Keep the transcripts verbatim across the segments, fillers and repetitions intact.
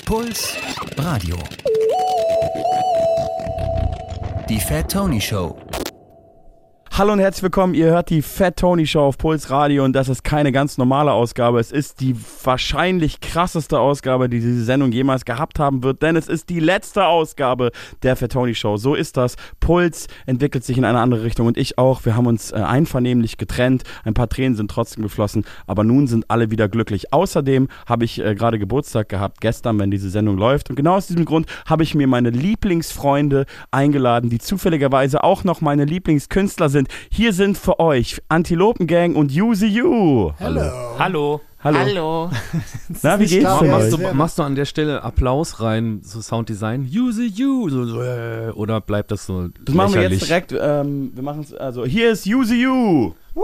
Puls Radio. Die Fat Tony Show. Hallo und herzlich willkommen, ihr hört die Fat Tony Show auf Puls Radio und das ist keine ganz normale Ausgabe. Es ist die wahrscheinlich krasseste Ausgabe, die diese Sendung jemals gehabt haben wird, denn es ist die letzte Ausgabe der Fat Tony Show. So ist das. Puls entwickelt sich in eine andere Richtung und ich auch. Wir haben uns äh, einvernehmlich getrennt. Ein paar Tränen sind trotzdem geflossen, aber nun sind alle wieder glücklich. Außerdem habe ich äh, gerade Geburtstag gehabt, gestern, wenn diese Sendung läuft. Und genau aus diesem Grund habe ich mir meine Lieblingsfreunde eingeladen, die zufälligerweise auch noch meine Lieblingskünstler sind. Hier sind für euch Antilopengang und Use You. Hallo. Hallo. Hallo. Hallo. Na, wie geht's klar, denn machst euch? du, Machst du an der Stelle Applaus rein, so Sounddesign? Use You. So, so, äh, oder bleibt das so Das machen wir lächerlich? jetzt direkt. Ähm, wir machen es, also hier ist Use You. Woo.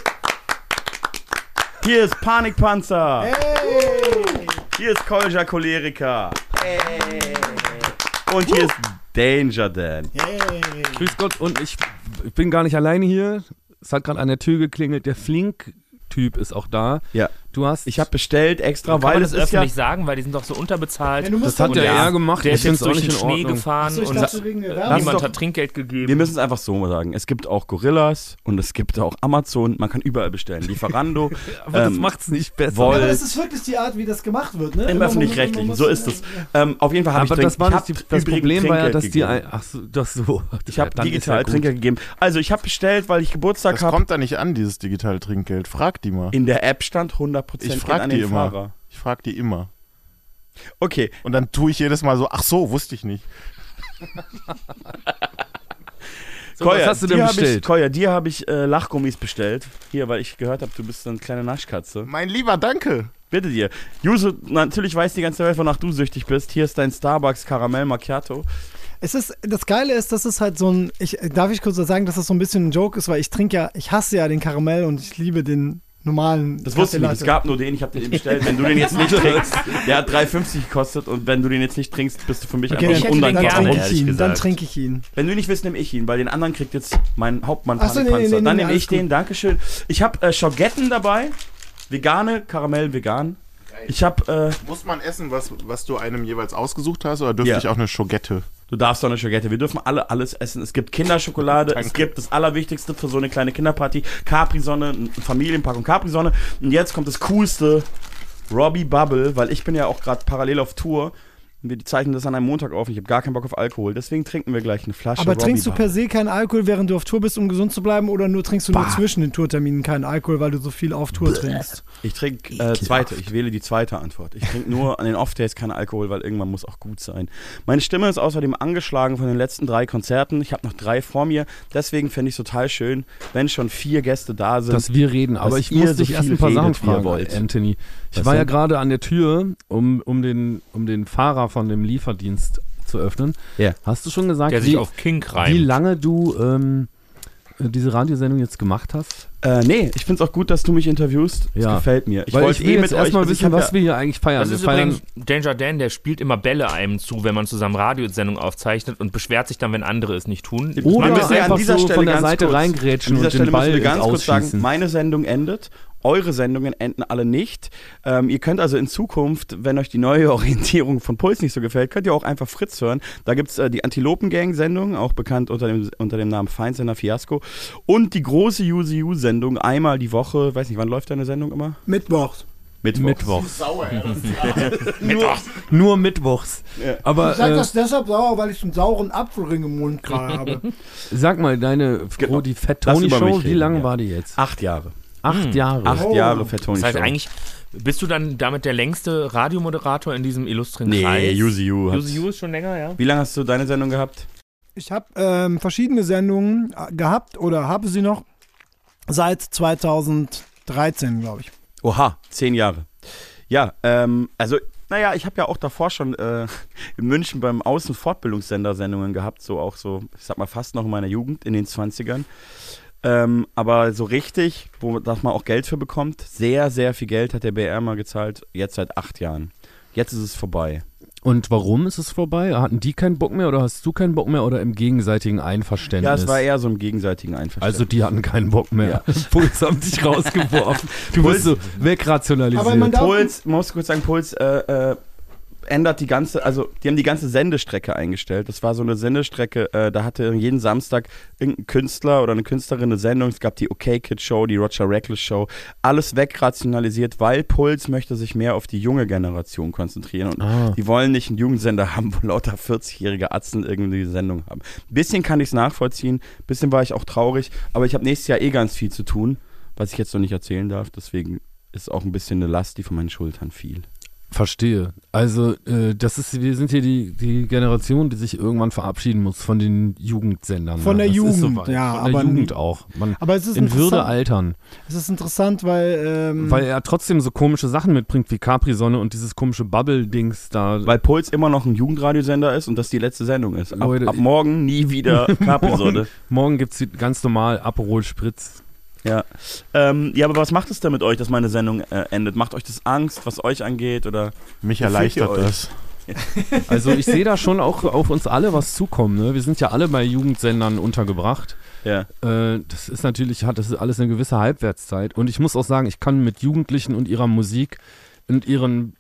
Hier ist Panikpanzer. Hey. Hier ist Kolja Choleriker. Hey. Und hier ist Danger Dan. Hey. Grüß Gott, und ich, ich bin gar nicht alleine hier. Es hat gerade an der Tür geklingelt. Der Flink-Typ ist auch da. Ja. Du hast... Ich habe bestellt extra, Kann weil man es das ist ja... öffentlich sagen, weil die sind doch so unterbezahlt. Ja, du musst das hat doch- der ja, eher gemacht. Der Ich ist jetzt find's auch durch nicht den in Schnee Ordnung. gefahren Achso, ich und dachte wegen der äh, Werbung. niemand doch- hat Trinkgeld gegeben. Wir müssen es einfach so sagen. Es gibt auch Gorillas und es gibt auch Amazon. Man kann überall bestellen. Lieferando. Aber das ähm, macht's nicht besser. Woll- Ja, aber das ist wirklich die Art, wie das gemacht wird, ne? Im Immer- Öffentlich-Rechtlichen, man so muss- ist es. Ähm, auf jeden Fall habe ich Aber Trink- das war ich nicht die, hab das übrigens Problem war ja, Trinkgeld dass die... gegeben. Ein, ach so, das so. Ich habe Dann ist digital ja gut. Trinkgeld gegeben. Also ich habe bestellt, weil ich Geburtstag Das habe. kommt da nicht an, dieses digitale Trinkgeld. Frag die mal. In der App stand hundert Prozent Ich geht frag an die den immer. Fahrer. Ich frag die immer. Okay, Und dann tue ich jedes Mal so, ach so, wusste ich nicht. So, was hast du denn dir hab Ich, bestellt? Koya, dir habe ich äh, Lachgummis bestellt. Hier, weil ich gehört habe, du bist so eine kleine Naschkatze. Mein Lieber, danke. Bitte dir. Juso, natürlich weiß die ganze Welt, wonach du süchtig bist. Hier ist dein Starbucks Karamell Macchiato. Es ist, das Geile ist, das ist halt so ein, ich, darf ich kurz sagen, dass das so ein bisschen ein Joke ist, weil ich trinke ja, ich hasse ja den Karamell und ich liebe den normalen. Das wusste ich nicht. Kaffee Es gab nur den, ich habe den bestellt. Wenn du den jetzt nicht trinkst, der hat drei fünfzig gekostet und wenn du den jetzt nicht trinkst, bist du für mich Okay, einfach Ich dann, hätte dann den undankbar. gerne, trinke ich ehrlich ihn, dann gesagt. trinke ich ihn. Wenn du nicht willst, nehme ich ihn, weil den anderen kriegt jetzt mein Hauptmann Ach so, nee, Panikpanzer. nee, nee, Dann nee, nehme alles ich den, gut. Dankeschön. Ich habe äh, Schogetten dabei. Vegane, Karamell vegan. Ich habe, äh, Muss man essen, was, was du einem jeweils ausgesucht hast, oder dürfte Ja. ich auch eine Schogette? du darfst doch eine Schogette. Wir dürfen alle alles essen. Es gibt Kinderschokolade. Es Danke. gibt das Allerwichtigste für so eine kleine Kinderparty. Capri-Sonne, eine Familienpackung Capri-Sonne. Und jetzt kommt das Coolste. Robbie Bubble, weil ich bin ja auch gerade parallel auf Tour. Und wir zeichnen das an einem Montag auf und ich habe gar keinen Bock auf Alkohol. Deswegen trinken wir gleich eine Flasche Aber Robbie trinkst du Bubble. per se keinen Alkohol, während du auf Tour bist, um gesund zu bleiben, oder nur trinkst du nur Bah. zwischen den Tourterminen keinen Alkohol, weil du so viel auf Tour trinkst? Ich trinke äh, zweite. Ich wähle die zweite Antwort. Ich trinke nur an den Off-Days keinen Alkohol, weil irgendwann muss auch gut sein. Meine Stimme ist außerdem angeschlagen von den letzten drei Konzerten. Ich habe noch drei vor mir. Deswegen fände ich es total schön, wenn schon vier Gäste da sind. Dass wir reden, aber dass ich ihr muss so dich erst viel ein paar Sachen redet, wie ihr fragen, wollt. Anthony. Ich Was war ja denn? gerade an der Tür, um, um, den, um den Fahrer von dem Lieferdienst zu öffnen. Ja. Hast du schon gesagt, der sich wie, auf Kink wie reimt. lange du ähm, diese Radiosendung jetzt gemacht hast? Äh, nee, ich finde es auch gut, dass du mich interviewst. Das Ja. gefällt mir. Ich Weil wollte ich will eh jetzt mit erstmal euch, also ich wissen, hab was ja, wir hier eigentlich feiern. Das wir ist feiern übrigens Danger Dan, der spielt immer Bälle einem zu, wenn man zusammen Radiosendung aufzeichnet und beschwert sich dann, wenn andere es nicht tun. Wir oder müssen ja einfach so von der ganz Seite kurz- reingrätschen An dieser und Stelle den Ball müssen wir ganz ins kurz sagen, Ausschießen. meine Sendung endet. Eure Sendungen enden alle nicht. Ähm, ihr könnt also in Zukunft, wenn euch die neue Orientierung von Puls nicht so gefällt, könnt ihr auch einfach Fritz hören. Da gibt es äh, die Antilopen-Gang-Sendung, auch bekannt unter dem, unter dem Namen Feindsender Fiasko. Und die große U S U-Sendung, einmal die Woche. Weiß nicht, wann läuft deine Sendung immer? Mittwochs. Mittwoch. Mittwochs. Sauer, Nur, nur Mittwochs. Ja. Aber Ich sage äh, das deshalb sauer, weil ich einen sauren Apfelring im Mund gerade habe. sag mal, deine Genau. oh, die Fat Lass Tony über Show, mich wie reden, lange ja. war die jetzt? Acht Jahre. Acht Mhm. Jahre. Acht Oh. Jahre Fat Tony Das heißt Show. eigentlich, bist du dann damit der längste Radiomoderator in diesem illustren Nee, Kreis? U S U. U S U ist schon länger, ja? Wie lange hast du deine Sendung gehabt? Ich habe ähm, verschiedene Sendungen äh, gehabt oder habe sie noch seit zweitausenddreizehn, glaube ich. Oha, zehn Jahre. Ja, ähm, also, naja, ich habe ja auch davor schon äh, in München beim Außenfortbildungssender Sendungen gehabt, so auch so, ich sag mal, fast noch in meiner Jugend, in den zwanzigern. Ähm, aber so richtig, wo dass man auch Geld für bekommt, sehr, sehr viel Geld hat der B R mal gezahlt, jetzt seit acht Jahren. Jetzt ist es vorbei. Und warum ist es vorbei? Hatten die keinen Bock mehr oder hast du keinen Bock mehr oder im gegenseitigen Einverständnis? Ja, es war eher so im gegenseitigen Einverständnis. Also die hatten keinen Bock mehr. Puls haben dich rausgeworfen. Du Puls- bist so wegrationalisiert. Aber man darf- Puls, muss kurz sagen, Puls, äh, äh, ändert die ganze, also die haben die ganze Sendestrecke eingestellt. Das war so eine Sendestrecke, äh, da hatte jeden Samstag irgendein Künstler oder eine Künstlerin eine Sendung. Es gab die OK-Kid-Show, die Roger Reckless-Show. Alles wegrationalisiert, weil Puls möchte sich mehr auf die junge Generation konzentrieren. Und Ah. die wollen nicht einen Jugendsender haben, wo lauter vierzig-jährige Atzen irgendwie die Sendung haben. Ein bisschen kann ich es nachvollziehen, ein bisschen war ich auch traurig, aber ich habe nächstes Jahr eh ganz viel zu tun, was ich jetzt noch nicht erzählen darf. Deswegen ist auch ein bisschen eine Last, die von meinen Schultern fiel. Verstehe. Also, äh, das ist, wir sind hier die, die Generation, die sich irgendwann verabschieden muss von den Jugendsendern. Von ne? der Das Jugend, ist soweit. ja, Von der aber- Jugend auch. Man, Aber es ist in Würde interessant. altern. Es ist interessant, weil, ähm, Weil er trotzdem so komische Sachen mitbringt wie Capri-Sonne und dieses komische Bubble-Dings da. Weil Puls immer noch ein Jugendradiosender ist und das die letzte Sendung ist. Ab, Leute, ab morgen nie wieder Capri-Sonne. Morgen gibt es ganz normal Aperol Spritz. Ja. Ähm, ja, aber was macht es denn mit euch, dass meine Sendung äh, endet? Macht euch das Angst, was euch angeht? Oder Mich Wie fühlt erleichtert ihr euch? das. Also ich sehe da schon auch auf uns alle was zukommen. Ne? Wir sind ja alle bei Jugendsendern untergebracht. ja. Äh, das ist natürlich, hat das ist alles eine gewisse Halbwertszeit. Und ich muss auch sagen, ich kann mit Jugendlichen und ihrer Musik und ihrem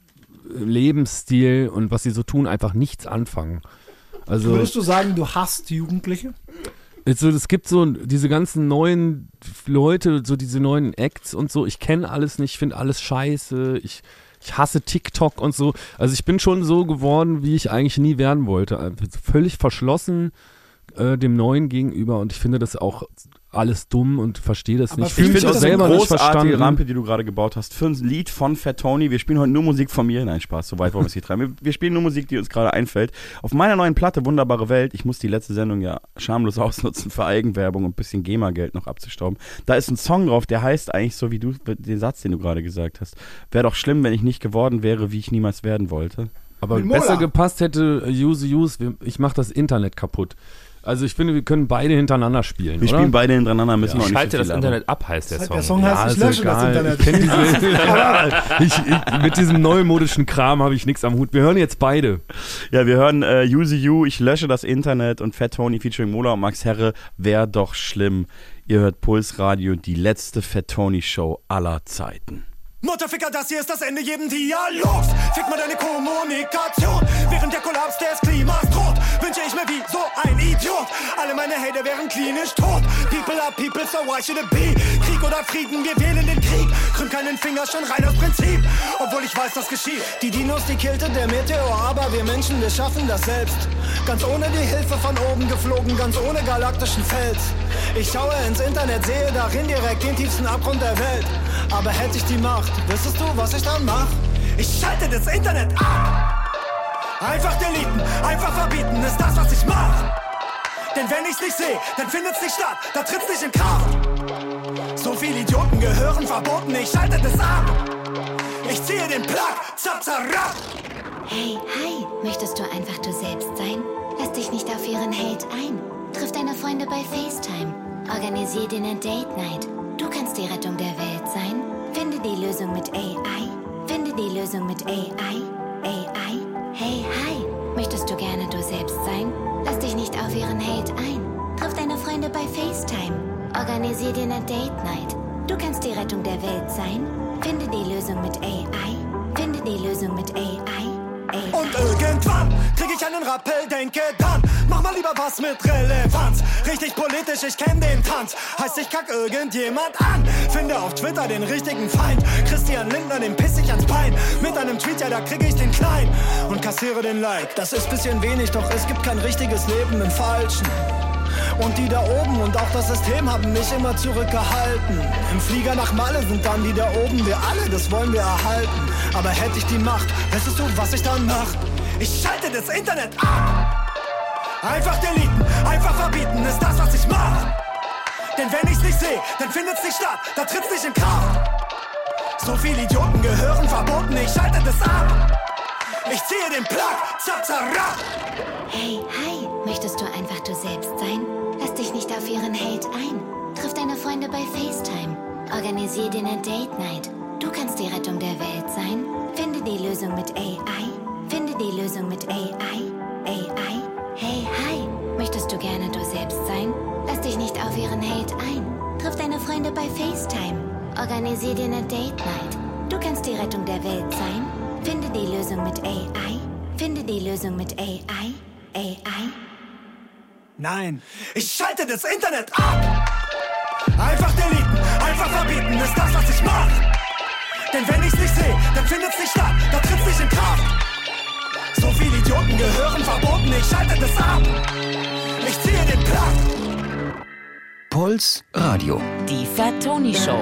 Lebensstil und was sie so tun, einfach nichts anfangen. Also, würdest du sagen, du hasst Jugendliche? also es gibt so diese ganzen neuen Leute, so diese neuen Acts und so. Ich kenne alles nicht, finde alles scheiße. Ich, ich hasse TikTok und so. Also ich bin schon so geworden, wie ich eigentlich nie werden wollte. Also völlig verschlossen äh, dem Neuen gegenüber und ich finde das auch alles dumm und verstehe das Aber nicht. ich Fühle Ich mich finde auch das eine selber nicht großartige verstanden. Rampe, die du gerade gebaut hast, für ein Lied von Fat Tony. Wir spielen heute nur Musik von mir. Nein, Spaß, so weit wollen wir es hier treiben. Wir, wir spielen nur Musik, die uns gerade einfällt. Auf meiner neuen Platte, Wunderbare Welt, ich muss die letzte Sendung ja schamlos ausnutzen für Eigenwerbung und ein bisschen GEMA-Geld noch abzustauben. Da ist ein Song drauf, der heißt eigentlich so wie du, den Satz, den du gerade gesagt hast. Wäre doch schlimm, wenn ich nicht geworden wäre, wie ich niemals werden wollte. Aber Mit Mola. besser gepasst hätte äh, Use Use, wir- ich mache das Internet kaputt. Also ich finde, wir können beide hintereinander spielen, Wir oder? spielen beide hintereinander, müssen wir auch nicht Schalte so das viel labern. Internet ab, heißt der Song. Der Song Ja, heißt, ich ist lösche das egal. Internet. Ich kenn diese, ich, ich, mit diesem neumodischen Kram habe ich nichts am Hut. Wir hören jetzt beide. Ja, wir hören äh, Use You, ich lösche das Internet und Fat Tony featuring Mola und Max Herre, wär doch schlimm. Ihr hört Puls Radio, die letzte Fat Tony Show aller Zeiten. Mutterficker, das hier ist das Ende jeden Dialogs. Fick mal deine Kommunikation. Während der Kollaps des Klimas droht, wünsche ich mir wie so ein Idiot. Alle meine Hater wären klinisch tot. People are people, so why should it be? Krieg oder Frieden, wir wählen den Krieg. Krümmt keinen Finger, schon rein aus Prinzip. Obwohl ich weiß, das geschieht. Die Dinos, die killte der Meteor, aber wir Menschen, wir schaffen das selbst. Ganz ohne die Hilfe von oben geflogen, ganz ohne galaktischen Fels. Ich schaue ins Internet, sehe darin direkt den tiefsten Abgrund der Welt. Aber hätte ich die Macht, wüsstest du, was ich dann mach? Ich schalte das Internet ab. Einfach deleten, einfach verbieten, ist das, was ich mach. Denn wenn ich's nicht sehe, dann findet's nicht statt, da tritt's nicht in Kraft. So viele Idioten gehören verboten, ich schalte das ab. Ich ziehe den Plug, zap, zarab. Hey, hi, möchtest du einfach du selbst sein? Lass dich nicht auf ihren Hate ein. Triff deine Freunde bei FaceTime. Organisier dir eine Date Night. Du kannst die Rettung der Welt sein. Finde die Lösung mit A I. Finde die Lösung mit A I. A I. Hey, hi, möchtest du gerne du selbst sein? Lass dich nicht auf ihren Hate ein. Triff deine Freunde bei FaceTime. Organisier dir eine Date Night. Du kannst die Rettung der Welt sein. Finde die Lösung mit A I. Finde die Lösung mit A I. A I. Und irgendwann krieg ich einen Rappel, denke dann, mach mal lieber was mit Relevanz. Richtig politisch, ich kenn den Tanz. Heißt, ich kack irgendjemand an. Finde auf Twitter den richtigen Feind. Christian Lindner, den piss ich ans Bein. Mit einem Tweet, ja, da krieg ich den Klein. Und kassiere den Like. Das ist bisschen wenig, doch es gibt kein richtiges Leben im Falschen. Und die da oben und auch das System haben mich immer zurückgehalten. Im Flieger nach Malle sind dann die da oben. Wir alle, das wollen wir erhalten. Aber hätte ich die Macht, wüsstest du, was ich dann mach? Ich schalte das Internet ab. Einfach deleten, einfach verbieten, ist das, was ich mach. Denn wenn ich's nicht sehe, dann findet's nicht statt, da tritt's nicht in Kraft. So viele Idioten gehören verboten, ich schalte das ab. Ich ziehe den Plug, zap, zarab. Hey, hi, möchtest du einfach du selbst sein? Lass dich nicht auf ihren Hate ein. Triff deine Freunde bei FaceTime. Organisier dir eine Date Night. Du kannst die Rettung der Welt sein. Finde die Lösung mit A I. Finde die Lösung mit A I. A I. Hey, hi, möchtest du gerne du selbst sein? Lass dich nicht auf ihren Hate ein. Triff deine Freunde bei FaceTime. Organisier dir eine Date Night. Du kannst die Rettung der Welt sein. Finde die Lösung mit A I. Finde die Lösung mit A I. A I? Nein, ich schalte das Internet ab. Einfach deleten, einfach verbieten, ist das, was ich mach. Denn wenn ich's nicht sehe, dann findet's nicht statt, da tritt's nicht in Kraft. So viele Idioten gehören verboten, ich schalte das ab. Ich ziehe den Platt. Puls Radio. Die Fat Tony Show.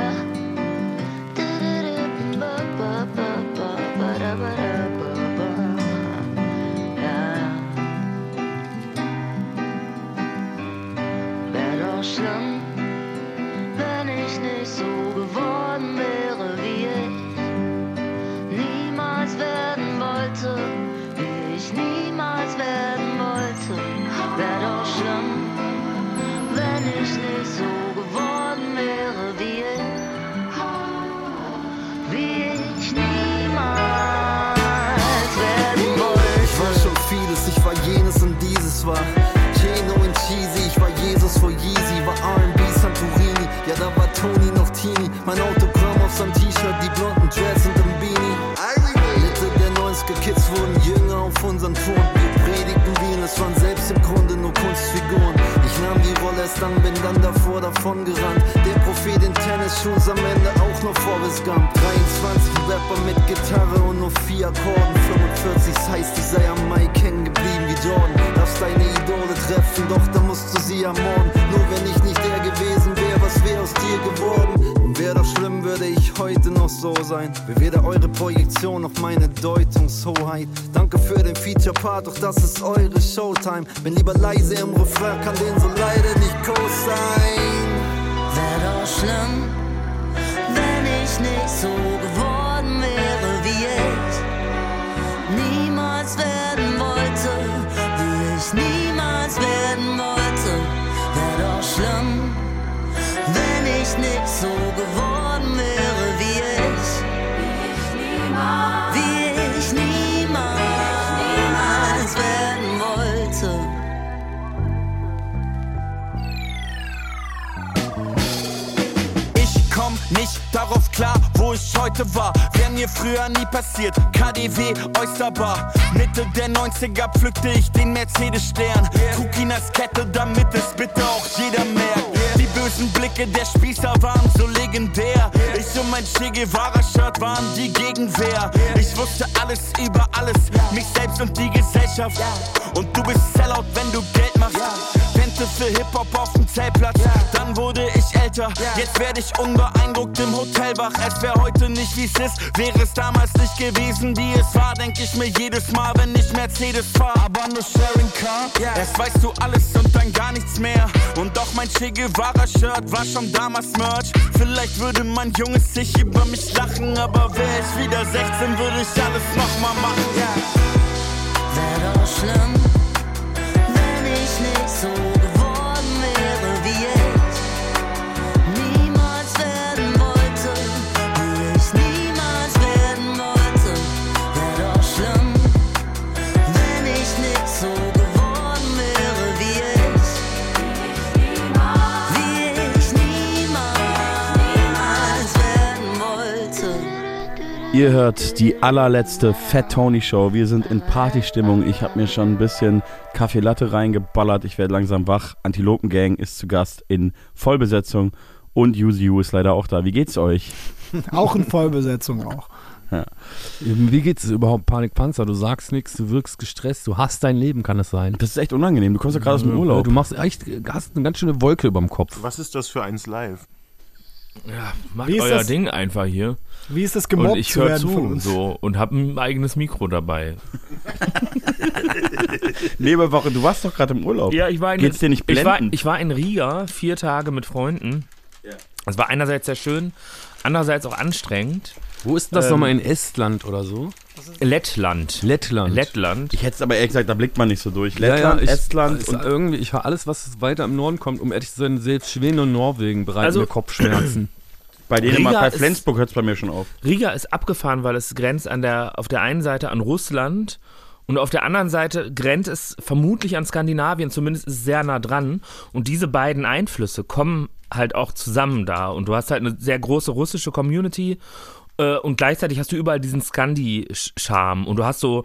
Schlimm, wenn ich nicht so geworden wäre, wie ich niemals werden wollte, wie ich niemals werden wollte. Wär doch schlimm, wenn ich nicht so geworden wäre, wie ich, wie ich niemals werden wollte. Ich war schon vieles, ich war jenes und dieses war Geno und Cheesy, ich war Jesus vor Yeezy, war R and B Santorini, ja da war Tony noch Teenie, mein Autogramm auf seinem T-Shirt, die blonden Dreads und dem Beanie. Mitte der neunziger Kids wurden jünger auf unseren Touren, wir predigten Wien, es waren selbst im Grunde nur Kunstfiguren. Ich nahm die Rolle erst an, bin dann davor davon gerannt, der Prophet in Tennisschuhen, am Ende auch noch Forrest Gump. dreiundzwanzig Rapper mit Gitarre und nur vier Akkorden, fünfundvierzig, das heißt ich sei am Mike hängen geblieben wie Jordan. Darfst deine Idole treffen, doch dann musst du sie ermorden. Nur wenn ich nicht der gewesen wäre, was wäre aus dir geworden? Und wäre doch schlimm, würde ich heute noch so sein. Wer wäre eure Projektion auf meine Deutungshoheit? Danke für den Feature-Part, doch das ist eure Showtime. Bin lieber leise im Refrain, kann den so leider nicht groß sein. Wär doch schlimm, wenn ich nicht so geworden wäre, wie ich niemals werden wollte, wie ich niemals werden wollte. Wär doch schlimm, wenn ich nicht so geworden wäre, wie ich, wie ich niemals werden wollte. Ich komm nicht darauf klar, wo ich heute war. Wär mir früher nie passiert. K D W, Oysterbar. Mitte der neunziger pflückte ich den Mercedes-Stern. Trug ihn als Kette, damit es bitte auch jeder merkt. Die bösen Blicke der Spießer waren so legendär. Ich und mein Che Guevara-Shirt waren die Gegenwehr. Ich wusste alles über alles, mich selbst und die Gesellschaft. Und du bist Sellout, wenn du Geld machst. Wente für Hip-Hop auf dem Zeltplatz. Dann wurde ich älter, jetzt werde ich unbeeindruckt im Hotel wach. Es wäre heute nicht wie es ist, wäre es damals nicht gewesen, wie es war. Denk ich mir jedes Mal, wenn ich Mercedes fahr. Aber nur Sharing Car, erst weißt du alles und dann gar nichts mehr. Und doch mein Che Guevara-Shirt war schon damals Merch. Vielleicht würde mein Junges sich über mich lachen, aber wär ich wieder sechzehn, würde ich alles nochmal machen. Wär doch schlimm, wenn ich nicht so geworden wäre, wie ich niemals werden wollte, wie ich niemals werden wollte. Wär doch schlimm, wenn ich nicht so geworden wäre, wie ich, wie ich niemals werden wollte. Ihr hört die allerletzte Fat Tony Show. Wir sind in Partystimmung. Ich habe mir schon ein bisschen Kaffee Latte reingeballert. Ich werde langsam wach. Antilopen Gang ist zu Gast in Vollbesetzung und Yuzi Yu ist leider auch da. Wie geht's euch? Auch in Vollbesetzung auch. Ja. Wie geht's überhaupt, Panikpanzer? Du sagst nichts, du wirkst gestresst, du hast dein Leben, kann es sein? Das ist echt unangenehm. Du kommst ja gerade aus dem Urlaub. Du machst echt, hast eine ganz schöne Wolke über dem Kopf. Was ist das für eins live? Ja, macht Wie ist euer das- Ding einfach hier. Wie ist das gemobbt Und ich zu höre werden von zu uns? so und habe ein eigenes Mikro dabei. Nebenwoche, du warst doch gerade im Urlaub. Ja, ich war in, Geht's dir nicht ich war, blendend? ich war in Riga vier Tage mit Freunden. Ja. Es war einerseits sehr schön, andererseits auch anstrengend. Wo ist denn das Ähm, nochmal, in Estland oder so? Lettland. Lettland. Lettland. Ich hätte es aber ehrlich gesagt, da blickt man nicht so durch. Ja, Lettland, ja, ich, Estland ist und irgendwie, ich alles, was weiter im Norden kommt, um ehrlich zu sein, selbst Schweden und Norwegen bereiten Also- mir Kopfschmerzen. bei denen Riga bei ist- Flensburg hört es bei mir schon auf. Riga ist abgefahren, weil es grenzt an der, auf der einen Seite an Russland und auf der anderen Seite grenzt es vermutlich an Skandinavien, zumindest ist es sehr nah dran. Und diese beiden Einflüsse kommen halt auch zusammen da. Und du hast halt eine sehr große russische Community äh, und gleichzeitig hast du überall diesen Skandi-Charme. Und du hast so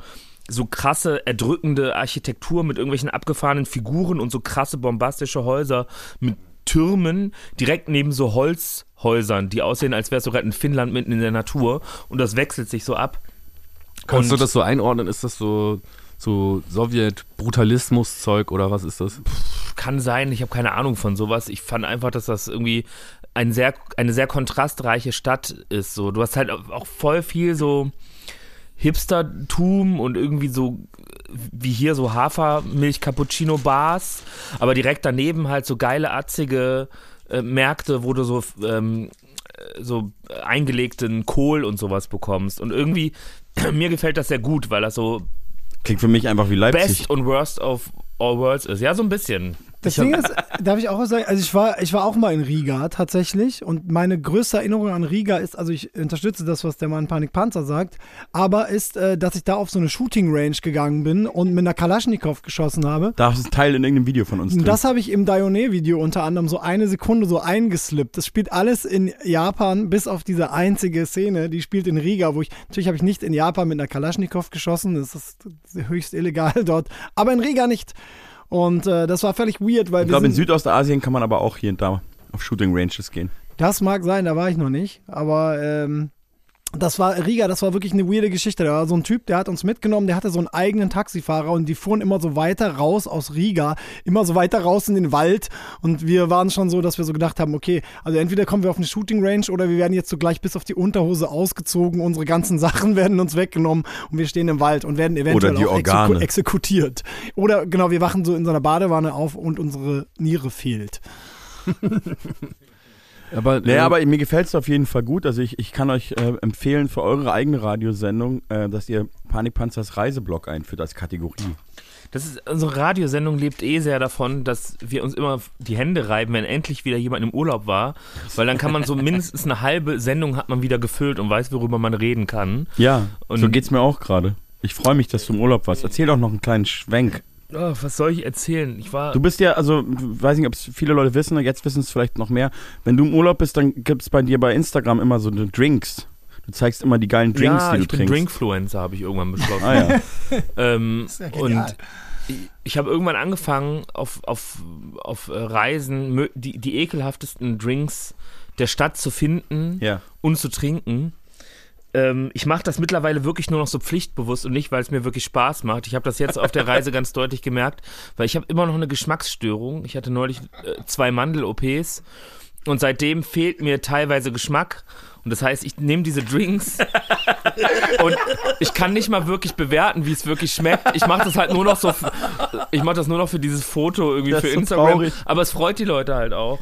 so krasse, erdrückende Architektur mit irgendwelchen abgefahrenen Figuren und so krasse, bombastische Häuser mit Türmen direkt neben so Holzhäusern, die aussehen, als wäre es sogar in Finnland mitten in der Natur und das wechselt sich so ab. Kannst und du das so einordnen? Ist das so, so Sowjet-Brutalismus-Zeug oder was ist das? Kann sein, ich habe keine Ahnung von sowas. Ich fand einfach, dass das irgendwie ein sehr, eine sehr kontrastreiche Stadt ist. So. Du hast halt auch voll viel so Hipstertum und irgendwie so wie hier so Hafermilch-Cappuccino-Bars, aber direkt daneben halt so geile, atzige äh, Märkte, wo du so, ähm, so eingelegten Kohl und sowas bekommst. Und irgendwie, mir gefällt das sehr gut, weil das so klingt für mich einfach wie Leipzig. Best und Worst of all worlds ist. Ja, so ein bisschen. Das Ding ist, darf ich auch was sagen, also ich war, ich war auch mal in Riga tatsächlich und meine größte Erinnerung an Riga ist, also ich unterstütze das, was der Mann Panik Panzer sagt, aber ist, äh, dass ich da auf so eine Shooting Range gegangen bin und mit einer Kalaschnikow geschossen habe. Da ist ein Teil in irgendeinem Video von uns drin. Das habe ich im Dionne-Video unter anderem so eine Sekunde so eingeslippt. Das spielt alles in Japan, bis auf diese einzige Szene, die spielt in Riga, wo ich, natürlich habe ich nicht in Japan mit einer Kalaschnikow geschossen, das ist höchst illegal dort, aber in Riga nicht. Und äh, das war völlig weird, weil ich wir glaube, in sind, Südostasien kann man aber auch hier und da auf Shooting Ranges gehen. Das mag sein, da war ich noch nicht, aber ähm, das war Riga, das war wirklich eine weirde Geschichte. Da war so ein Typ, der hat uns mitgenommen, der hatte so einen eigenen Taxifahrer und die fuhren immer so weiter raus aus Riga, immer so weiter raus in den Wald und wir waren schon so, dass wir so gedacht haben, okay, also entweder kommen wir auf eine Shooting Range oder wir werden jetzt so gleich bis auf die Unterhose ausgezogen, unsere ganzen Sachen werden uns weggenommen und wir stehen im Wald und werden eventuell oder die auch Organe. exeku- exekutiert. Oder genau, wir wachen so in so einer Badewanne auf und unsere Niere fehlt. Aber, naja, äh, aber mir gefällt es auf jeden Fall gut. Also ich, ich kann euch äh, empfehlen für eure eigene Radiosendung, äh, dass ihr Panikpanzers Reiseblog einführt als Kategorie. Das ist, unsere Radiosendung lebt eh sehr davon, dass wir uns immer die Hände reiben, wenn endlich wieder jemand im Urlaub war, weil dann kann man so mindestens eine halbe Sendung hat man wieder gefüllt und weiß, worüber man reden kann. Ja, und so geht's mir auch gerade. Ich freue mich, dass du im Urlaub warst. Erzähl doch noch einen kleinen Schwenk. Oh, was soll ich erzählen? Ich war. Du bist ja, also, weiß nicht, ob es viele Leute wissen, jetzt wissen es vielleicht noch mehr. Wenn du im Urlaub bist, dann gibt es bei dir bei Instagram immer so Drinks. Du zeigst immer die geilen Drinks, ja, die du ich bin trinkst. Drinkfluencer, habe ich irgendwann beschlossen. Ah, ja. ähm, ja und ich, ich habe irgendwann angefangen, auf, auf, auf Reisen die, die ekelhaftesten Drinks der Stadt zu finden ja. und zu trinken. Ich mache das mittlerweile wirklich nur noch so pflichtbewusst und nicht, weil es mir wirklich Spaß macht. Ich habe das jetzt auf der Reise ganz deutlich gemerkt, weil ich habe immer noch eine Geschmacksstörung. Ich hatte neulich äh, zwei Mandel-O Ps und seitdem fehlt mir teilweise Geschmack. Und das heißt, ich nehme diese Drinks und ich kann nicht mal wirklich bewerten, wie es wirklich schmeckt. Ich mache das halt nur noch so, für, ich mache das nur noch für dieses Foto irgendwie das für ist Instagram. So traurig. Aber es freut die Leute halt auch.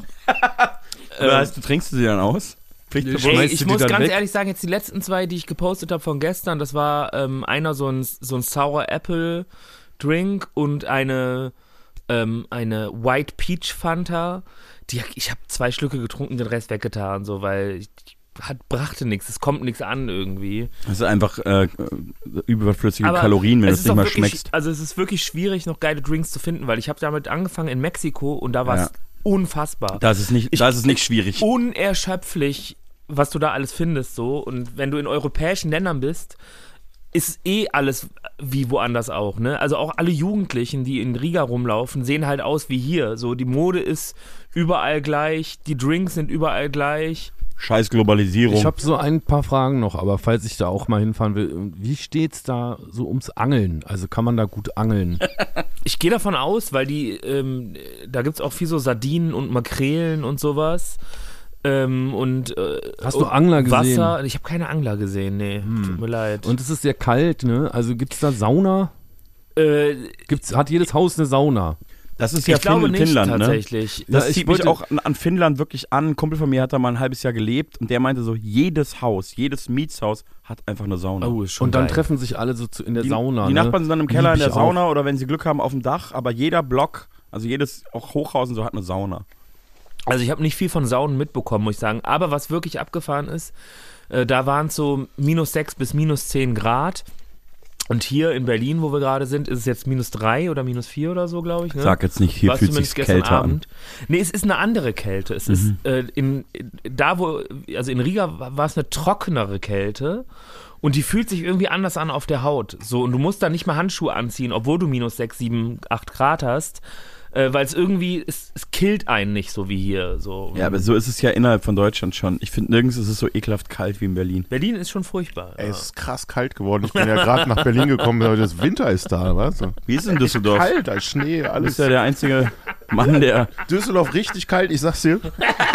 Oder heißt, du trinkst du sie dann aus? Ey, ich muss ganz weg? ehrlich sagen, jetzt die letzten zwei, die ich gepostet habe von gestern, das war ähm, einer so ein, so ein Sour Apple Drink und eine, ähm, eine White Peach Fanta. Die, ich habe zwei Schlücke getrunken, den Rest weggetan, so, weil ich, hat, brachte nichts, es kommt nichts an irgendwie. Das ist einfach äh, überflüssige Aber Kalorien, wenn du es nicht mal wirklich, schmeckst. Also es ist wirklich schwierig, noch geile Drinks zu finden, weil ich habe damit angefangen in Mexiko und da war es ja. unfassbar. Das ist nicht, das ist nicht schwierig. Unerschöpflich, was du da alles findest, so. Und wenn du in europäischen Ländern bist, ist eh alles wie woanders auch, ne? Also auch alle Jugendlichen, die in Riga rumlaufen, sehen halt aus wie hier. So, die Mode ist überall gleich, die Drinks sind überall gleich. Scheiß Globalisierung. Ich habe so ein paar Fragen noch, aber falls ich da auch mal hinfahren will, wie steht's da so ums Angeln? Also kann man da gut angeln? Ich gehe davon aus, weil die, ähm, da gibt's auch viel so Sardinen und Makrelen und sowas. Ähm, und äh, Hast du Angler gesehen? Wasser. Ich habe keine Angler gesehen, nee. Hm. Tut mir leid. Und es ist sehr kalt, ne? Also gibt's da Sauna? Äh, Gibt's, hat jedes Haus eine Sauna? Das ist ja ich glaube nicht, Finnland, tatsächlich. Ne? Das ja, zieht mich auch an, an Finnland wirklich an. Ein Kumpel von mir hat da mal ein halbes Jahr gelebt und der meinte so, jedes Haus, jedes Mietshaus hat einfach eine Sauna. Oh, ist schon und dann geil. treffen sich alle so zu, in der die, Sauna. Die ne? Nachbarn sind dann im Keller Lieb in der Sauna auch. oder wenn sie Glück haben auf dem Dach, aber jeder Block, also jedes, auch Hochhaus und so hat eine Sauna. Also ich habe nicht viel von Saunen mitbekommen, muss ich sagen. Aber was wirklich abgefahren ist, äh, da waren es so minus sechs bis minus zehn Grad. Und hier in Berlin, wo wir gerade sind, ist es jetzt minus drei oder minus vier oder so, glaube ich. Ne? Sag jetzt nicht, hier War's fühlt sich kälter an. Nee, es ist eine andere Kälte. Es Mhm. ist äh, in, da, wo, also in Riga war es eine trockenere Kälte. Und die fühlt sich irgendwie anders an auf der Haut. So, und du musst da nicht mal Handschuhe anziehen, obwohl du minus sechs, sieben, acht Grad hast. Äh, weil es irgendwie, es, es killt einen nicht so wie hier. So. Ja, aber so ist es ja innerhalb von Deutschland schon. Ich finde, nirgends ist es so ekelhaft kalt wie in Berlin. Berlin ist schon furchtbar. Ey, es ist krass kalt geworden. Ich bin ja gerade nach Berlin gekommen, das Winter ist da, weißt du? Wie ist in Düsseldorf? Kalt, als Schnee, Du alles. bist ja der einzige Mann, der... Düsseldorf richtig kalt, ich sag's dir.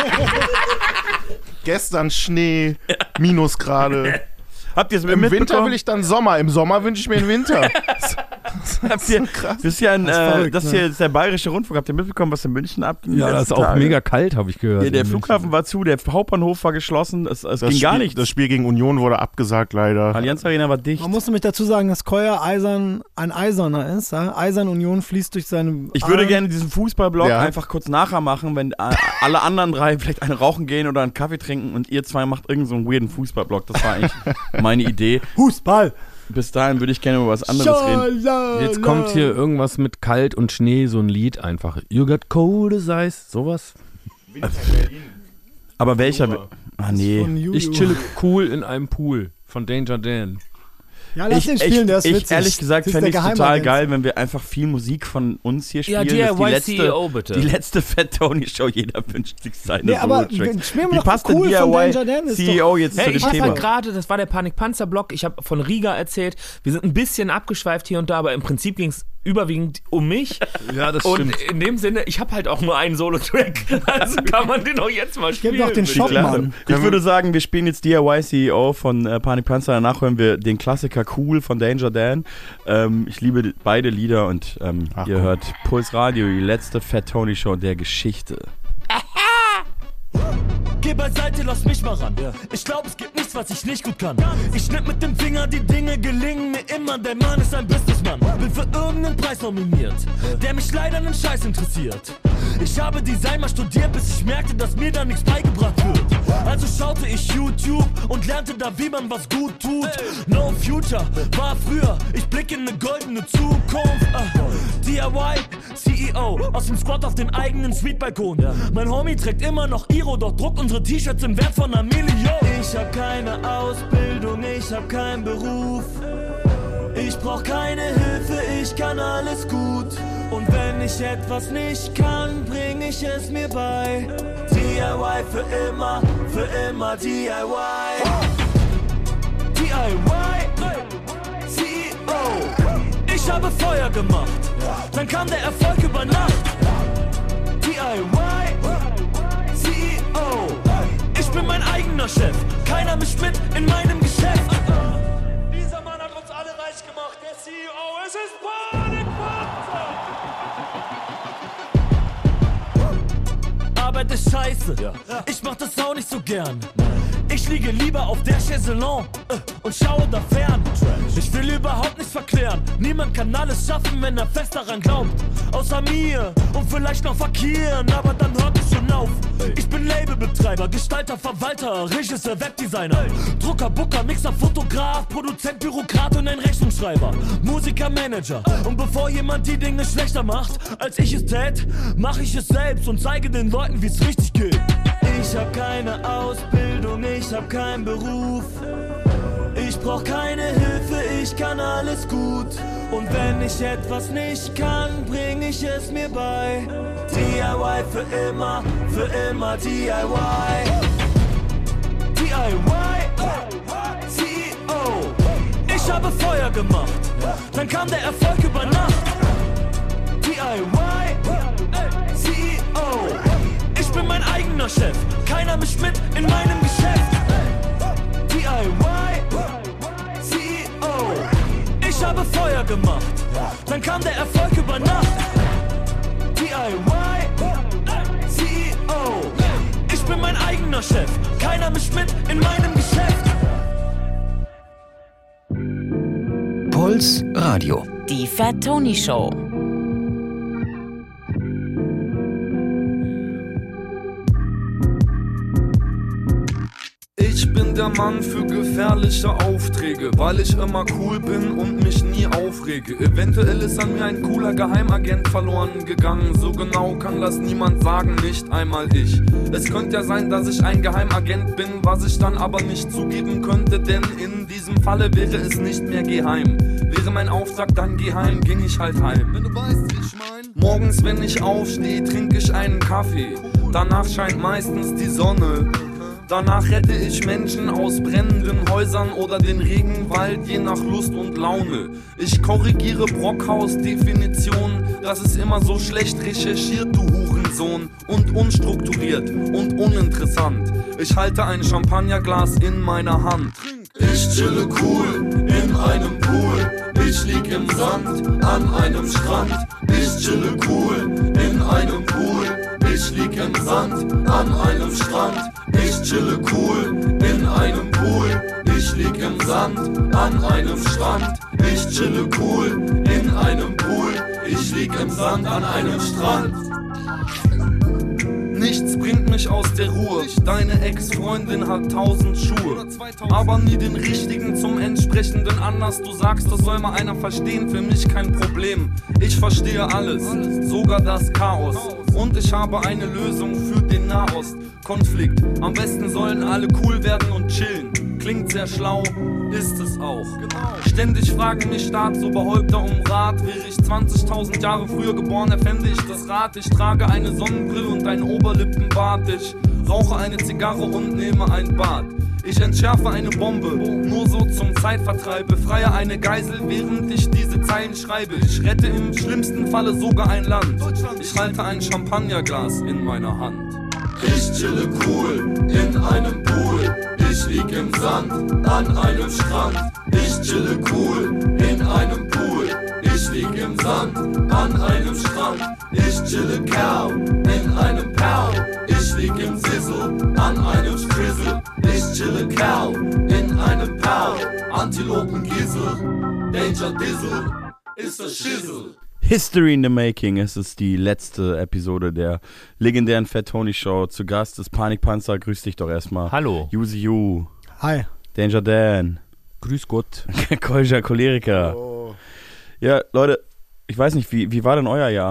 Gestern Schnee, Minusgrade. Habt ihr es Im mitbekommen? Winter will ich dann Sommer, im Sommer wünsche ich mir den Winter. Habt ihr, das ist ja ein, Das ist äh, verrückt, das ne? hier ist der Bayerische Rundfunk. Habt ihr mitbekommen, was in München abging? die Ja, das ist letzten auch Tage? mega kalt, habe ich gehört. Ja, der in München. Flughafen war zu, der Hauptbahnhof war geschlossen, es, es Das ging gar Spiel, nichts. Das Spiel gegen Union wurde abgesagt, leider. Allianz Arena war dicht. Man muss nämlich dazu sagen, dass Keuer Eisern ein Eiserner ist. Ja? Eisern Union fließt durch seine... Ich würde Adern. gerne diesen Fußballblock Ja. einfach kurz nachher machen, wenn äh, alle anderen drei vielleicht einen rauchen gehen oder einen Kaffee trinken und ihr zwei macht irgendeinen so einen weirden Fußballblock. Das war eigentlich meine Idee. Fußball! Bis dahin würde ich gerne über was anderes reden. Jetzt kommt hier irgendwas mit Kalt und Schnee, so ein Lied einfach. You got cold as ice, sowas. Aber welcher... Ah, nee. Von Juju. Ich chille cool in einem Pool von Danger Dan. Ja, lass Ich, den spielen, der ist ich, witzig. ich ehrlich gesagt Das ist fände ich der es total Geheimagent. geil, wenn wir einfach viel Musik von uns hier Ja, spielen. D Das I ist die Y letzte, C E O bitte. Die letzte Fat Tony Show. Jeder wünscht sich seine Nee, aber Solo-Tracks. spielen wir Wie doch passt cool denn von D I Danger Dan? Y Ist C E O doch- jetzt Hey, zu ich dem hab Thema? halt gerade, das war der Panik-Panzer-Block, ich habe von Riga erzählt, wir sind ein bisschen abgeschweift hier und da, aber im Prinzip ging es überwiegend um mich. Ja, das Und in dem Sinne, ich habe halt auch nur einen Solo-Track, also kann man den auch jetzt mal spielen. Gib doch den würde ich Shop, sagen. Mann. Ich würde sagen, wir spielen jetzt D I Y C E O von äh, Panik Panzer. Danach hören wir den Klassiker Cool von Danger Dan. Ähm, ich liebe die- beide Lieder und ähm, Ach, ihr komm. hört Puls Radio, die letzte Fat Tony Show der Geschichte. Geh beiseite, lass mich mal ran. Ich glaub, es gibt nichts, was ich nicht gut kann. Ich schnipp mit dem Finger, die Dinge gelingen mir immer. Der Mann ist ein Businessmann, bin für irgendeinen Preis nominiert, der mich leider einen Scheiß interessiert. Ich habe Design mal studiert, bis ich merkte, dass mir da nichts beigebracht wird. Also schaute ich YouTube und lernte da, wie man was gut tut. No Future war früher, ich blicke in eine goldene Zukunft. Uh, D I Y C E O, aus dem Squad auf den eigenen Suite-Balkon. Mein Homie trägt immer noch Iro, doch druckt unsere T-Shirts im Wert von einer Million. Ich hab keine Ausbildung, ich hab keinen Beruf. Ich brauch keine Hilfe, ich kann alles gut. Und wenn ich etwas nicht kann, bring ich es mir bei. D I Y für immer, für immer D I Y. D I Y C E O. Ich habe Feuer gemacht, dann kam der Erfolg über Nacht. D I Y C E O. Ich bin mein eigener Chef, keiner mischt mit in meinem Geschäft. Dieser Mann hat uns alle reich gemacht, der C E O, es ist Panik Panzer. Arbeit ist scheiße, ich mach das auch nicht so gern. Ich liege lieber auf der Chaiselon äh, und schaue da fern. Ich will überhaupt nichts verklären. Niemand kann alles schaffen, wenn er fest daran glaubt. Außer mir und vielleicht noch Verkehren, aber dann hört es schon auf. Ich bin Labelbetreiber, Gestalter, Verwalter, Regisseur, Webdesigner, Drucker, Booker, Mixer, Fotograf, Produzent, Bürokrat und ein Rechnungsschreiber, Musiker, Manager. Und bevor jemand die Dinge schlechter macht, als ich es tät, mach ich es selbst und zeige den Leuten, wie es richtig geht. Ich hab keine Ausbildung, ich hab keinen Beruf. Ich brauch keine Hilfe, ich kann alles gut. Und wenn ich etwas nicht kann, bring ich es mir bei. D I Y für immer, für immer D I Y. D I Y C E O. Ich habe Feuer gemacht, dann kam der Erfolg über Nacht. D I Y C E O. Ich bin mein eigener Chef, keiner mischt mit in meinem Geschäft. D I Y C E O. Ich habe Feuer gemacht, dann kam der Erfolg über Nacht. D I Y C E O. Ich bin mein eigener Chef, keiner mischt mit in meinem Geschäft. Puls Radio. Die Fat Tony Show. Ich bin der Mann für gefährliche Aufträge, weil ich immer cool bin und mich nie aufrege. Eventuell ist an mir ein cooler Geheimagent verloren gegangen. So genau kann das niemand sagen, nicht einmal ich. Es könnte ja sein, dass ich ein Geheimagent bin, was ich dann aber nicht zugeben könnte, denn in diesem Falle wäre es nicht mehr geheim. Wäre mein Auftrag dann geheim, ging ich halt heim. Wenn du weißt, wie ich mein. Morgens, wenn ich aufstehe, trinke ich einen Kaffee. Danach scheint meistens die Sonne. Danach rette ich Menschen aus brennenden Häusern oder den Regenwald, je nach Lust und Laune. Ich korrigiere Brockhaus Definition, das ist immer so schlecht recherchiert, du Hurensohn. Und unstrukturiert und uninteressant. Ich halte ein Champagnerglas in meiner Hand. Ich chille cool in einem Pool. Ich lieg im Sand an einem Strand. Ich chille cool in einem Pool. Ich lieg im Sand an einem Strand. Ich chille cool in einem Pool. Ich lieg im Sand an einem Strand. Ich chille cool in einem Pool. Ich lieg im Sand an einem Strand. Nichts bringt mich aus der Ruhe. Deine Ex-Freundin hat tausend Schuhe, aber nie den richtigen zum entsprechenden Anlass. Du sagst, das soll mal einer verstehen, für mich kein Problem. Ich verstehe alles, sogar das Chaos. Und ich habe eine Lösung für den Nahost-Konflikt. Am besten sollen alle cool werden und chillen. Klingt sehr schlau, ist es auch. Ständig fragen mich Staatsoberhäupter um Rat. Wäre ich zwanzigtausend Jahre früher geboren, erfände ich das Rad. Ich trage eine Sonnenbrille und ein Oberlippenbart. Ich rauche eine Zigarre und nehme ein Bad. Ich entschärfe eine Bombe, nur so zum Zeitvertreib. Befreie eine Geisel, während ich diese Zeilen schreibe. Ich rette im schlimmsten Falle sogar ein Land. Ich halte ein Champagnerglas in meiner Hand. Ich chille cool in einem Pool. Ich lieg im Sand an einem Strand. Ich chille cool in einem Pool. Ich lieg im Sand an einem Strand. Ich chille cow in einem Pow. Ich lieg im Sizzle an einem Strizzle. Ich chille cow in einem Pow. Antilopengiesel, Danger Dizzle ist das Schissel. History in the Making. Es ist die letzte Episode der legendären Fat Tony Show. Zu Gast ist Panikpanzer. Grüß dich doch erstmal. Hallo. Yuzi Yu. Hi. Danger Dan. Grüß Gott. Kolja Choleriker. Oh. Ja, Leute, ich weiß nicht, wie, wie war denn euer Jahr?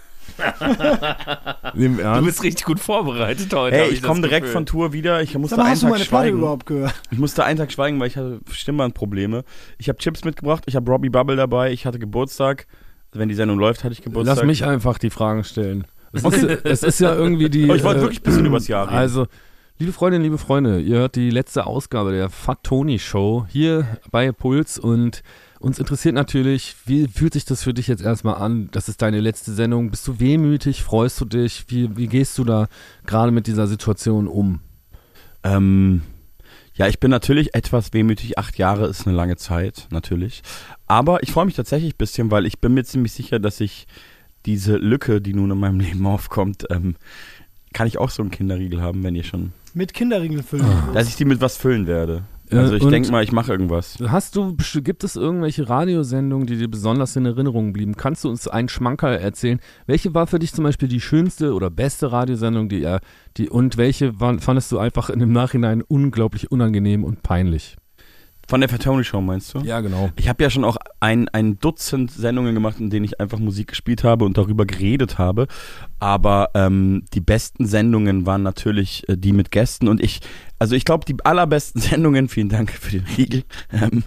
Du bist richtig gut vorbereitet heute. Hey, ich, ich komme direkt Gefühl. von Tour wieder. Ich musste Sag mal, einen hast du Tag meine Platte schweigen. überhaupt gehört? Ich musste einen Tag schweigen, weil ich hatte Stimmbandprobleme. Ich habe Chips mitgebracht, ich habe Robbie Bubble dabei, ich hatte Geburtstag. Wenn die Sendung läuft, hatte ich Geburtstag. Lass mich einfach die Fragen stellen. Es, ist, es ist ja irgendwie die... Aber ich wollte äh, wirklich ein bisschen übers Jahr reden. Also, liebe Freundinnen, liebe Freunde, ihr hört die letzte Ausgabe der Fat Tony Show hier bei Puls und uns interessiert natürlich, wie fühlt sich das für dich jetzt erstmal an? Das ist deine letzte Sendung. Bist du wehmütig? Freust du dich? Wie, wie gehst du da gerade mit dieser Situation um? Ähm, ja, ich bin natürlich etwas wehmütig. Acht Jahre ist eine lange Zeit, natürlich. Aber ich freue mich tatsächlich ein bisschen, weil ich bin mir ziemlich sicher, dass ich diese Lücke, die nun in meinem Leben aufkommt, ähm, kann ich auch so einen Kinderriegel haben, wenn ihr schon... Mit Kinderriegeln füllen. Dass ich die mit was füllen werde. Also ich Und denke mal, ich mache irgendwas. Hast du, gibt es irgendwelche Radiosendungen, die dir besonders in Erinnerung blieben? Kannst du uns einen Schmankerl erzählen? Welche war für dich zum Beispiel die schönste oder beste Radiosendung, die er, die, und welche war, fandest du einfach in dem Nachhinein unglaublich unangenehm und peinlich? Von der Fat Tony Show meinst du? Ja, genau. Ich habe ja schon auch ein, ein Dutzend Sendungen gemacht, in denen ich einfach Musik gespielt habe und darüber geredet habe. Aber ähm, die besten Sendungen waren natürlich äh, die mit Gästen. Und ich, also ich glaube, die allerbesten Sendungen, vielen Dank für den Riegel. Ähm,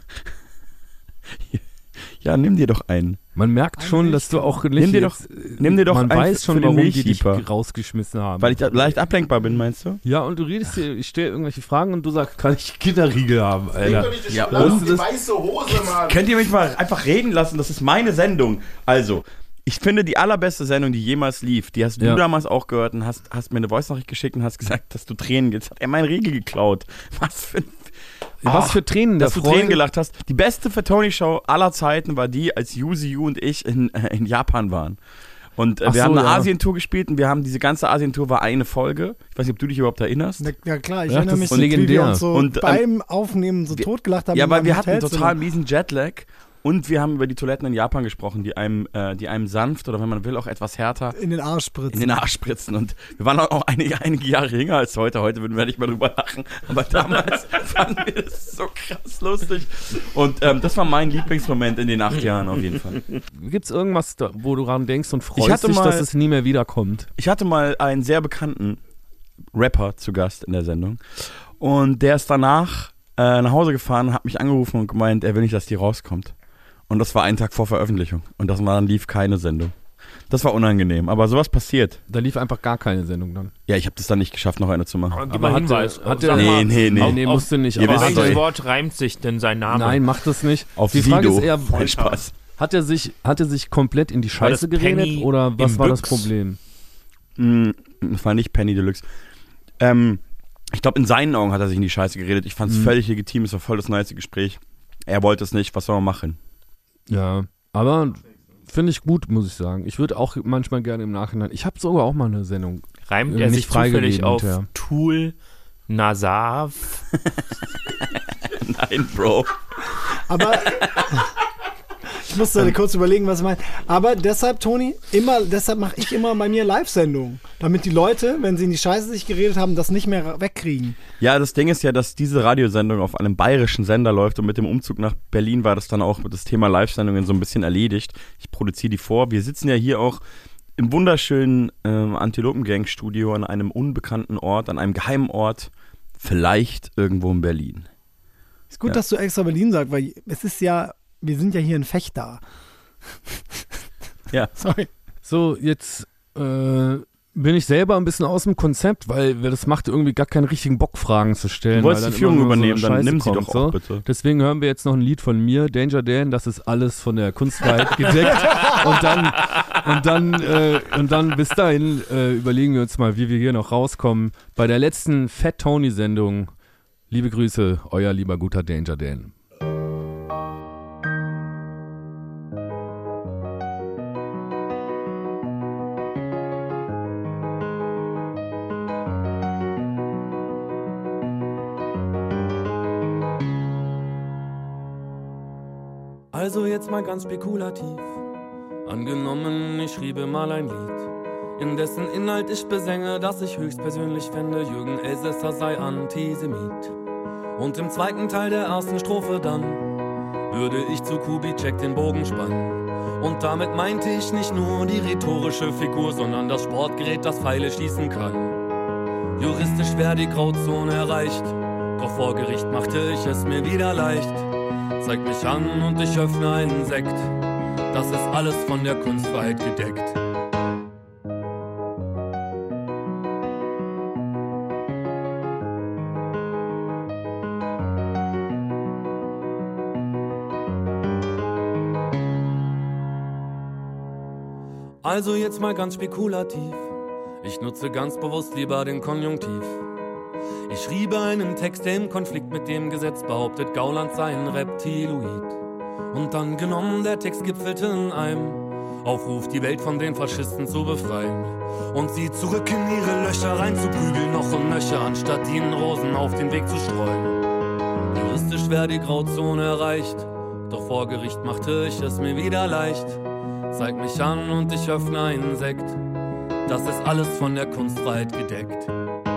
ja, nimm dir doch einen. Man merkt schon, dass du auch nicht Nimm dir doch, jetzt, nimm dir doch man einen weiß schon, für den warum die dich Milchliefer. rausgeschmissen haben. Weil ich da leicht ablenkbar bin, meinst du? Ja, und du redest hier, ich stelle irgendwelche Fragen und du sagst, kann ich Kinderriegel haben, Alter? Ja, und die weiße Hose, Mann. Könnt ihr mich mal einfach reden lassen? Das ist meine Sendung. Also, ich finde die allerbeste Sendung, die jemals lief, die hast du Ja. damals auch gehört und hast, hast mir eine Voice-Nachricht geschickt und hast gesagt, dass du Tränen, jetzt hat er meinen Riegel geklaut. Was für ein Was für Tränen der dass du Freude. Tränen gelacht hast. Die beste Fat Tony Show aller Zeiten war die, als Yuzi Yu und ich in, äh, in Japan waren. Und äh, Ach wir so, haben eine ja. Asientour gespielt und wir haben diese ganze Asientour war eine Folge. Ich weiß nicht, ob du dich überhaupt erinnerst. Na, ja klar, ich Ja, erinnere das mich, ist so, wie wir legendär. uns so Und, ähm, beim Aufnehmen so wir- totgelacht haben. Ja, in weil meinem wir hatten einen Hotelzimmer. total miesen Jetlag Und wir haben über die Toiletten in Japan gesprochen, die einem, äh, die einem sanft oder wenn man will auch etwas härter in den Arsch spritzen. In den Arsch spritzen. Und wir waren auch einige, einige Jahre jünger als heute. Heute würden wir nicht mehr drüber lachen. Aber damals fanden wir das so krass lustig. Und ähm, das war mein Lieblingsmoment in den acht Jahren auf jeden Fall. Gibt's irgendwas, da, wo du dran denkst und freust Ich hatte dich, mal- dass es nie mehr wiederkommt? Ich hatte mal einen sehr bekannten Rapper zu Gast in der Sendung. Und der ist danach äh, nach Hause gefahren, hat mich angerufen und gemeint, er will nicht, dass die rauskommt. Und das war einen Tag vor Veröffentlichung. Und das war dann lief keine Sendung. Das war unangenehm, aber sowas passiert. Da lief einfach gar keine Sendung dann. Ja, ich habe das dann nicht geschafft, noch eine zu machen. Gib mal einen Hinweis. Hat Sag der, Nee, mal, nee, nee. auf- nee, auf- musste nicht. Ihr aber wisst hat Welches doch, er- Wort reimt sich denn sein Name? Nein, macht das nicht. Auf Die Frage Sido. ist eher, Nein, Spaß. hat er sich, hat er sich komplett in die War das Scheiße geredet Penny oder was im war das Büchs? Problem? Mm, Das war nicht Penny Deluxe. Ähm, ich glaube, in seinen Augen hat er sich in die Scheiße geredet. Ich fand es Mhm. völlig legitim, es war voll das nice Gespräch. Er wollte es nicht, was soll man machen? Ja, aber finde ich gut, muss ich sagen. Ich würde auch manchmal gerne im Nachhinein. Ich habe sogar auch mal eine Sendung. Reimt Äh, er nicht sich zufällig freigegeben auf hinterher. Tool, Nasav? Nein, Bro. Aber ich musste kurz überlegen, was ich meine. Aber deshalb, Toni, immer, deshalb mache ich immer bei mir Live-Sendungen. Damit die Leute, wenn sie in die Scheiße sich geredet haben, das nicht mehr wegkriegen. Ja, das Ding ist ja, dass diese Radiosendung auf einem bayerischen Sender läuft und mit dem Umzug nach Berlin war das dann auch das Thema Live-Sendungen so ein bisschen erledigt. Ich produziere die vor. Wir sitzen ja hier auch im wunderschönen ähm, Antilopen-Gang-Studio an einem unbekannten Ort, an einem geheimen Ort, vielleicht irgendwo in Berlin. Ist gut, Ja. dass du extra Berlin sagst, weil es ist ja, wir sind ja hier in Fechter. Ja. Sorry. So, jetzt äh, bin ich selber ein bisschen aus dem Konzept, weil weil das macht irgendwie gar keinen richtigen Bock, Fragen zu stellen. Du wolltest weil die dann Führung immer nur übernehmen, so eine dann Scheiße nimm sie kommt, doch so. auch bitte. Deswegen hören wir jetzt noch ein Lied von mir, Danger Dan, das ist alles von der Kunstfreiheit gedeckt. und dann, und dann, äh, und dann bis dahin äh, überlegen wir uns mal, wie wir hier noch rauskommen. Bei der letzten Fat Tony-Sendung. Liebe Grüße, euer lieber guter Danger Dan. Also jetzt mal ganz spekulativ. Angenommen, ich schriebe mal ein Lied, in dessen Inhalt ich besänge, dass ich höchstpersönlich fände, Jürgen Elsässer sei Antisemit. Und im zweiten Teil der ersten Strophe dann würde ich zu Kubitschek den Bogen spannen. Und damit meinte ich nicht nur die rhetorische Figur, sondern das Sportgerät, das Pfeile schießen kann. Juristisch wäre die Grauzone erreicht, doch vor Gericht machte ich es mir wieder leicht. Zeig mich an und ich öffne einen Sekt, das ist alles von der Kunstfreiheit gedeckt. Also jetzt mal ganz spekulativ, ich nutze ganz bewusst lieber den Konjunktiv. Ich schriebe einen Text, der im Konflikt mit dem Gesetz behauptet, Gauland sei ein Reptiloid. Und dann genommen, der Text gipfelte in einem Aufruf, die Welt von den Faschisten zu befreien. Und sie zurück in ihre Löcher reinzuprügeln, noch und nöcher, anstatt ihnen Rosen auf den Weg zu streuen. Juristisch wäre die Grauzone erreicht, doch vor Gericht machte ich es mir wieder leicht. Zeig mich an und ich öffne einen Sekt, das ist alles von der Kunstfreiheit gedeckt.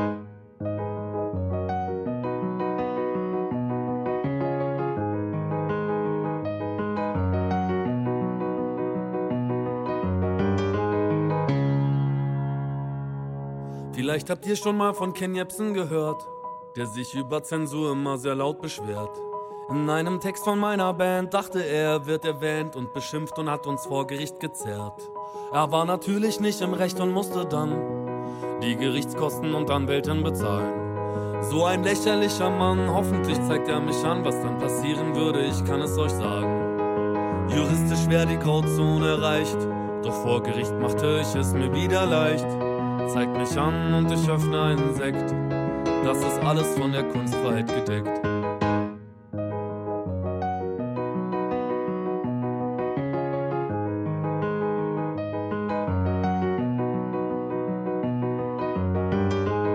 Vielleicht habt ihr schon mal von Ken Jebsen gehört, der sich über Zensur immer sehr laut beschwert. In einem Text von meiner Band dachte er, wird erwähnt und beschimpft und hat uns vor Gericht gezerrt. Er war natürlich nicht im Recht und musste dann die Gerichtskosten und Anwältin bezahlen. So ein lächerlicher Mann, hoffentlich zeigt er mich an, was dann passieren würde, ich kann es euch sagen. Juristisch wäre die Grauzone erreicht, doch vor Gericht machte ich es mir wieder leicht. Zeig mich an und ich öffne einen Sekt, das ist alles von der Kunstfreiheit gedeckt.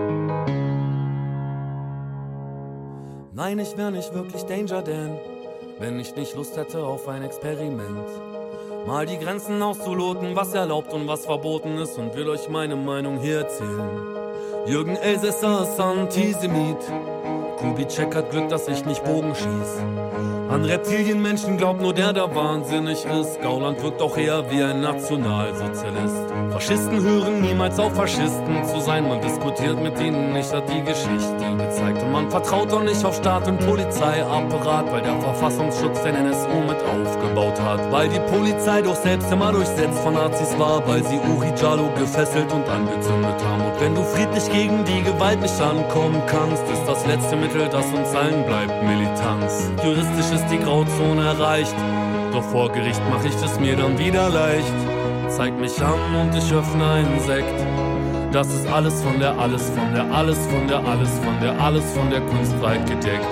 Nein, ich wär nicht wirklich Danger Dan, wenn ich nicht Lust hätte auf ein Experiment. Mal die Grenzen auszuloten, was erlaubt und was verboten ist, und will euch meine Meinung hier erzählen. Jürgen Elsässer ist Antisemit. Kubitschek hat Glück, dass ich nicht Bogen schieß. An Reptilienmenschen glaubt nur der, der wahnsinnig ist. Gauland wirkt auch eher wie ein Nationalsozialist. Faschisten hören niemals auf, Faschisten zu sein. Man diskutiert mit ihnen nicht, hat die Geschichte gezeigt. Und man vertraut auch nicht auf Staat und Polizeiapparat, weil der Verfassungsschutz den N S U mit aufgebaut hat. Weil die Polizei doch selbst immer durchsetzt von Nazis war, weil sie Uri Jallo gefesselt und angezündet haben. Und wenn du friedlich gegen die Gewalt nicht ankommen kannst, ist das letzte Mittel, das uns allen bleibt, Militanz. Juristisch ist die Grauzone erreicht, doch vor Gericht mach ich es mir dann wieder leicht. Zeig mich an und ich öffne einen Sekt. Das ist alles von der, alles von der, alles von der, alles von der, alles von der Kunst breit gedeckt.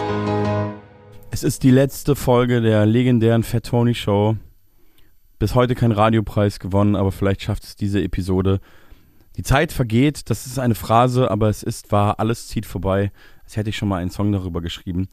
Es ist die letzte Folge der legendären Fat Tony Show. Bis heute kein Radiopreis gewonnen, aber vielleicht schafft es diese Episode. Die Zeit vergeht, das ist eine Phrase, aber es ist wahr, alles zieht vorbei. Als hätte ich schon mal einen Song darüber geschrieben.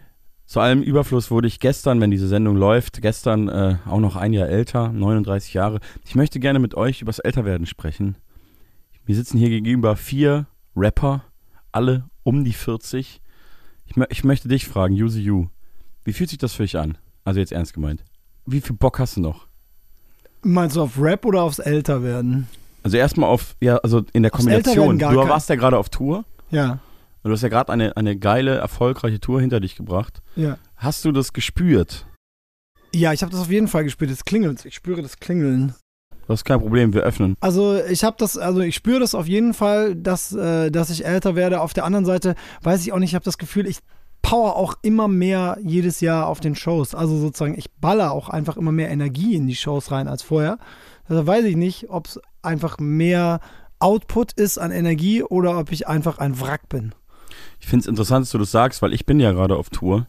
Zu allem Überfluss wurde ich gestern, wenn diese Sendung läuft, gestern äh, auch noch ein Jahr älter, neununddreißig Jahre. Ich möchte gerne mit euch über das Älterwerden sprechen. Wir sitzen hier gegenüber vier Rapper, alle um die vierzig. Ich, ich möchte dich fragen, Yuzi Yu, wie fühlt sich das für dich an? Also jetzt ernst gemeint. Wie viel Bock hast du noch? Meinst du auf Rap oder aufs Älterwerden? Also erstmal auf, ja, also in der Kombination. Du warst ja gerade auf Tour. Ja. Du hast ja gerade eine, eine geile, erfolgreiche Tour hinter dich gebracht. Ja. Hast du das gespürt? Ja, ich habe das auf jeden Fall gespürt. Das Klingeln. Ich spüre das Klingeln. Das ist kein Problem, wir öffnen. Also ich habe das, also ich spüre das auf jeden Fall, dass, äh, dass ich älter werde. Auf der anderen Seite weiß ich auch nicht, ich habe das Gefühl, ich power auch immer mehr jedes Jahr auf den Shows. Also sozusagen, ich baller auch einfach immer mehr Energie in die Shows rein als vorher. Also weiß ich nicht, ob es einfach mehr Output ist an Energie oder ob ich einfach ein Wrack bin. Ich finde es interessant, dass du das sagst, weil ich bin ja gerade auf Tour.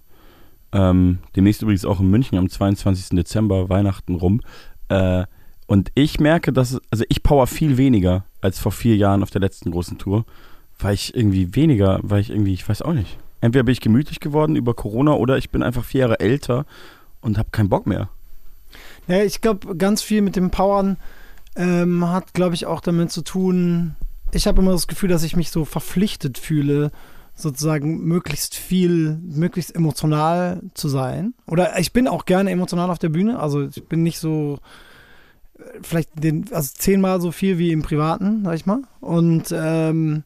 Ähm, demnächst übrigens auch in München am zweiundzwanzigsten Dezember, Weihnachten rum. Äh, und ich merke, dass, also ich power viel weniger als vor vier Jahren auf der letzten großen Tour, weil ich irgendwie weniger, weil ich irgendwie, ich weiß auch nicht. Entweder bin ich gemütlich geworden über Corona oder ich bin einfach vier Jahre älter und habe keinen Bock mehr. Ja, ich glaube, ganz viel mit dem Powern ähm, hat, glaube ich, auch damit zu tun, ich habe immer das Gefühl, dass ich mich so verpflichtet fühle, sozusagen möglichst viel, möglichst emotional zu sein. Oder ich bin auch gerne emotional auf der Bühne, also ich bin nicht so, vielleicht den, also zehnmal so viel wie im Privaten, sag ich mal. Und ähm,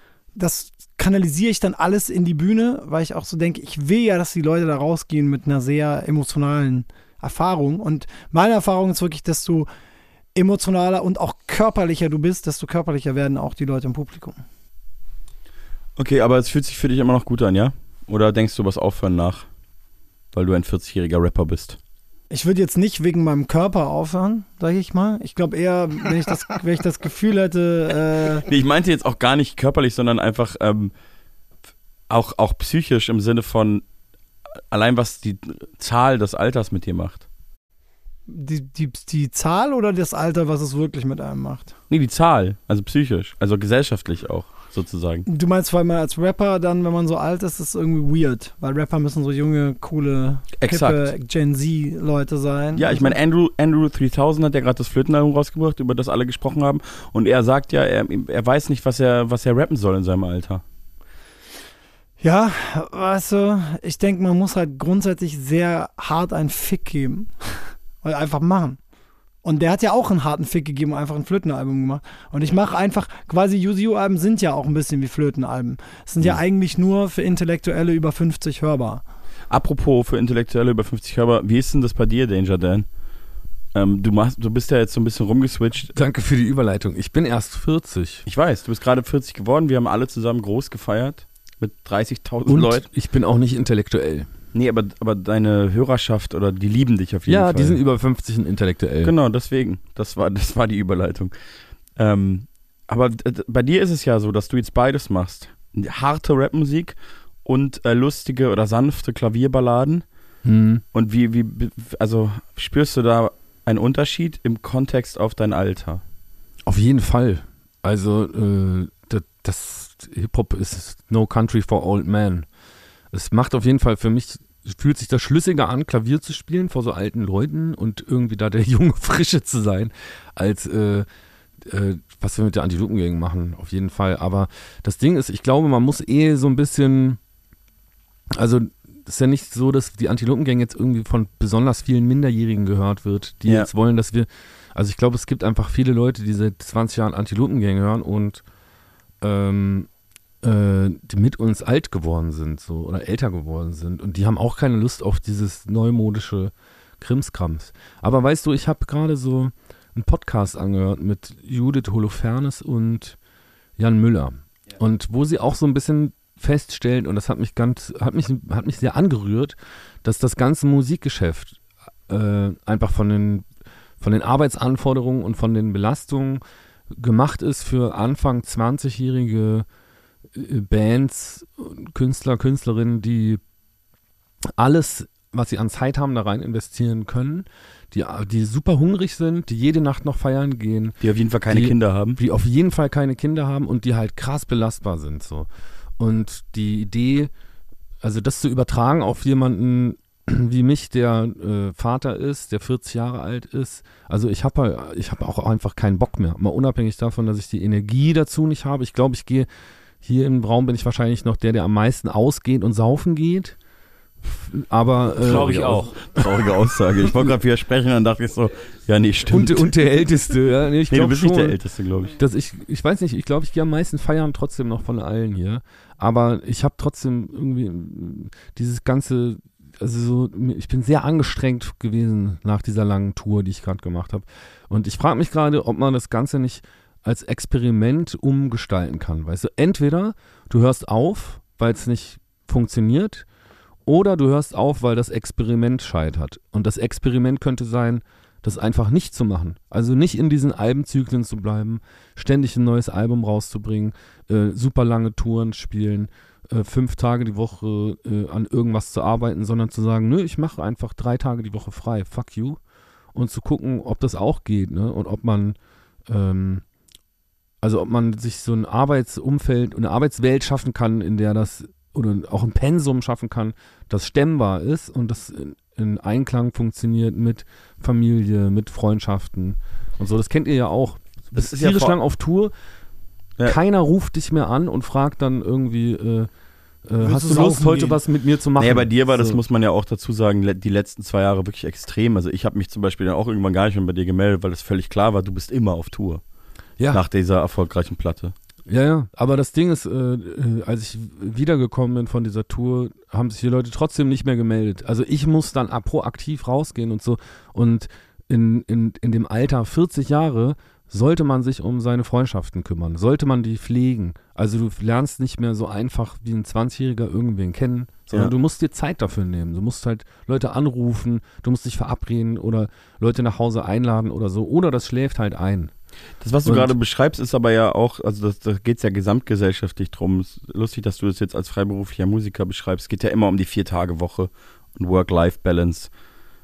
das kanalisiere ich dann alles in die Bühne, weil ich auch so denke, ich will ja, dass die Leute da rausgehen mit einer sehr emotionalen Erfahrung. Und meine Erfahrung ist wirklich, desto emotionaler und auch körperlicher du bist, desto körperlicher werden auch die Leute im Publikum. Okay, aber es fühlt sich für dich immer noch gut an, ja? Oder denkst du über das Aufhören nach, weil du ein vierzigjähriger Rapper bist? Ich würde jetzt nicht wegen meinem Körper aufhören, sage ich mal. Ich glaube eher, wenn ich das, wenn ich das Gefühl hätte... Äh nee, ich meinte jetzt auch gar nicht körperlich, sondern einfach ähm, auch, auch psychisch im Sinne von allein, was die Zahl des Alters mit dir macht. Die, die, die Zahl oder das Alter, was es wirklich mit einem macht? Nee, die Zahl, also psychisch, also gesellschaftlich auch, sozusagen. Du meinst, weil man als Rapper dann, wenn man so alt ist, ist irgendwie weird, weil Rapper müssen so junge, coole, hippe Gen-Z-Leute sein. Ja, ich meine, Andrew, Andrew dreitausend hat ja gerade das Flötenalbum rausgebracht, über das alle gesprochen haben, und er sagt ja, er, er weiß nicht, was er, was er rappen soll in seinem Alter. Ja, weißt du, ich denke, man muss halt grundsätzlich sehr hart einen Fick geben. Oder einfach machen. Und der hat ja auch einen harten Fick gegeben und einfach ein Flötenalbum gemacht. Und ich mache einfach, quasi Yuzi Yu-Alben sind ja auch ein bisschen wie Flötenalben. Es sind ja Mhm. eigentlich nur für Intellektuelle über fünfzig hörbar. Apropos für Intellektuelle über fünfzig hörbar, wie ist denn das bei dir, Danger Dan? Ähm, du, machst, du bist ja jetzt so ein bisschen rumgeswitcht. Danke für die Überleitung. Ich bin erst vierzig. Ich weiß, du bist gerade vierzig geworden. Wir haben alle zusammen groß gefeiert mit dreißigtausend Und Leuten. ich bin auch nicht intellektuell. Nee, aber, aber deine Hörerschaft oder die lieben dich auf jeden Ja, Fall. die sind über fünfzig und intellektuell. Genau, deswegen. Das war, das war die Überleitung. Ähm, aber d- bei dir ist es ja so, dass du jetzt beides machst. Harte Rapmusik und äh, lustige oder sanfte Klavierballaden. Hm. Und wie, wie, also spürst du da einen Unterschied im Kontext auf dein Alter? Auf jeden Fall. Also, äh, das, das Hip-Hop ist no country for old men. Es macht auf jeden Fall für mich fühlt sich das schlüssiger an, Klavier zu spielen vor so alten Leuten und irgendwie da der junge Frische zu sein, als äh, äh, was wir mit der Antilopengang machen, auf jeden Fall. Aber das Ding ist, ich glaube, man muss eh so ein bisschen, also es ist ja nicht so, dass die Antilopengang jetzt irgendwie von besonders vielen Minderjährigen gehört wird, die Ja. jetzt wollen, dass wir, also ich glaube, es gibt einfach viele Leute, die seit zwanzig Jahren Antilopengang hören und ähm, äh, die mit uns alt geworden sind so oder älter geworden sind und die haben auch keine Lust auf dieses neumodische Krimskrams. Aber weißt du, ich habe gerade so einen Podcast angehört mit Judith Holofernes und Jan Müller und wo sie auch so ein bisschen feststellen, und das hat mich ganz, hat mich, hat mich sehr angerührt, dass das ganze Musikgeschäft äh, einfach von den, von den Arbeitsanforderungen und von den Belastungen gemacht ist für Anfang zwanzigjährige äh, Bands, Künstler, Künstlerinnen, die alles, was sie an Zeit haben, da rein investieren können, die, die super hungrig sind, die jede Nacht noch feiern gehen. Die auf jeden Fall keine die, Kinder haben. Die auf jeden Fall keine Kinder haben und die halt krass belastbar sind, so. Und die Idee, also das zu übertragen auf jemanden wie mich, der äh, Vater ist, der vierzig Jahre alt ist, also ich habe ich hab auch einfach keinen Bock mehr. Mal unabhängig davon, dass ich die Energie dazu nicht habe. Ich glaube, ich gehe, hier im Raum bin ich wahrscheinlich noch der, der am meisten ausgeht und saufen geht. Aber äh, Glaube ich auch. Traurige Aussage. Ich wollte gerade widersprechen und dann dachte ich so, ja nee, stimmt. Und, und der Älteste, ja. Nee, ich nee, glaub du bist schon, nicht der Älteste, glaube ich. Dass ich. Ich weiß nicht, ich glaube, ich gehe am meisten feiern trotzdem noch von allen hier. Aber ich habe trotzdem irgendwie dieses ganze, also so, ich bin sehr angestrengt gewesen nach dieser langen Tour, die ich gerade gemacht habe. Und ich frage mich gerade, ob man das Ganze nicht als Experiment umgestalten kann. Weißt du, entweder du hörst auf, weil es nicht funktioniert, oder du hörst auf, weil das Experiment scheitert. Und das Experiment könnte sein, das einfach nicht zu machen. Also nicht in diesen Albenzyklen zu bleiben, ständig ein neues Album rauszubringen, äh, super lange Touren spielen, äh, fünf Tage die Woche äh, an irgendwas zu arbeiten, sondern zu sagen, nö, ich mache einfach drei Tage die Woche frei, fuck you. Und zu gucken, ob das auch geht, ne? Und ob man, ähm, also ob man sich so ein Arbeitsumfeld, eine Arbeitswelt schaffen kann, in der das oder auch ein Pensum schaffen kann, das stemmbar ist und das in, in Einklang funktioniert mit Familie, mit Freundschaften und so. Das kennt ihr ja auch. Du bist tierisch lang auf Tour, ja. Keiner ruft dich mehr an und fragt dann irgendwie, äh, äh, hast du Lust, heute gehen? Was mit mir zu machen? Naja, bei dir war, so. Das muss man ja auch dazu sagen, die letzten zwei Jahre wirklich extrem. Also ich habe mich zum Beispiel dann auch irgendwann gar nicht mehr bei dir gemeldet, weil es völlig klar war, du bist immer auf Tour. Ja. Nach dieser erfolgreichen Platte. Ja, ja, aber das Ding ist, äh, als ich wiedergekommen bin von dieser Tour, haben sich die Leute trotzdem nicht mehr gemeldet. Also ich muss dann proaktiv rausgehen und so. Und in, in, in dem Alter vierzig Jahre sollte man sich um seine Freundschaften kümmern, sollte man die pflegen. Also du lernst nicht mehr so einfach wie ein zwanzigjähriger irgendwen kennen, sondern ja. Du musst dir Zeit dafür nehmen. Du musst halt Leute anrufen, du musst dich verabreden oder Leute nach Hause einladen oder so. Oder das schläft halt ein. Das, was du und, gerade beschreibst, ist aber ja auch, also das, da geht es ja gesamtgesellschaftlich drum. Es ist lustig, dass du das jetzt als freiberuflicher Musiker beschreibst. Es geht ja immer um die Vier-Tage-Woche und Work-Life-Balance.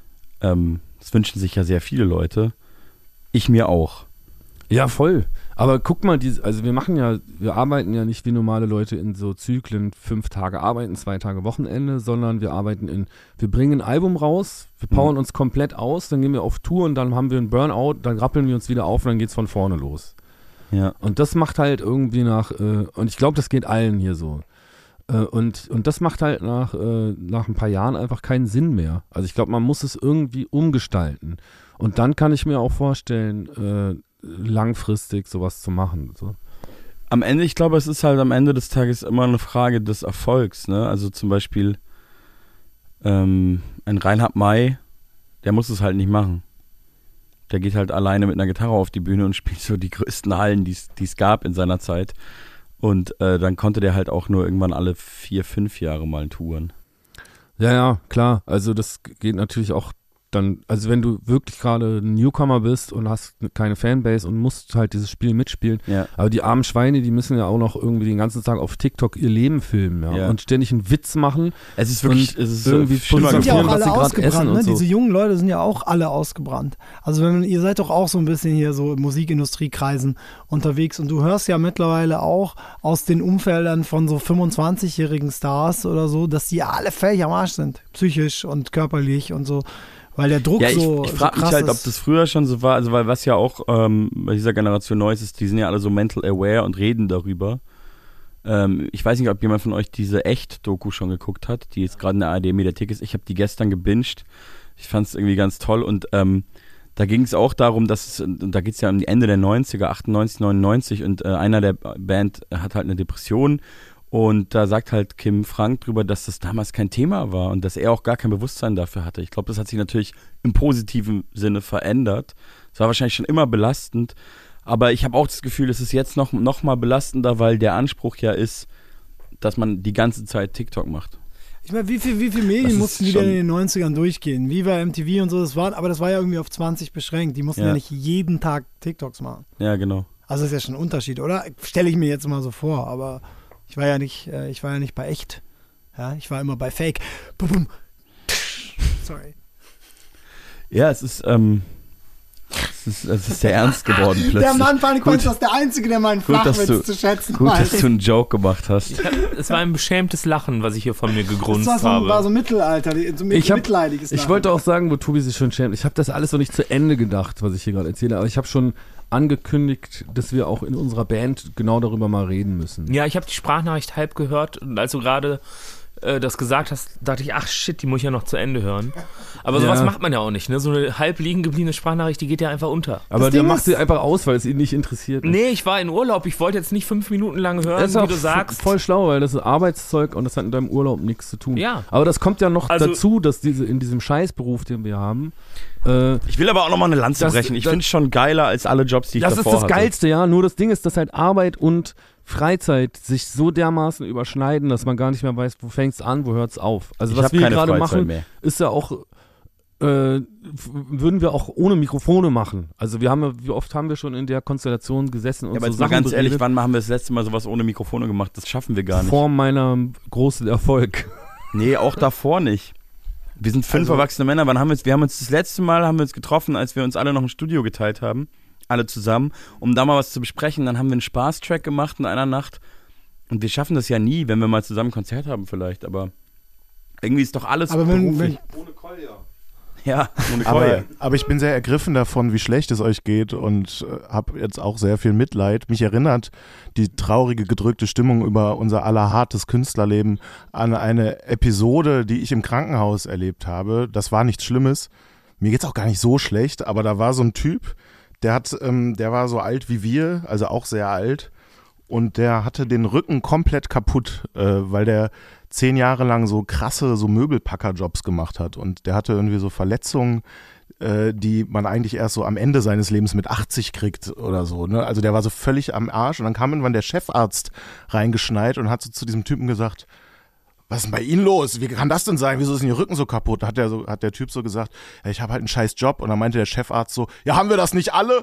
Ähm, das wünschen sich ja sehr viele Leute. Ich mir auch. Ja, voll. Aber guck mal, die, also wir machen ja, wir arbeiten ja nicht wie normale Leute in so Zyklen, fünf Tage arbeiten, zwei Tage Wochenende, sondern wir arbeiten in, wir bringen ein Album raus, wir powern mhm. uns komplett aus, dann gehen wir auf Tour und dann haben wir einen Burnout, dann rappeln wir uns wieder auf und dann geht's von vorne los. Ja. Und das macht halt irgendwie nach, äh, und ich glaube, das geht allen hier so. Äh, und, und das macht halt nach, äh, nach ein paar Jahren einfach keinen Sinn mehr. Also ich glaube, man muss es irgendwie umgestalten. Und dann kann ich mir auch vorstellen, äh, langfristig sowas zu machen. So. Am Ende, ich glaube, es ist halt am Ende des Tages immer eine Frage des Erfolgs, ne? Also zum Beispiel ähm, ein Reinhard May, der muss es halt nicht machen. Der geht halt alleine mit einer Gitarre auf die Bühne und spielt so die größten Hallen, die es gab in seiner Zeit. Und äh, dann konnte der halt auch nur irgendwann alle vier, fünf Jahre mal touren. Ja, ja, klar. Also das geht natürlich auch dann, also wenn du wirklich gerade ein Newcomer bist und hast keine Fanbase und musst halt dieses Spiel mitspielen, Ja. aber die armen Schweine, die müssen ja auch noch irgendwie den ganzen Tag auf TikTok ihr Leben filmen, ja, Ja. und ständig einen Witz machen. Es ist wirklich, und es ist irgendwie äh, schlimmer Die sind ja fotografieren, auch was alle sie gerade ausgebrannt, essen ne? und so. Diese jungen Leute sind ja auch alle ausgebrannt. Also wenn ihr seid doch auch so ein bisschen hier so im Musikindustriekreisen unterwegs und du hörst ja mittlerweile auch aus den Umfeldern von so fünfundzwanzigjährigen Stars oder so, dass die alle völlig am Arsch sind, psychisch und körperlich und so, weil der Druck Ja, ich, so ich so frage mich krass halt, ob ist. das früher schon so war, also weil was ja auch ähm, bei dieser Generation neu ist, die sind ja alle so mental aware und reden darüber. Ähm, ich weiß nicht, ob jemand von euch diese Echt-Doku schon geguckt hat, die jetzt gerade in der A R D-Mediathek ist. Ich habe die gestern gebinged. Ich fand es irgendwie ganz toll und ähm, da ging es auch darum, dass es, und da geht es ja um die Ende der neunziger, achtundneunzig, neunundneunzig und äh, einer der Band hat halt eine Depression. Und da sagt halt Kim Frank drüber, dass das damals kein Thema war und dass er auch gar kein Bewusstsein dafür hatte. Ich glaube, das hat sich natürlich im positiven Sinne verändert. Es war wahrscheinlich schon immer belastend, aber ich habe auch das Gefühl, es ist jetzt noch, noch mal belastender, weil der Anspruch ja ist, dass man die ganze Zeit TikTok macht. Ich meine, wie viel, wie viel Das Medien ist mussten die denn schon- in den neunzigern durchgehen? Viva, M T V und so, das war, aber das war ja irgendwie auf zwanzig beschränkt. Die mussten ja, Ja. nicht jeden Tag TikToks machen. Ja, genau. Also das ist ja schon ein Unterschied, oder? Stelle ich mir jetzt mal so vor, aber ich war ja nicht, äh, ich war ja nicht bei echt. Ja, ich war immer bei Fake. Bum, bum. Sorry. Ja, es ist, ähm, es ist, es ist sehr ernst geworden plötzlich. Der Mann Panik Gut. ist der Einzige, der meinen Gut, dass Flachwitz du- zu schätzen Gut, weiß. dass du einen Joke gemacht hast. Ja, es war ein beschämtes Lachen, was ich hier von mir Das gegrunzt war so, habe. war so Mittelalter, so mit, Ich, hab, mitleidiges ich Lachen. wollte auch sagen, wo Tobi sich schon schämt, ich habe das alles noch nicht zu Ende gedacht, was ich hier gerade erzähle, aber ich habe schon angekündigt, dass wir auch in unserer Band genau darüber mal reden müssen. Ja, ich habe die Sprachnachricht halb gehört und als du gerade äh, das gesagt hast, dachte ich, ach shit, die muss ich ja noch zu Ende hören. Aber sowas Ja. macht man ja auch nicht, ne? So eine halb liegen gebliebene Sprachnachricht, die geht ja einfach unter. Aber der macht sie einfach aus, weil es ihn nicht interessiert. Nee, ich war in Urlaub, ich wollte jetzt nicht fünf Minuten lang hören, Das ist wie auch du sagst. voll schlau, weil das ist Arbeitszeug und das hat in deinem Urlaub nichts zu tun. Ja. Aber das kommt ja noch Also- dazu, dass diese in diesem Scheißberuf, den wir haben, äh, Ich will aber auch nochmal eine Lanze Das- brechen. Ich das- finde es schon geiler als alle Jobs, die ich das ist davor das hatte. Geilste, ja. Nur das Ding ist, dass halt Arbeit und Freizeit sich so dermaßen überschneiden, dass man gar nicht mehr weiß, wo fängt's an, wo hört's auf. Also Ich was hab wir keine gerade Freizeit machen, mehr. ist ja auch, äh, f- würden wir auch ohne Mikrofone machen. Also wir haben ja, wie oft haben wir schon in der Konstellation gesessen und Ja, aber so jetzt mal Sachen ganz ehrlich, beredet? wann haben wir das letzte Mal sowas ohne Mikrofone gemacht? Das schaffen wir gar nicht. Vor meiner großen Erfolg. Nee, auch davor nicht. Wir sind fünf Also- erwachsene Männer. Wann haben wir uns, wir haben uns das letzte Mal haben wir uns getroffen, als wir uns alle noch ein Studio geteilt haben. Alle zusammen, um da mal was zu besprechen. Dann haben wir einen Spaßtrack gemacht in einer Nacht. Und wir schaffen das ja nie, wenn wir mal zusammen ein Konzert haben vielleicht. Aber irgendwie ist doch alles Aber wenn, beruflich. wenn, Ohne Kolja. Ja, ohne Aber, Keule. aber ich bin sehr ergriffen davon, wie schlecht es euch geht und äh, habe jetzt auch sehr viel Mitleid. Mich erinnert die traurige, gedrückte Stimmung über unser aller hartes Künstlerleben an eine Episode, die ich im Krankenhaus erlebt habe. Das war nichts Schlimmes. Mir geht's auch gar nicht so schlecht, aber da war so ein Typ, der hat, ähm, der war so alt wie wir, also auch sehr alt. Und der hatte den Rücken komplett kaputt, äh, weil der zehn Jahre lang so krasse, so Möbelpackerjobs gemacht hat. Und der hatte irgendwie so Verletzungen, äh, die man eigentlich erst so am Ende seines Lebens mit achtzig kriegt oder so. Ne? Also der war so völlig am Arsch. Und dann kam irgendwann der Chefarzt reingeschneit und hat so zu diesem Typen gesagt, was ist denn bei Ihnen los? Wie kann das denn sein? Wieso ist denn Ihr Rücken so kaputt? Da hat der, so, hat der Typ so gesagt, ja, ich habe halt einen scheiß Job. Und dann meinte der Chefarzt so, ja, haben wir das nicht alle?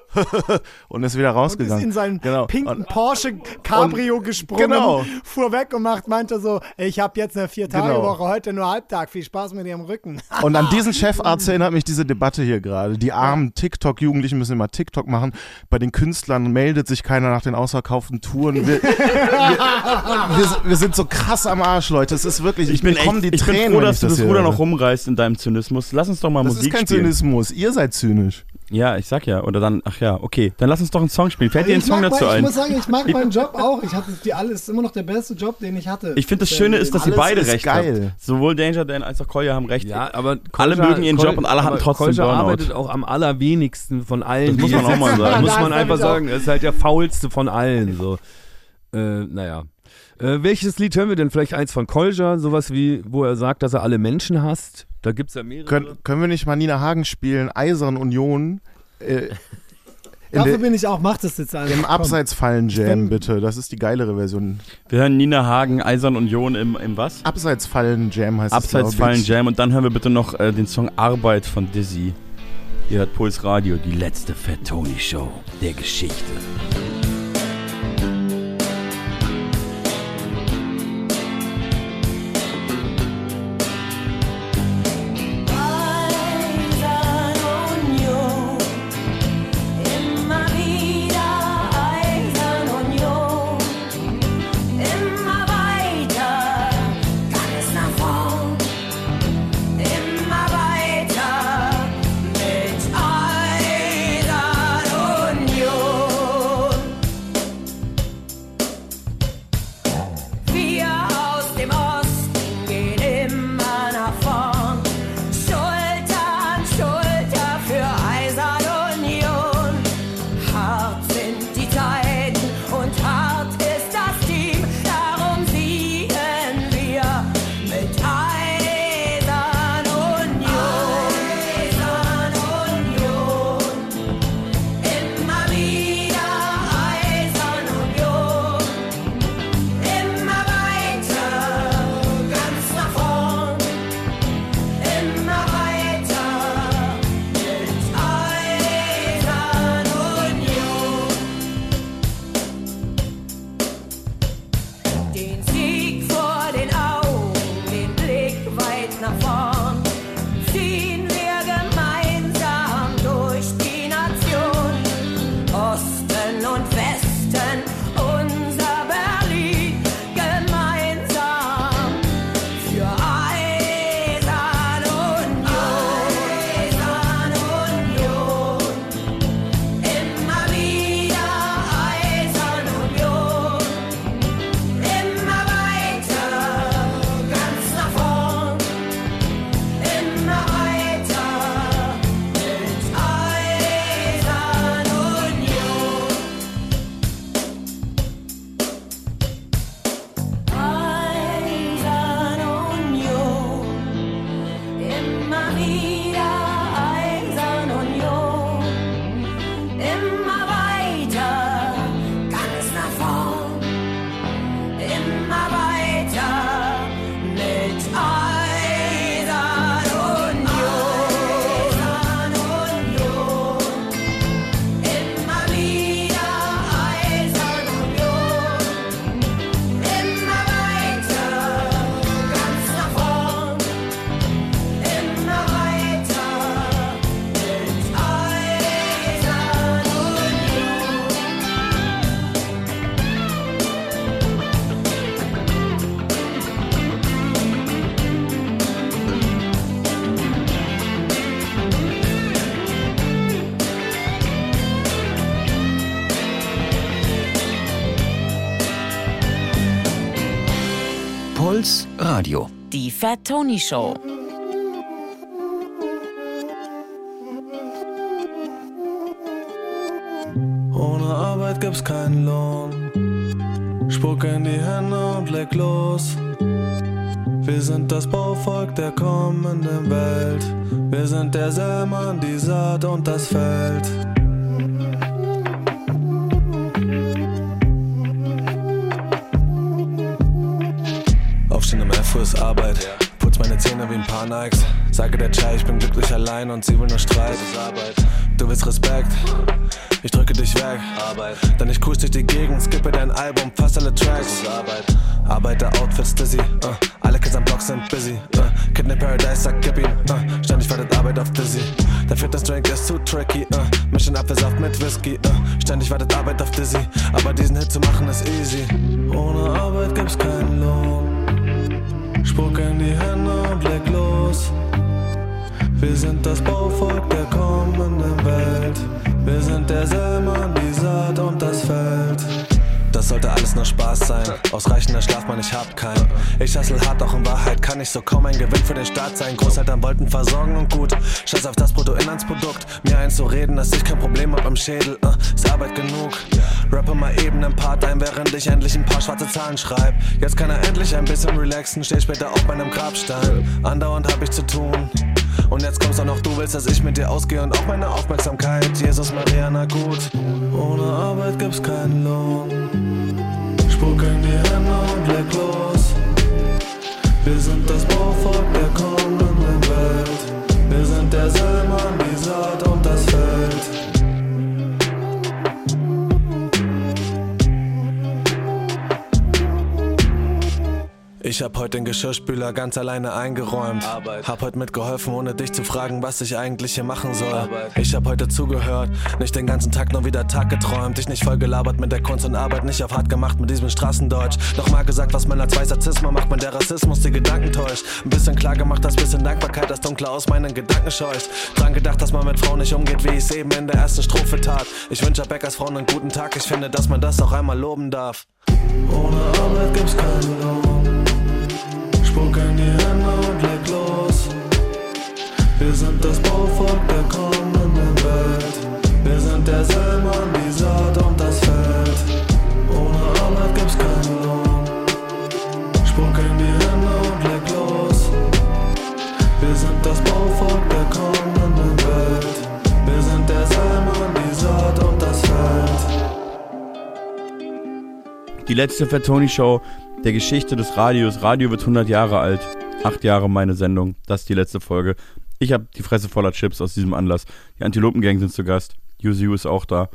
Und ist wieder und rausgegangen. ist in seinen Genau. pinken Und- Porsche Cabrio gesprungen, genau. fuhr weg und macht, meinte so, ich habe jetzt eine Vier-Tage-Woche, Genau. heute nur Halbtag, viel Spaß mit Ihrem Rücken. Und an diesen Chefarzt erinnert mich diese Debatte hier gerade. Die armen TikTok-Jugendlichen müssen immer TikTok machen. Bei den Künstlern meldet sich keiner nach den ausverkauften Touren. Wir, wir, wir, wir sind so krass am Arsch, Leute. Es ist wirklich, ich bin mir kommen die echt, ich Tränen, bin froh, wenn dass ich du das hier Ruder höre. noch rumreißt in deinem Zynismus. Lass uns doch mal Das Musik ist kein spielen. Zynismus. Ihr seid zynisch. Ja, ich sag ja. Oder dann, ach ja, okay. Dann lass uns doch einen Song spielen. Fällt dir ein ich, Song mag dazu mein, ich ein? muss sagen, ich mag meinen Job auch. Ich hatte die alles, ist immer noch der beste Job, den ich hatte. Ich finde, das Schöne ist, dass ihr Alles beide ist recht geil. habt. Sowohl Danger Dan als auch Kolja haben recht. Ja, aber Alle Kolja- mögen ihren Kol- Job und alle hatten aber trotzdem Kolja Burnout. arbeitet auch am allerwenigsten von allen. Das muss die man hier auch mal sitzen. sagen. Muss Das man hab einfach ich auch. sagen. Er ist halt der faulste von allen. So. Äh, naja. Äh, welches Lied hören wir denn? Vielleicht eins von Kolja, sowas wie, wo er sagt, dass er alle Menschen hasst. Da gibt es ja mehrere. Können, können wir nicht mal Nina Hagen spielen? Eisern Union. Äh, In Dafür der, bin ich auch, macht es jetzt einfach. Im Abseitsfallen-Jam, bitte. Das ist die geilere Version. Wir hören Nina Hagen, Eisern Union im, im was? Abseitsfallen-Jam heißt es, Abseitsfallen-Jam. Und dann hören wir bitte noch äh, den Song Arbeit von Dizzy. Ihr hört Puls Radio, die letzte Fat Tony Show der Geschichte. Puls Radio. Die Fat Tony Show. Ohne Arbeit gibt's keinen Lohn. Spuck in die Hände und leg los. Wir sind das Bauvolk der kommenden Welt. Wir sind der Sämann, die Saat und das Feld. Aufstehen im F U ist Arbeit. Putz meine Zähne wie ein paar Nikes. Sage der Chai, ich bin glücklich allein und sie will nur Streit. Du willst Respekt, ich drücke dich weg. Arbeit. Dann ich cruise durch die Gegend, skippe dein Album, fast alle Tracks. Arbeit. Arbeiter-Outfits dizzy, uh. alle Kids am Block sind busy. Uh. Kid in Paradise, sag gib ihm, uh. ständig wartet Arbeit auf Dizzy. Der Fitness-Drink ist zu tricky, uh. Mischen Apfelsaft mit Whisky, uh. ständig wartet Arbeit auf Dizzy. Aber diesen Hit zu machen ist easy. Ohne Arbeit gibt's keinen Lohn. Spuck in die Hände und leg los. Wir sind das Bauvolk der kommenden Welt. Wir sind der Sämann, die Saat und das Feld. Das sollte alles nur Spaß sein. Ausreichender Schlaf, Mann, ich hab keinen. Ich hustle hart, doch in Wahrheit kann ich so kaum ein Gewinn für den Staat sein. Großeltern wollten versorgen und gut. Scheiß auf das Bruttoinlandsprodukt. Mir einzureden, dass ich kein Problem hab am Schädel. Uh, ist Arbeit genug. Rappe mal eben nen Part ein, während ich endlich ein paar schwarze Zahlen schreib. Jetzt kann er endlich ein bisschen relaxen. Steh später auch bei einem Grabstein. Andauernd hab ich zu tun. Und jetzt kommst auch noch du, willst, dass ich mit dir ausgehe und auch meine Aufmerksamkeit. Jesus, Maria, na gut. Ohne Arbeit gibt's keinen Lohn. Spuck in die Hände und leg los. Wir sind das Bauvolk der kommenden Welt. Wir sind der Sämann, die Saat und das Feld. Ich hab heute den Geschirrspüler ganz alleine eingeräumt. Arbeit. Hab heute mitgeholfen, ohne dich zu fragen, was ich eigentlich hier machen soll. Arbeit. Ich hab heute zugehört, nicht den ganzen Tag, nur wieder Tag geträumt. Dich nicht voll gelabert mit der Kunst und Arbeit, nicht auf hart gemacht mit diesem Straßendeutsch. Nochmal gesagt, was man als weißer Cis-Mann macht, man der Rassismus die Gedanken täuscht. Ein bisschen klar gemacht, das bisschen Dankbarkeit, das Dunkle aus meinen Gedanken scheucht. Dran gedacht, dass man mit Frauen nicht umgeht, wie ich's eben in der ersten Strophe tat. Ich wünsche Bäckers Frauen einen guten Tag, ich finde, dass man das auch einmal loben darf. Ohne Arbeit gibt's keinen Lohn. Spuck in die Hände und leg los. Wir sind das Bauvolk der kommenden Welt. Wir sind der Sämann, die Saat und das Feld. Ohne Arbeit gibt's keinen Lohn. Spuck in die Hände und leg los. Wir sind das Bauvolk der kommenden Welt. Wir sind der Sämann, die Saat und das Feld. Die letzte Fat Tony Show der Geschichte des Radios. Radio wird hundert Jahre alt. Acht Jahre meine Sendung. Das ist die letzte Folge. Ich habe die Fresse voller Chips aus diesem Anlass. Die Antilopen-Gang sind zu Gast. Yuzu ist auch da.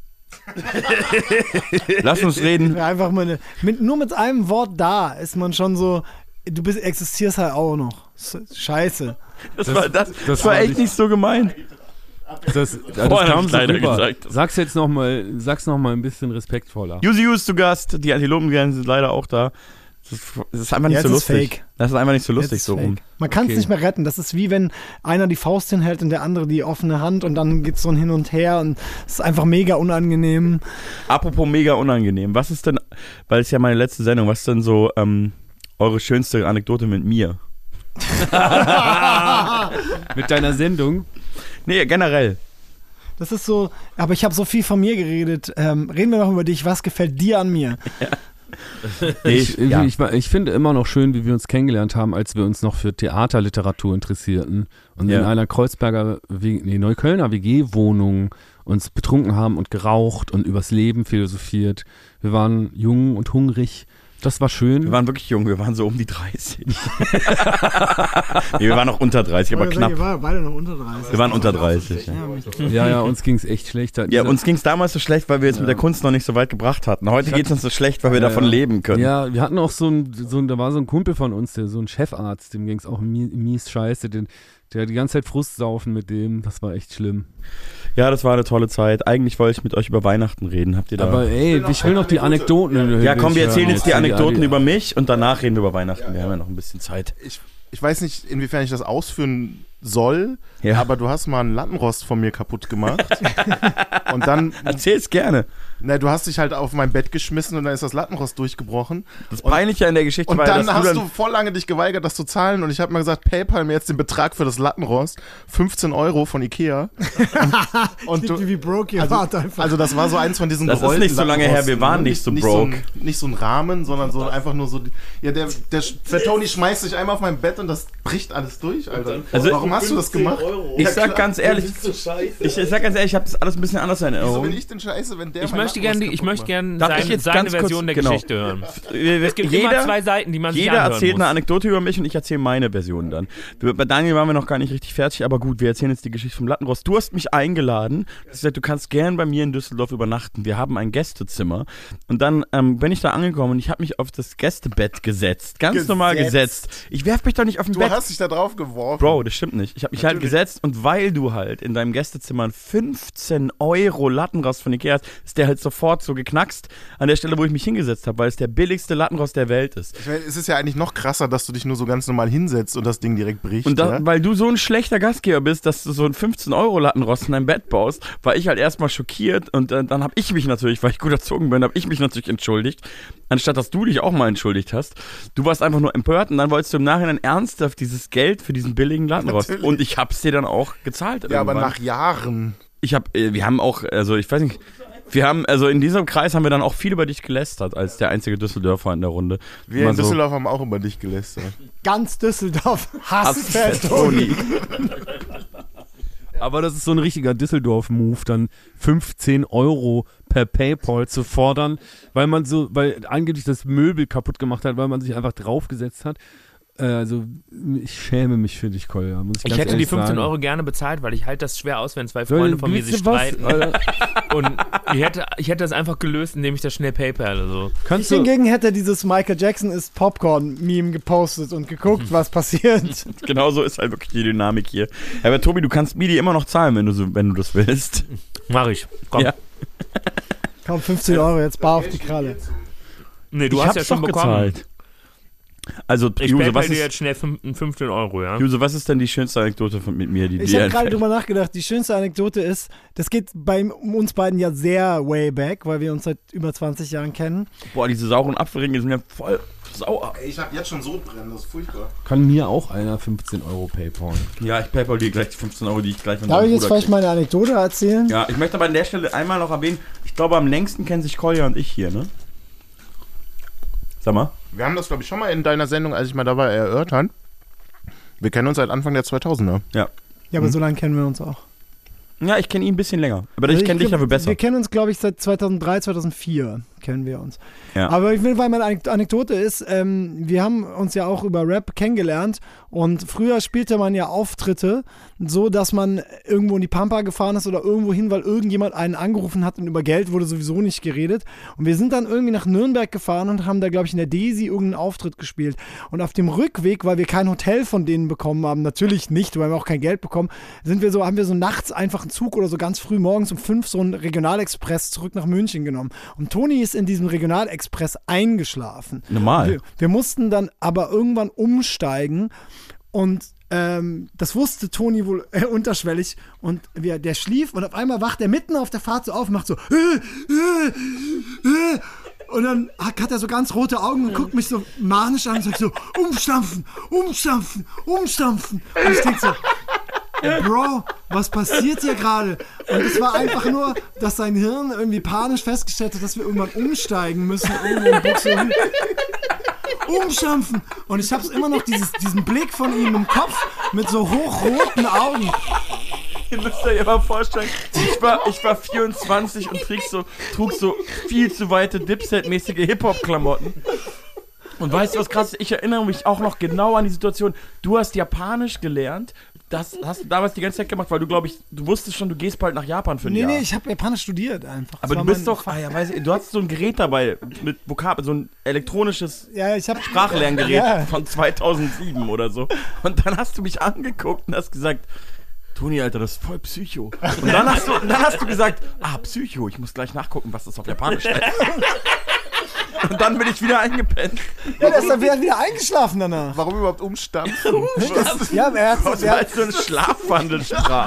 Lass uns reden. Einfach mal eine, mit, nur mit einem Wort da ist man schon so, du bist, existierst halt auch noch. Scheiße. Das, das war, das, das das war echt nicht so gemein. Das, das Vorhin kam so leider rüber. gesagt. Sag's jetzt nochmal, sag's nochmal ein bisschen respektvoller. Yuzu ist zu Gast, die Antilopen sind leider auch da. Das ist, das ist einfach nicht Jetzt so ist lustig. fake. Das ist einfach nicht so Jetzt lustig ist so fake. rum. Man kann es Okay. nicht mehr retten. Das ist wie wenn einer die Faust hinhält und der andere die offene Hand und dann geht's so ein Hin und Her und es ist einfach mega unangenehm. Apropos mega unangenehm, was ist denn, weil es ja meine letzte Sendung, was ist denn so ähm, eure schönste Anekdote mit mir? Mit deiner Sendung? Nee, generell. Das ist so, aber ich habe so viel von mir geredet. Ähm, reden wir noch über dich. Was gefällt dir an mir? Ich, Ich- ja. ich, ich finde immer noch schön, wie wir uns kennengelernt haben, als wir uns noch für Theaterliteratur interessierten und Ja. in einer Kreuzberger, W- nee, Neuköllner W G-Wohnung uns betrunken haben und geraucht und übers Leben philosophiert. Wir waren jung und hungrig. Das war schön. Wir waren wirklich jung, wir waren so um die dreißig. Nee, wir waren noch unter dreißig, aber knapp. Wir waren beide noch unter dreißig. Wir waren unter dreißig. Ja, Ja, ja, uns ging es echt schlecht. ja uns ging es damals so schlecht, weil wir es mit der Kunst noch nicht so weit gebracht hatten. Heute geht es uns so schlecht, weil wir Ja, davon ja. leben können. Ja, wir hatten auch so ein, so ein, da war so ein Kumpel von uns, der so ein Chefarzt, dem ging es auch mies, mies scheiße, den, der hat die ganze Zeit Frustsaufen mit dem, das war echt schlimm. Ja, das war eine tolle Zeit. Eigentlich wollte ich mit euch über Weihnachten reden. Habt ihr da... Aber ey, ich will noch die Anekdoten. ja, komm, wir erzählen jetzt die Anekdoten die, über mich und danach reden wir über Weihnachten. Wir haben ja noch ein bisschen Zeit. Ich, ich weiß nicht, inwiefern ich das ausführen soll, Ja. aber du hast mal einen Lattenrost von mir kaputt gemacht. Und dann, Erzähl's gerne. na, du hast dich halt auf mein Bett geschmissen und dann ist das Lattenrost durchgebrochen. Das Peinliche an der Geschichte Und war ja, dann dass hast du du dann... voll lange dich geweigert, das zu zahlen. Und ich habe mal gesagt, PayPal mir jetzt den Betrag für das Lattenrost. fünfzehn Euro von Ikea. Und du, wie broke ihr also, wart einfach. also das war so eins von diesen Das ist gerollten nicht so lange her, wir Lattenrosten, waren ne? nicht so nicht broke. So ein, nicht so ein Rahmen, sondern so einfach nur so... Ja, der, der, der Tony schmeißt sich einmal auf mein Bett und das bricht alles durch, Alter. Also- Warum hast du das gemacht? Ich Ja, sag klar. ganz ehrlich, ich, ich sag ganz ehrlich, ich habe das alles ein bisschen anders in Wieso Erinnerung. bin ich denn scheiße, wenn der Ich mein möchte Lattenrost gerne ich kaputt möchte macht? gern Darf ich sein, jetzt seine ganz kurz- Version der genau. Geschichte hören. Es gibt immer zwei Seiten, die man sich Jeder anhören erzählt muss. eine Anekdote über mich und ich erzähle meine Version dann. Wir- Bei Daniel waren wir noch gar nicht richtig fertig, aber gut, wir erzählen jetzt die Geschichte vom Lattenrost. Du hast mich eingeladen. Du hast gesagt, du kannst gern bei mir in Düsseldorf übernachten. Wir haben ein Gästezimmer. Und dann ähm, bin ich da angekommen und ich habe mich auf das Gästebett gesetzt. Ganz Gesetzt. normal gesetzt. Ich werf mich doch nicht auf ein Du Bett. hast dich da drauf geworfen. Bro, das stimmt nicht. Ich habe mich halt Natürlich. gesetzt und weil du halt in deinem Gästezimmer einen fünfzehn Euro Lattenrost von Ikea hast, ist der halt sofort so geknackst an der Stelle, wo ich mich hingesetzt habe, weil es der billigste Lattenrost der Welt ist. Ich meine, es ist ja eigentlich noch krasser, dass du dich nur so ganz normal hinsetzt und das Ding direkt bricht. Und da, ja? weil du so ein schlechter Gastgeber bist, dass du so einen fünfzehn Euro Lattenrost in dein Bett baust, war ich halt erstmal schockiert und äh, dann habe ich mich natürlich, weil ich gut erzogen bin, habe ich mich natürlich entschuldigt, anstatt dass du dich auch mal entschuldigt hast. Du warst einfach nur empört und dann wolltest du im Nachhinein ernsthaft dieses Geld für diesen billigen Lattenrost. Natürlich. Und ich hab's dir dann auch gezahlt. Ja, aber irgendwann. nach Jahren. Ich habe, äh, wir haben auch, also ich weiß nicht, Wir haben, also in diesem Kreis haben wir dann auch viel über dich gelästert, als der einzige Düsseldorfer in der Runde. Wir Immer in so, Düsseldorf haben auch über dich gelästert. Ganz Düsseldorf hasst Hasst Fat Fat Tony. Aber das ist so ein richtiger Düsseldorf-Move, dann fünfzehn Euro per PayPal zu fordern, weil man so, weil angeblich das Möbel kaputt gemacht hat, weil man sich einfach draufgesetzt hat. Äh, also ich schäme mich für dich, Kolja, muss ich Ich ganz hätte die ehrlich fünfzehn sagen. Euro gerne bezahlt, weil ich halte das schwer aus, wenn zwei Soll- Freunde von mir willst sich du was, streiten. Alter? Und ich hätte, ich hätte das einfach gelöst, indem ich das schnell PayPal so. Ich hingegen hätte dieses Michael Jackson ist Popcorn-Meme gepostet und geguckt, was passiert. Genau so ist halt wirklich die Dynamik hier. Aber Tobi, du kannst Midi immer noch zahlen, wenn du, so, wenn du das willst. Mach ich. Komm. Ja. Komm, fünfzehn Euro, jetzt bar auf die Kralle. Nee, du Ich hast hab's ja schon doch bekommen. gezahlt. Also, Ich Juse, PayPal was dir ist, jetzt schnell fünfzehn Euro, ja? Juse, was ist denn die schönste Anekdote von, mit mir, die Ich dir habe gerade einfällt? drüber nachgedacht, die schönste Anekdote ist, das geht bei uns beiden ja sehr way back, weil wir uns seit über zwanzig Jahren kennen. Boah, diese sauren Apfelringe sind ja voll sauer. Ey, ich hab jetzt schon Sodbrennen, das ist furchtbar. Kann mir auch einer fünfzehn Euro PayPal. Ja, ich PayPal dir gleich die fünfzehn Euro, die ich gleich von Darf meinem ich jetzt Bruder vielleicht meine Anekdote erzählen? Ja, ich möchte aber an der Stelle einmal noch erwähnen, ich glaube, am längsten kennen sich Kolja und ich hier, ne? Sag mal. Wir haben das, glaube ich, schon mal in deiner Sendung, als ich mal da war, erörtert. Wir kennen uns seit Anfang der zweitausender. Ja. Ja, aber Mhm. so lange kennen wir uns auch. Ja, ich kenne ihn ein bisschen länger. Aber Also ich kenne dich glaub, dafür besser. Wir kennen uns, glaube ich, seit zweitausenddrei, zweitausendvier kennen wir uns. Ja. Aber ich will, weil meine Anek- Anekdote ist, ähm, wir haben uns ja auch über Rap kennengelernt und früher spielte man ja Auftritte so, dass man irgendwo in die Pampa gefahren ist oder irgendwo hin, weil irgendjemand einen angerufen hat und über Geld wurde sowieso nicht geredet. Und wir sind dann irgendwie nach Nürnberg gefahren und haben da, glaube ich, in der Desi irgendeinen Auftritt gespielt. Und auf dem Rückweg, weil wir kein Hotel von denen bekommen haben, natürlich nicht, weil wir auch kein Geld bekommen, sind wir so, haben wir so nachts einfach einen Zug oder so ganz früh morgens um fünf so einen Regionalexpress zurück nach München genommen. Und Toni ist in diesem Regionalexpress eingeschlafen. Normal. Wir, wir mussten dann aber irgendwann umsteigen und ähm, das wusste Toni wohl äh, unterschwellig und wir, der schlief und auf einmal wacht er mitten auf der Fahrt so auf und macht so äh, äh, äh, und dann hat hat er so ganz rote Augen und guckt mich so manisch an und sagt so, umstampfen, umstampfen, umstampfen. Und ich denke so, Bro, was passiert hier gerade? Und es war einfach nur, dass sein Hirn irgendwie panisch festgestellt hat, dass wir irgendwann umsteigen müssen. Irgendwo in Buxtehude. Umstampfen. Und ich habe immer noch dieses, diesen Blick von ihm im Kopf mit so hochroten Augen. Ihr müsst euch mal vorstellen, ich war, ich war vierundzwanzig und trug so, trug so viel zu weite Dipset-mäßige Hip-Hop-Klamotten. Und weißt du, was krass ist? Ich erinnere mich auch noch genau an die Situation. Du hast Japanisch gelernt. Das hast du damals die ganze Zeit gemacht, weil du, glaube ich, du wusstest schon, du gehst bald nach Japan für ein Nee, Jahr. nee, ich habe Japanisch studiert einfach. Das Aber war du bist mein doch, Fach. ah ja, weiß ich, du hast so ein Gerät dabei mit Vokabeln, so ein elektronisches Ja, ich hab, Sprachlerngerät Ja. von zweitausendsieben oder so. Und dann hast du mich angeguckt und hast gesagt, Toni, Alter, das ist voll Psycho. Und dann hast du, und dann hast du gesagt, ah, Psycho, ich muss gleich nachgucken, was das auf Japanisch heißt. Und dann bin ich wieder eingepennt. Ja, der ist dann wieder, wieder eingeschlafen danach. Warum überhaupt umstampfen? Das, ja, er hat Was war so ein Schlafwandel sprach.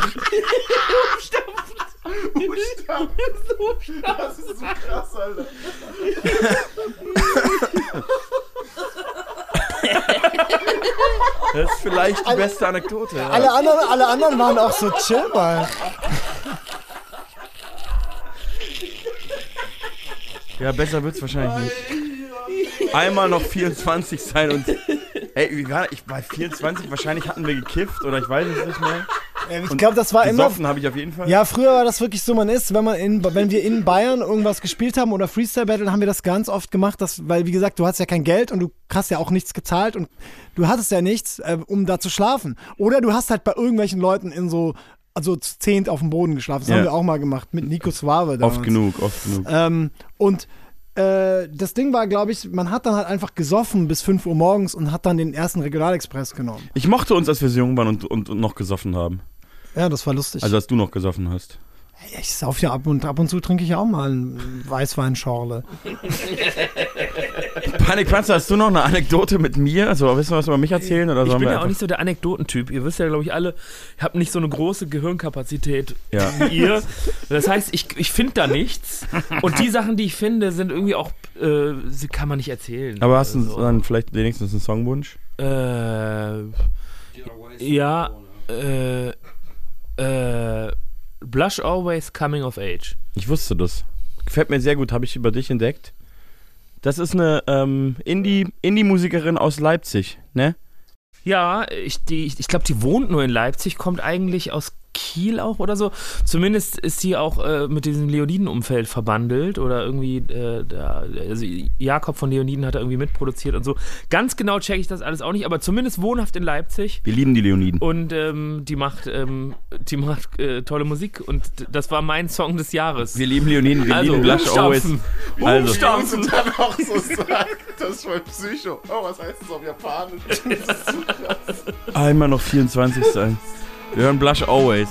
Das ist so krass, Alter. Das ist vielleicht die beste Anekdote. Ja. alle, anderen, alle anderen waren auch so chill mal. Ja, besser wird's wahrscheinlich nicht. Einmal noch vierundzwanzig sein und. Ey, wie war, ich war vierundzwanzig, wahrscheinlich hatten wir gekifft oder ich weiß es nicht mehr. Ich glaube, das war immer. Gesoffen habe ich auf jeden Fall. Ja, früher war das wirklich so, man ist, wenn man in, wenn wir in Bayern irgendwas gespielt haben oder Freestyle Battle, haben wir das ganz oft gemacht, dass, weil wie gesagt, du hast ja kein Geld und du hast ja auch nichts gezahlt und du hattest ja nichts, äh, um da zu schlafen. Oder du hast halt bei irgendwelchen Leuten in so, also zu zehnt auf dem Boden geschlafen. Das Ja. haben wir auch mal gemacht mit Nico Suave damals. Oft genug, oft genug. Ähm, und äh, das Ding war, glaube ich, man hat dann halt einfach gesoffen bis fünf Uhr morgens und hat dann den ersten Regionalexpress genommen. Ich mochte uns, als wir so jung waren und, und, und noch gesoffen haben. Ja, das war lustig. Also als du noch gesoffen hast. Ja, ich sauf ja ab und ab und zu trinke ich ja auch mal einen Weißweinschorle. Panikpanzer, hast du noch eine Anekdote mit mir? Also, willst du was über mich erzählen? Oder Ich sollen bin wir ja auch einfach- nicht so der Anekdotentyp. Ihr wisst ja, glaube ich, alle, ich habe nicht so eine große Gehirnkapazität Ja. wie ihr. Das heißt, ich, ich finde da nichts. Und die Sachen, die ich finde, sind irgendwie auch, äh, sie kann man nicht erzählen. Aber hast du Also, dann vielleicht wenigstens einen Songwunsch? Äh, ja, äh, äh, Blush Always Coming of Age. Ich wusste das. Gefällt mir sehr gut, habe ich über dich entdeckt. Das ist eine ähm, Indie, Indie-Musikerin aus Leipzig, ne? Ja, ich, die, ich glaube, die wohnt nur in Leipzig, kommt eigentlich aus Kiel auch oder so. Zumindest ist sie auch äh, mit diesem Leoniden-Umfeld verbandelt oder irgendwie, äh, da, also Jakob von Leoniden hat da irgendwie mitproduziert und so. Ganz genau checke ich das alles auch nicht, aber zumindest wohnhaft in Leipzig. Wir lieben die Leoniden. Und ähm, die macht, ähm, die macht äh, tolle Musik und das war mein Song des Jahres. Wir lieben Leoniden, wir also, lieben Blush Always. Also. Umstampfen. Und dann auch so sagt, das ist voll Psycho. Oh, was heißt das auf Japanisch? Das ist so krass. Einmal noch vierundzwanzig sein. Wir hören Blush Always.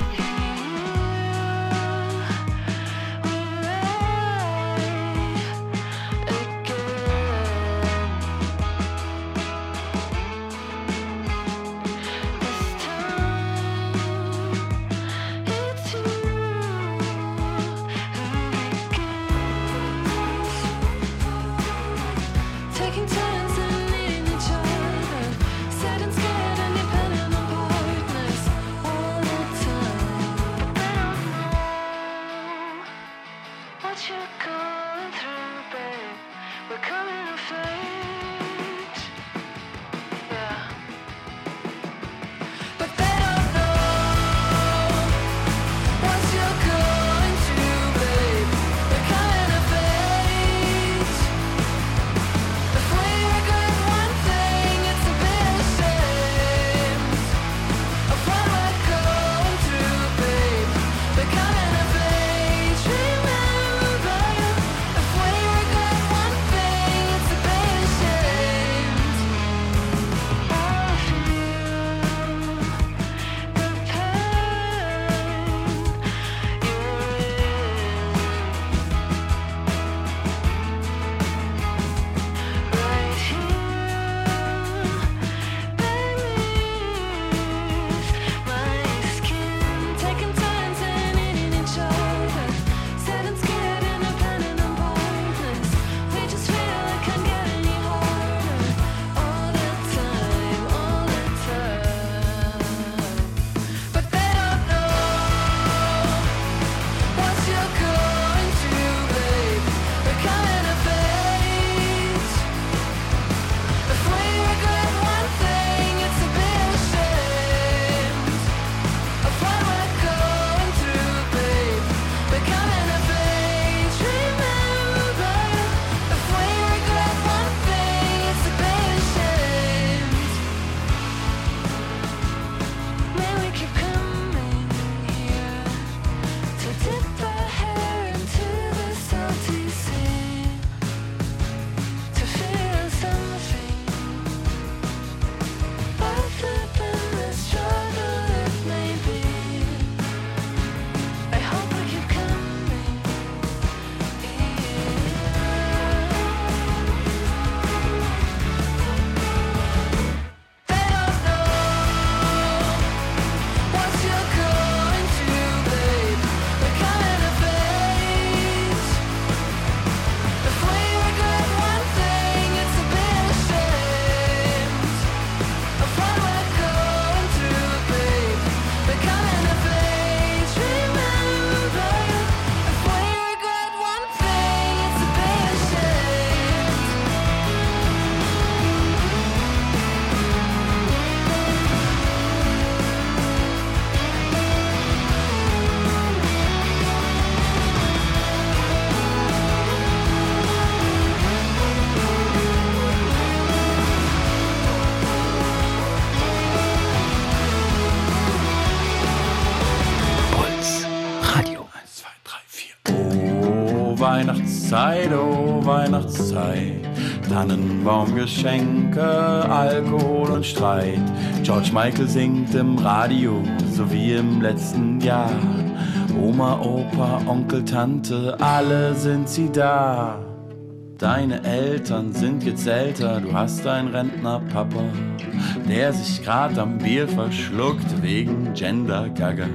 Weihnachtszeit, oh Weihnachtszeit, Tannenbaum, Geschenke, Alkohol und Streit. George Michael singt im Radio, so wie im letzten Jahr. Oma, Opa, Onkel, Tante, alle sind sie da. Deine Eltern sind jetzt älter, du hast einen Rentner-Papa, der sich grad am Bier verschluckt wegen Gender-Gaga.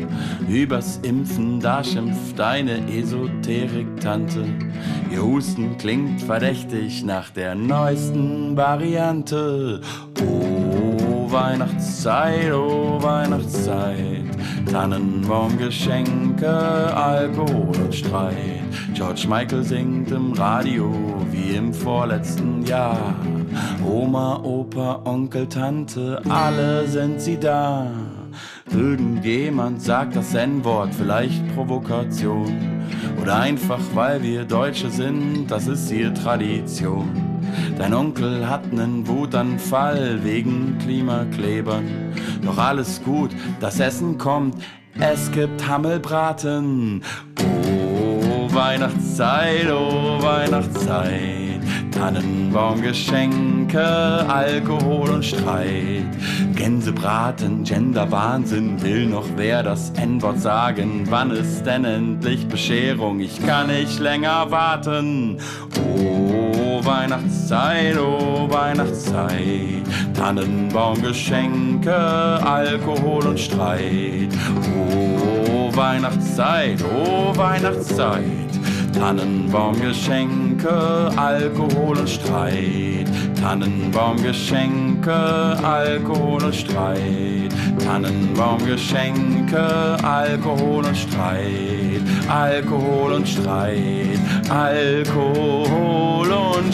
Übers Impfen, da schimpft deine Esoterik-Tante. Ihr Husten klingt verdächtig nach der neuesten Variante. Oh Weihnachtszeit, oh Weihnachtszeit, Tannenbaumgeschenke, Alkohol und Streit. George Michael singt im Radio wie im vorletzten Jahr. Oma, Opa, Onkel, Tante, alle sind sie da. Irgendjemand sagt das En-Wort, vielleicht Provokation. Oder einfach, weil wir Deutsche sind, das ist hier Tradition. Dein Onkel hat nen Wutanfall wegen Klimaklebern. Doch alles gut, das Essen kommt, es gibt Hammelbraten. Oh, Weihnachtszeit, oh, Weihnachtszeit. Tannenbaumgeschenke, Alkohol und Streit. Gänsebraten, Genderwahnsinn, will noch wer das En-Wort sagen? Wann ist denn endlich Bescherung? Ich kann nicht länger warten. Oh, Weihnachtszeit, oh, Weihnachtszeit. Tannenbaumgeschenke, Alkohol und Streit. Oh, Weihnachtszeit, oh, Weihnachtszeit. Tannenbaumgeschenke, Alkohol und Streit. Tannenbaumgeschenke, Alkohol und Streit. Tannenbaumgeschenke, Alkohol und Streit. Alkohol und Streit. Alkohol und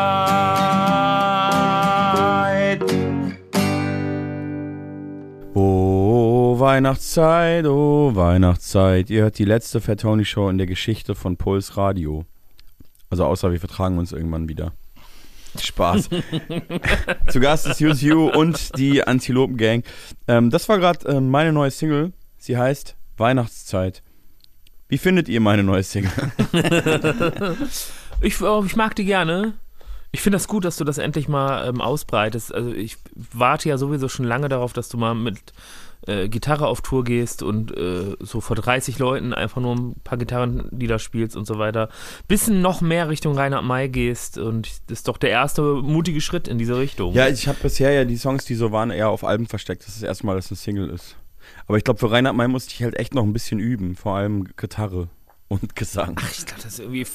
Streit. Oh, Weihnachtszeit, oh, Weihnachtszeit. Ihr hört die letzte Fat Tony Show in der Geschichte von Puls Radio. Also außer wir vertragen uns irgendwann wieder. Spaß. Zu Gast ist U S U und die Antilopen Gang. Ähm, das war gerade äh, meine neue Single. Sie heißt Weihnachtszeit. Wie findet ihr meine neue Single? ich, oh, ich mag die gerne. Ich finde das gut, dass du das endlich mal ähm, ausbreitest. Also ich warte ja sowieso schon lange darauf, dass du mal mit äh, Gitarre auf Tour gehst und äh, so vor dreißig Leuten einfach nur ein paar Gitarrenlieder spielst und so weiter. Bisschen noch mehr Richtung Reinhard May gehst und das ist doch der erste mutige Schritt in diese Richtung. Ja, ich habe bisher ja die Songs, die so waren, eher auf Alben versteckt. Das ist das erste Mal, dass es eine Single ist. Aber ich glaube, für Reinhard May musste ich halt echt noch ein bisschen üben. Vor allem Gitarre und Gesang. Ach, ich glaube, das ist irgendwie...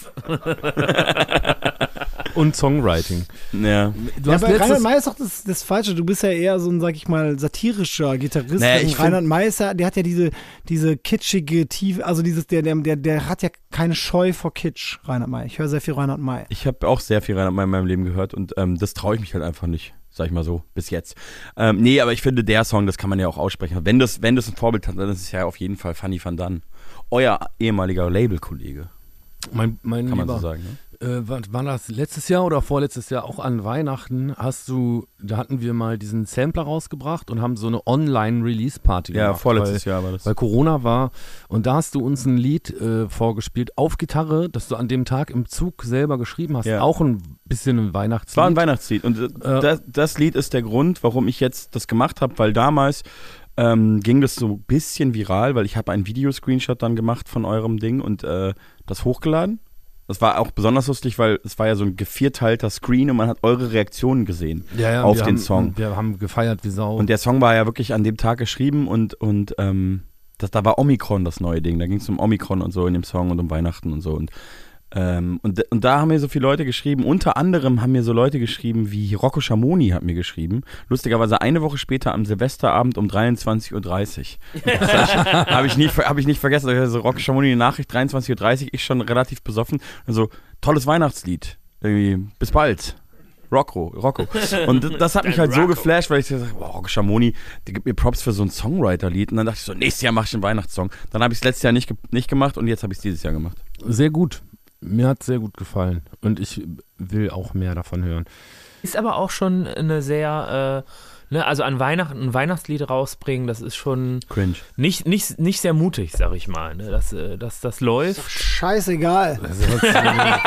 Und Songwriting. Ja. Du ja, hast aber Reinhard May ist doch das, das Falsche. Du bist ja eher so ein, sag ich mal, satirischer Gitarrist. Naja, ich Reinhard May ist ja, der hat ja diese, diese kitschige Tiefe, also dieses, der, der, der, der hat ja keine Scheu vor Kitsch, Reinhard May. Ich höre sehr viel Reinhard May. Ich habe auch sehr viel Reinhard May in meinem Leben gehört und ähm, das traue ich mich halt einfach nicht. Sag ich mal so, bis jetzt. Ähm, nee, aber ich finde, der Song, das kann man ja auch aussprechen. Wenn das, wenn das ein Vorbild hat, dann ist es ja auf jeden Fall Fanny van Dan. Euer ehemaliger Labelkollege. Mein, mein kann man Lieber, so sagen, ne? Äh, war, war das letztes Jahr oder vorletztes Jahr auch an Weihnachten? Hast du, da hatten wir mal diesen Sampler rausgebracht und haben so eine Online-Release-Party gemacht. Ja, vorletztes weil, Jahr war das. Weil Corona war und da hast du uns ein Lied äh, vorgespielt auf Gitarre, das du an dem Tag im Zug selber geschrieben hast. Ja. Auch ein bisschen ein Weihnachtslied. War ein Weihnachtslied und äh, äh, das, das Lied ist der Grund, warum ich jetzt das gemacht habe, weil damals ähm, ging das so ein bisschen viral, weil ich habe einen Videoscreenshot dann gemacht von eurem Ding und äh, das hochgeladen. Das war auch besonders lustig, weil es war ja so ein gevierteilter Screen und man hat eure Reaktionen gesehen ja, ja, auf den haben, Song. Wir haben gefeiert wie Sau. Und der Song war ja wirklich an dem Tag geschrieben und, und ähm, das, da war Omikron das neue Ding. Da ging es um Omikron und so in dem Song und um Weihnachten und so. Und, ähm, und, und da haben mir so viele Leute geschrieben. Unter anderem haben mir so Leute geschrieben wie Rocco Schamoni hat mir geschrieben. Lustigerweise eine Woche später am Silvesterabend um dreiundzwanzig Uhr dreißig. Das habe ich, nie, hab ich nicht vergessen. Also Rocco Schamoni eine Nachricht, dreiundzwanzig Uhr dreißig, ich schon relativ besoffen. Also tolles Weihnachtslied. Irgendwie, bis bald. Rocco, Rocco. Und das hat mich halt so geflasht, weil ich gesagt habe, wow, Rocco Schamoni, der gibt mir Props für so ein Songwriter-Lied. Und dann dachte ich so, nächstes Jahr mache ich einen Weihnachtssong. Dann habe ich es letztes Jahr nicht, nicht gemacht und jetzt habe ich es dieses Jahr gemacht. Sehr gut. Mir hat es sehr gut gefallen und ich will auch mehr davon hören. Ist aber auch schon eine sehr, äh, ne, also an Weihnachten ein Weihnachtslied rausbringen, das ist schon cringe. Nicht, nicht, nicht sehr mutig, sag ich mal, ne, dass, äh, dass das läuft. Scheißegal. Das ist das,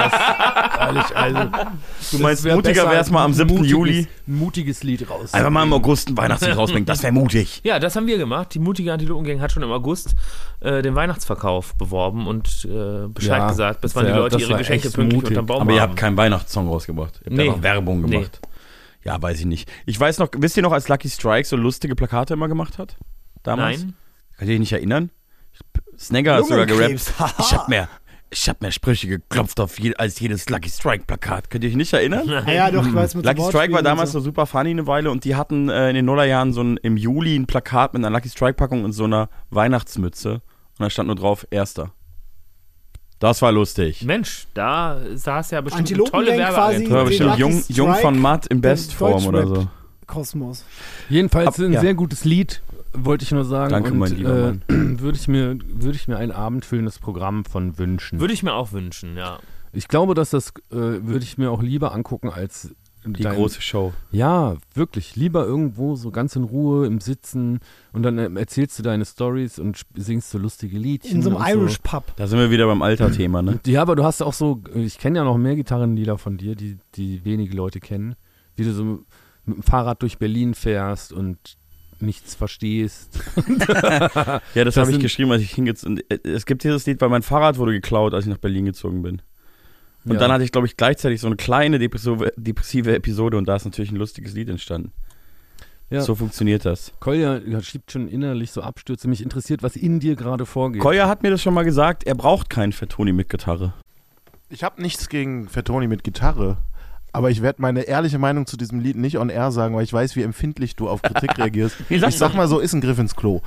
ehrlich, also, du meinst, wär mutiger wäre es mal am siebten Juli. Ein mutiges Lied raus. Einfach mal im August ein Weihnachtslied rausbringen, das wäre mutig. Ja, das haben wir gemacht. Die mutige Antilopen-Gang hat schon im August äh, den Weihnachtsverkauf beworben und äh, Bescheid ja, gesagt, bis wann die Leute ihre Geschenke pünktlich mutig. unterm Baum Aber haben. ihr habt keinen Weihnachtssong rausgebracht. Ihr habt nee. einfach Werbung gemacht. Nee. Ja, weiß ich nicht. Ich weiß noch, wisst ihr noch, als Lucky Strike so lustige Plakate immer gemacht hat? Damals? Nein. Könnt ihr euch nicht erinnern? Snagger hat sogar gerappt. Ich hab mehr, Ich habe mehr Sprüche geklopft auf je, als jedes Lucky Strike Plakat. Könnt ihr euch nicht erinnern? Ja, ja, doch, ich weiß mit Lucky so Strike war damals so. so super funny eine Weile und die hatten äh, in den Nullerjahren so ein, im Juli ein Plakat mit einer Lucky Strike Packung und so einer Weihnachtsmütze und da stand nur drauf Erster. Das war lustig. Mensch, da saß ja bestimmt eine Antilopen tolle quasi Werbeagentur. Das war bestimmt Lucky Jung, Jung Strike, von Matt in den Bestform oder so. Kosmos. Jedenfalls Ab- ein ja. sehr gutes Lied, wollte ich nur sagen. Danke, und, mein lieber äh, würde ich mir würde ich mir ein abendfüllendes Programm von wünschen. Würde ich mir auch wünschen, ja. Ich glaube, dass das äh, würde ich mir auch lieber angucken als Die große Show. Ja, wirklich. Lieber irgendwo so ganz in Ruhe im Sitzen und dann äh, erzählst du deine Storys und sp- singst so lustige Liedchen. In so einem und Irish so. Pub. Da sind wir wieder beim Alter-Thema, ne? Ja, aber du hast auch so, ich kenne ja noch mehr Gitarrenlieder von dir, die, die wenige Leute kennen, wie du so mit dem Fahrrad durch Berlin fährst und nichts verstehst. Ja, das, Das habe ich sind- geschrieben, als ich hingezogen bin. Es gibt dieses Lied, weil mein Fahrrad wurde geklaut, als ich nach Berlin gezogen bin. Und Ja. dann hatte ich, glaube ich, gleichzeitig so eine kleine depressive, depressive Episode und da ist natürlich ein lustiges Lied entstanden. Ja. So funktioniert das. Kolja ja, schiebt schon innerlich so Abstürze. Mich interessiert, was in dir gerade vorgeht. Koya hat mir das schon mal gesagt, er braucht keinen Fettoni mit Gitarre. Ich habe nichts gegen Fettoni mit Gitarre, aber ich werde meine ehrliche Meinung zu diesem Lied nicht on air sagen, weil ich weiß, wie empfindlich du auf Kritik reagierst. Nee, sag Ich sag mal so, ist ein Griff ins Klo.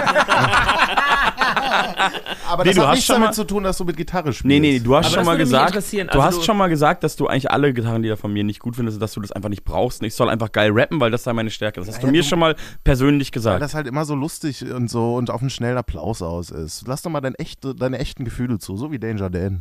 Aber Nee, das du hat hast nichts schon damit mal- zu tun, dass du mit Gitarre spielst. Nee, nee, nee, du hast Aber schon das mal würde mich gesagt, interessieren. du Also hast du- schon mal gesagt, dass du eigentlich alle Gitarrenlieder von mir nicht gut findest, dass du das einfach nicht brauchst und ich soll einfach geil rappen, weil das sei meine Stärke. Das hast Ja, du ja, mir du- schon mal persönlich Weil gesagt. das halt immer so lustig und so und auf einen schnellen Applaus aus ist. Lass doch mal dein echte, deine echten Gefühle zu, so wie Danger Dan.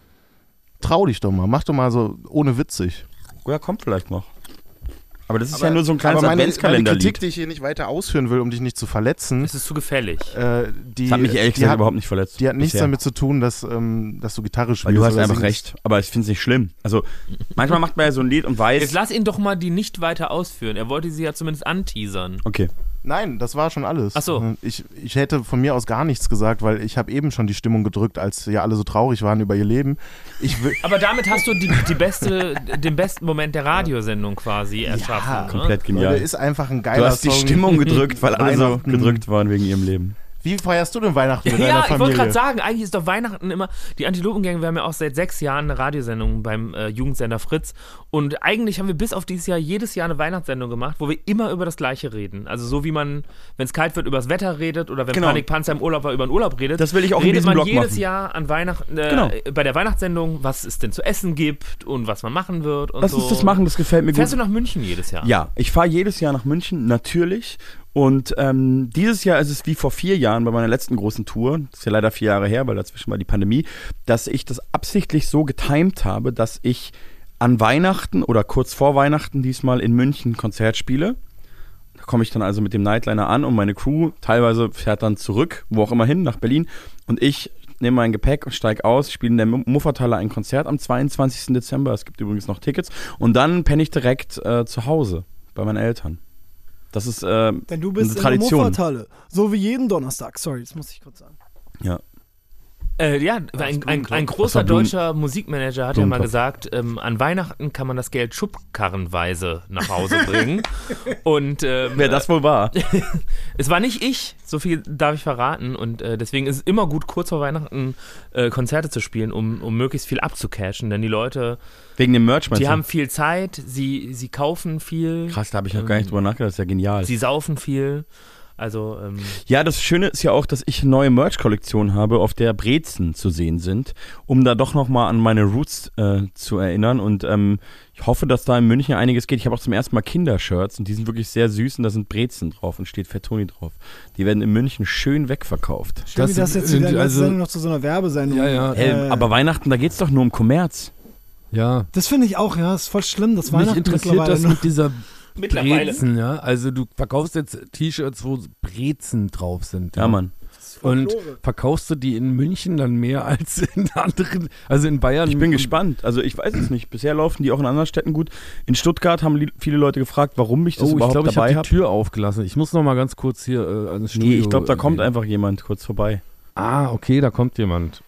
Trau dich doch mal, mach doch mal so ohne witzig. Ja, kommt vielleicht noch. Aber das ist Aber- ja nur so ein kleines aber meine, meine Adventskalenderlied. Kritik, die ich hier nicht weiter ausführen will, um dich nicht zu verletzen, Es ist zu gefährlich. äh, die, Das hat mich ehrlich die gesagt hat, überhaupt nicht verletzt. die hat nichts bisher. damit zu tun, dass, ähm, dass du Gitarre spielst. Weil du hast oder einfach singst. recht. Aber ich finde es nicht schlimm. Also, manchmal macht man ja so ein Lied und weiß. Jetzt lass ihn doch mal die nicht weiter ausführen. Er wollte sie ja zumindest anteasern. Okay. Nein, das war schon alles. Ach so. Ich, ich hätte von mir aus gar nichts gesagt, weil ich habe eben schon die Stimmung gedrückt, als ja alle so traurig waren über ihr Leben. Ich will, Aber damit hast du die, die beste, den besten Moment der Radiosendung quasi erschaffen. ne? Komplett Leute, genial. ist einfach ein geiler Du hast die Song. Stimmung gedrückt, weil alle so Weihnachten. gedrückt waren wegen ihrem Leben. Wie feierst du denn Weihnachten mit deiner Ja, ich wollte Familie? gerade sagen, eigentlich ist doch Weihnachten immer, die Antilopengang, wir haben ja auch seit sechs Jahren eine Radiosendung beim äh, Jugendsender Fritz und eigentlich haben wir bis auf dieses Jahr jedes Jahr eine Weihnachtssendung gemacht, wo wir immer über das Gleiche reden. Also so wie man, wenn es kalt wird, über das Wetter redet oder wenn Genau. Panikpanzer im Urlaub war, über den Urlaub redet. Das will ich auch in redet diesem man Blog jedes machen. Jahr an Weihnachten, äh, Genau. bei der Weihnachtssendung, was es denn zu essen gibt und was man machen wird und Lass so. uns das machen, das gefällt mir gut. Fährst du nach München jedes Jahr? Ja, ich fahre jedes Jahr nach München, natürlich. Und ähm, dieses Jahr ist es wie vor vier Jahren bei meiner letzten großen Tour, das ist ja leider vier Jahre her, weil dazwischen war die Pandemie, dass ich das absichtlich so getimt habe, dass ich an Weihnachten oder kurz vor Weihnachten diesmal in München ein Konzert spiele. Da komme ich dann also mit dem Nightliner an und meine Crew teilweise fährt dann zurück, wo auch immer hin, nach Berlin. Und ich nehme mein Gepäck und steige aus, spiele in der Muffathalle ein Konzert am zweiundzwanzigsten Dezember. Es gibt übrigens noch Tickets. Und dann penne ich direkt äh, zu Hause bei meinen Eltern. Das ist äh, Denn du bist eine in der Tradition. Muffathalle. So wie jeden Donnerstag. Sorry, das muss ich kurz sagen. Ja. Äh, ja, ein, ein, ein großer Ach so, Blumen- deutscher Musikmanager hat ja mal Blumentopf. gesagt, ähm, an Weihnachten kann man das Geld schubkarrenweise nach Hause bringen. Und ähm, Wer das wohl war? es war nicht ich, so viel darf ich verraten. Und äh, deswegen ist es immer gut, kurz vor Weihnachten äh, Konzerte zu spielen, um, um möglichst viel abzucashen. Denn die Leute, Wegen dem Merch, meinst die du? haben viel Zeit, sie, sie kaufen viel. Krass, da habe ich noch gar nicht drüber nachgedacht, das ist ja genial. Sie saufen viel. Also, ähm, Ja, das Schöne ist ja auch, dass ich eine neue Merch-Kollektion habe, auf der Brezen zu sehen sind, um da doch nochmal an meine Roots äh, zu erinnern. Und ähm, ich hoffe, dass da in München einiges geht. Ich habe auch zum ersten Mal Kindershirts und die sind wirklich sehr süß und da sind Brezen drauf und steht Fettoni drauf. Die werden in München schön wegverkauft. Schön, wie das jetzt äh, wieder in der also- Sendung noch zu so einer Werbesendung. Ja, ja. Hey, Äh, aber Weihnachten, da geht's doch nur um Kommerz. Ja. Das finde ich auch, ja. Ist voll schlimm, dass Mich Weihnachten interessiert mittlerweile das nur- mit dieser Mittlerweile. Brezen, ja. Also du verkaufst jetzt T-Shirts, wo Brezen drauf sind. Ja, Mann. Und verkaufst du die in München dann mehr als in anderen, also in Bayern? Ich bin gespannt. Also ich weiß es nicht. Bisher laufen die auch in anderen Städten gut. In Stuttgart haben li- viele Leute gefragt, warum ich das Oh, ich überhaupt glaube, ich dabei habe habe. die Tür aufgelassen. Ich muss noch mal ganz kurz hier äh, ans Studio. Nee, ich glaube, da kommt gehen. einfach jemand kurz vorbei. Ah, okay, da kommt jemand.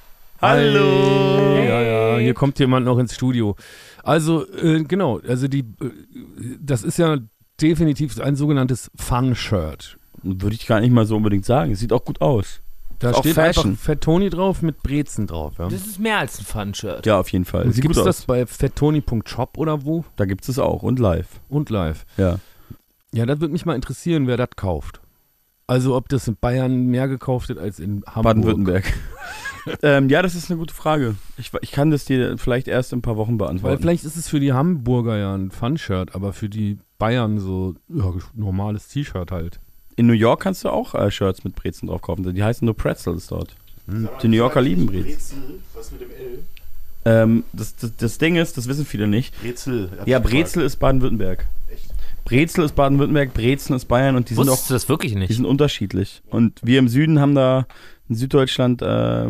Hallo! Ja, ja, hier kommt jemand noch ins Studio. Also, äh, genau, also die, äh, das ist ja definitiv ein sogenanntes Fun-Shirt. Würde ich gar nicht mal so unbedingt sagen. Es sieht auch gut aus. Da Auch steht Fashion. einfach Fat Tony drauf mit Brezen drauf. Ja. Das ist mehr als ein Fun-Shirt. Ja, auf jeden Fall. Und Sieht gibt's gut das aus. bei fattony punkt shop oder wo? Da gibt es auch und live. Und live. Ja. Ja, das würde mich mal interessieren, wer das kauft. Also ob das in Bayern mehr gekauft wird als in Hamburg. Baden-Württemberg. ähm, ja, das ist eine gute Frage. Ich, ich kann das dir vielleicht erst in ein paar Wochen beantworten. Weil vielleicht ist es für die Hamburger ja ein Fun-Shirt, aber für die Bayern so ja, normales T-Shirt halt. In New York kannst du auch äh, Shirts mit Brezen drauf kaufen. Die heißen nur Pretzels dort. Hm. Die New Yorker lieben Brezen. Brezel, was mit dem L? Ähm, das, das, das Ding ist, das wissen viele nicht. Brezel. Ja, Brezel ist Baden-Württemberg. Echt? Brezel ist Baden-Württemberg, Brezen ist Bayern und die sind Wusstest auch, du das wirklich nicht? Die sind unterschiedlich. Und wir im Süden haben da, in Süddeutschland, äh,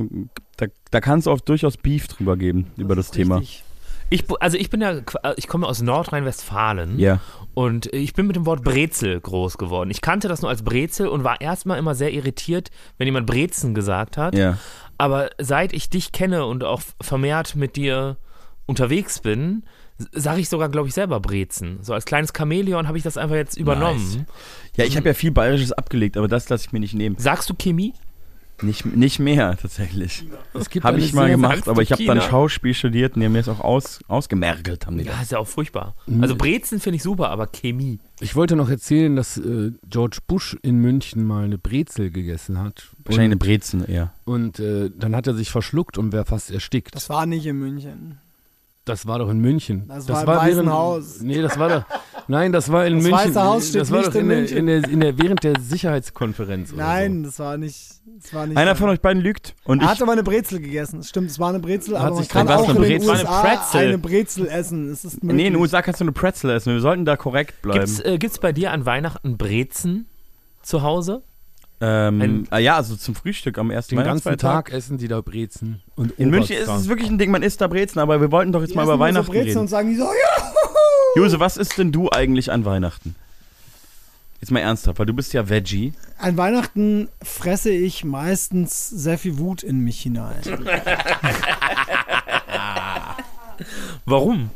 da, da kann es auch durchaus Beef drüber geben, das über das Thema. Richtig. Ich, also ich bin ja, ich komme aus Nordrhein-Westfalen Ja. und ich bin mit dem Wort Brezel groß geworden. Ich kannte das nur als Brezel und war erstmal immer sehr irritiert, wenn jemand Brezen gesagt hat. Ja. Aber seit ich dich kenne und auch vermehrt mit dir unterwegs bin, sage ich sogar, glaube ich, selber Brezen. So als kleines Chamäleon habe ich das einfach jetzt übernommen. Nice. Ja, ich habe ja viel Bayerisches abgelegt, aber das lasse ich mir nicht nehmen. Sagst du Chemie? Nicht, nicht mehr, tatsächlich. Es gibt Habe eine ich mal sehr- gemacht, sagst aber du ich habe dann China? Schauspiel studiert und die haben mir das auch aus, ausgemergelt. Haben die Ja, das. ist ja auch furchtbar. Mhm. Also Brezen finde ich super, aber Chemie. Ich wollte noch erzählen, dass äh, George Bush in München mal eine Brezel gegessen hat. Wahrscheinlich eine und, Brezen eher. Und äh, dann hat er sich verschluckt und wäre fast erstickt. Das war nicht in München. Das war doch in München. Das war im Weißen während, Haus. Nee, das war doch. Nein, das war in Das München. Weiße Haus steht das war nicht doch in in der, München. in der, in der, während der Sicherheitskonferenz. Oder Nein, das war nicht. Das war nicht Einer von euch beiden lügt. Und er ich, hat aber eine Brezel gegessen. Stimmt, es war eine Brezel, Hat aber man sich kann dann- auch was in eine den Brezel? U Es S war eine A Pretzel. eine Brezel essen. Es ist möglich. nee, in den U S A kannst du eine Pretzel essen. Wir sollten da korrekt bleiben. Gibt's, äh, gibt's bei dir an Weihnachten Brezen zu Hause? ähm, ein- ah, ja, also zum Frühstück am ersten Den ganzen Weihnachtsfeiertag. Tag essen die da Brezen. Und In München ist Oberster. es wirklich ein Ding, man isst da Brezen, aber wir wollten doch jetzt Die mal essen über nur so Weihnachten Brezel reden. und sagen die so, ja. Jose, was isst denn du eigentlich an Weihnachten? Jetzt mal ernsthaft, weil du bist ja Veggie. An Weihnachten fresse ich meistens sehr viel Wut in mich hinein. Warum?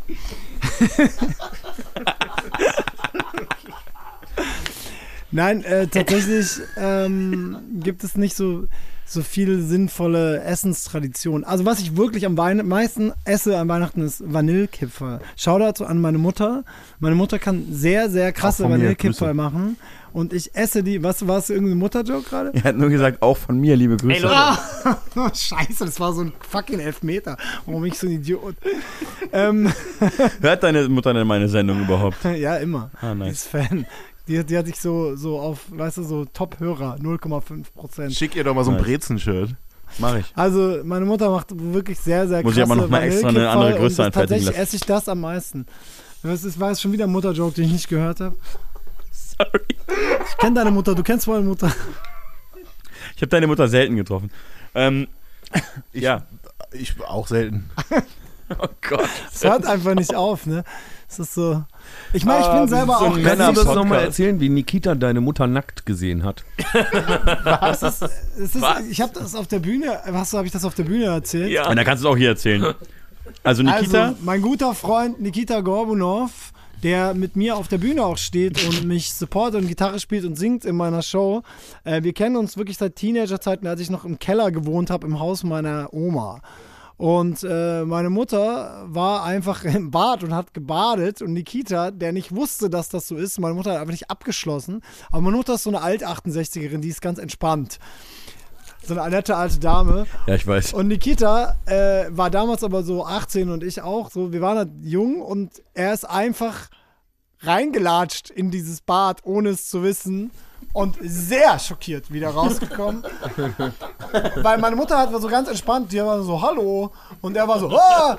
Nein, äh, tatsächlich ähm, gibt es nicht so, so viele sinnvolle Essenstraditionen. Also was ich wirklich am Wein meisten esse an Weihnachten ist Vanillekipferl. Shoutout an meine Mutter. Meine Mutter kann sehr, sehr krasse Auch von mir, Vanillekipferl Grüße. machen. Und ich esse die, was war es, irgendein Mutterjoke gerade? Er hat nur gesagt, auch von mir, liebe Grüße. Ey, Leute. Ah, scheiße, das war so ein fucking Elfmeter. Warum ich so ein Idiot? ähm, Hört deine Mutter denn meine Sendung überhaupt? ja, immer. Ah, Die nice. ist Fan. Die, die hat sich so, so auf, weißt du, so Top-Hörer, null Komma fünf Prozent. Schick ihr doch mal so ein Nice. Brezen-Shirt. Mach ich. Also, meine Mutter macht wirklich sehr, sehr Muss krasse ich aber noch mal extra eine andere Vanillekipferl Größe und anfertigen tatsächlich lassen. esse ich das am meisten. Das ist, war jetzt schon wieder ein Mutterjoke, den ich nicht gehört habe. Sorry. Ich kenne deine Mutter, du kennst meine Mutter. Ich habe deine Mutter selten getroffen. Ähm, Ich, ja. Ich auch selten. Oh Gott. Es hört einfach nicht auf, ne? Es ist so. Ich meine, ich Ah, bin wir selber sind so auch ein Kannst du das Männer-Podcast. nochmal erzählen, wie Nikita deine Mutter nackt gesehen hat? Es ist, es ist, ich habe das auf der Bühne, was habe ich das auf der Bühne erzählt? Ja. Und da kannst du es auch hier erzählen. Also Nikita, Also, mein guter Freund Nikita Gorbunov, der mit mir auf der Bühne auch steht und mich supportet und Gitarre spielt und singt in meiner Show. Äh, wir kennen uns wirklich seit Teenagerzeiten, als ich noch im Keller gewohnt habe, im Haus meiner Oma. Und äh, meine Mutter war einfach im Bad und hat gebadet und Nikita, der nicht wusste, dass das so ist, meine Mutter hat einfach nicht abgeschlossen, aber meine Mutter ist so eine Alt-achtundsechzigerin, die ist ganz entspannt. So eine nette alte Dame. ja, ich weiß. Und Nikita äh, war damals aber so achtzehn und ich auch. So, wir waren halt jung und er ist einfach reingelatscht in dieses Bad, ohne es zu wissen. Und sehr schockiert wieder rausgekommen. Weil meine Mutter hat war so ganz entspannt, die war so, hallo. Und er war so, ah!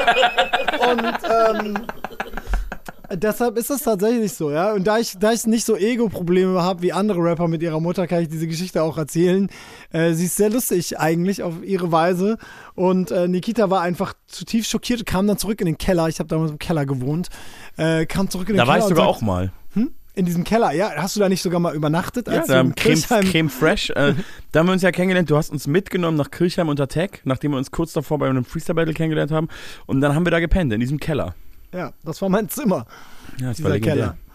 Und ähm, deshalb ist es tatsächlich so, ja. Und da ich, da ich nicht so Ego-Probleme habe wie andere Rapper mit ihrer Mutter, kann ich diese Geschichte auch erzählen. Äh, sie ist sehr lustig eigentlich auf ihre Weise. Und äh, Nikita war einfach zutiefst schockiert und kam dann zurück in den Keller. Ich habe damals im Keller gewohnt. Äh, kam zurück in den Da Keller. war ich und sogar sagt, auch mal. Hm? In diesem Keller, ja. Hast du da nicht sogar mal übernachtet? Ja, als da du haben in Creme, Kirchheim- Creme Fresh. Äh, da haben wir uns ja kennengelernt. Du hast uns mitgenommen nach Kirchheim unter Tag, nachdem wir uns kurz davor bei einem Freestyle-Battle kennengelernt haben. Und dann haben wir da gepennt, in diesem Keller. Ja, das war mein Zimmer. Ja, das Dieser war legendär. Keller.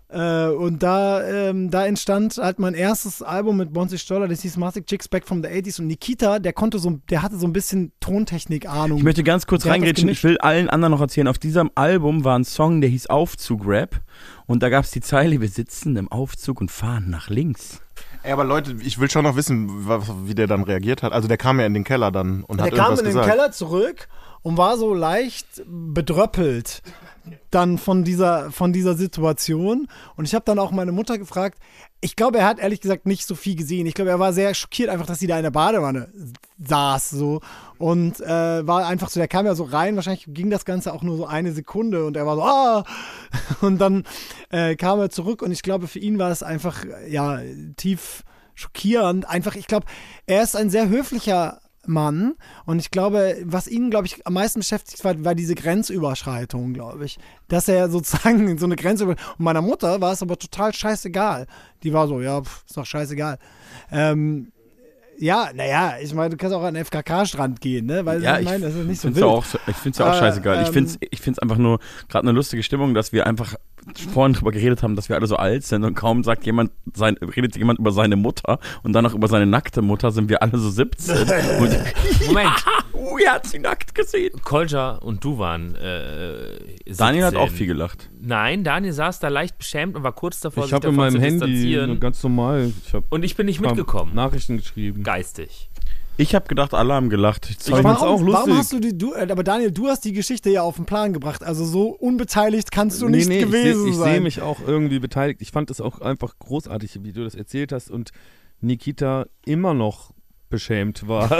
Äh, und da, ähm, da entstand halt mein erstes Album mit Bonzi Stoller, das hieß Massive Chicks Back from the eighties. Und Nikita, der konnte so, der hatte so ein bisschen Tontechnik-Ahnung. Ich möchte ganz kurz Der hat das reingrätschen, gemischt. ich will allen anderen noch erzählen, auf diesem Album war ein Song, der hieß Aufzug-Rap und da gab es die Zeile, wir sitzen im Aufzug und fahren nach links. Ey, aber Leute, ich will schon noch wissen, was, wie der dann reagiert hat. Also der kam ja in den Keller dann und Der hat kam irgendwas in den gesagt. Keller zurück und war so leicht bedröppelt dann von dieser, von dieser Situation. Und ich habe dann auch meine Mutter gefragt, ich glaube, er hat ehrlich gesagt nicht so viel gesehen. Ich glaube, er war sehr schockiert einfach, dass sie da in der Badewanne saß so und äh, war einfach so, der kam ja so rein, wahrscheinlich ging das Ganze auch nur so eine Sekunde und er war so, ah! Und dann äh, kam er zurück und ich glaube, für ihn war es einfach, ja, tief schockierend. Einfach, ich glaube, er ist ein sehr höflicher Mann und ich glaube, was ihn, glaube ich, am meisten beschäftigt war, war diese Grenzüberschreitung, glaube ich. Dass er sozusagen so eine Grenze über... Und meiner Mutter war es aber total scheißegal. Die war so, ja, pff, ist doch scheißegal. Ähm, ja, naja, ich meine, du kannst auch an den F K K-Strand gehen, ne? Weil Ja, ich ich meine, das ist nicht so find's wild. ja auch, ich finde es ja auch Äh, scheißegal. Ich ähm, finde es ich find's einfach nur gerade eine lustige Stimmung, dass wir einfach vorhin drüber geredet haben, dass wir alle so alt sind und kaum sagt jemand, sein, redet jemand über seine Mutter und dann noch über seine nackte Mutter, sind wir alle so siebzehn. Und, Moment. uh, er hat sie nackt gesehen. Kolja und du waren äh, Daniel hat siebzehn. auch viel gelacht. Nein, Daniel saß da leicht beschämt und war kurz davor, Ich sich habe in davon meinem zu Handy distanzieren. ganz normal. Ich hab Und ich bin nicht ein paar mitgekommen. Nachrichten geschrieben. Geistig. Ich habe gedacht, alle haben gelacht. Ich Aber fand's warum, warum hast du die, du, äh, aber Daniel, du hast die Geschichte ja auf den Plan gebracht. Also so unbeteiligt kannst du Nee, nicht nee, gewesen ich seh, ich sein. sehe mich auch irgendwie beteiligt. Ich fand es auch einfach großartig, wie du das erzählt hast und Nikita immer noch beschämt war.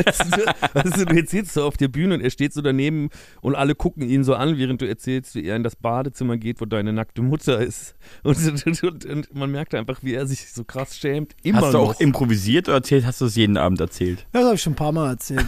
Also, du erzählst so auf der Bühne und er steht so daneben und alle gucken ihn so an, während du erzählst, wie er in das Badezimmer geht, wo deine nackte Mutter ist. Und, und, und, und man merkt einfach, wie er sich so krass schämt. Immer Hast du noch. auch improvisiert oder erzählt? Hast du es jeden Abend erzählt? Das habe ich schon ein paar Mal erzählt.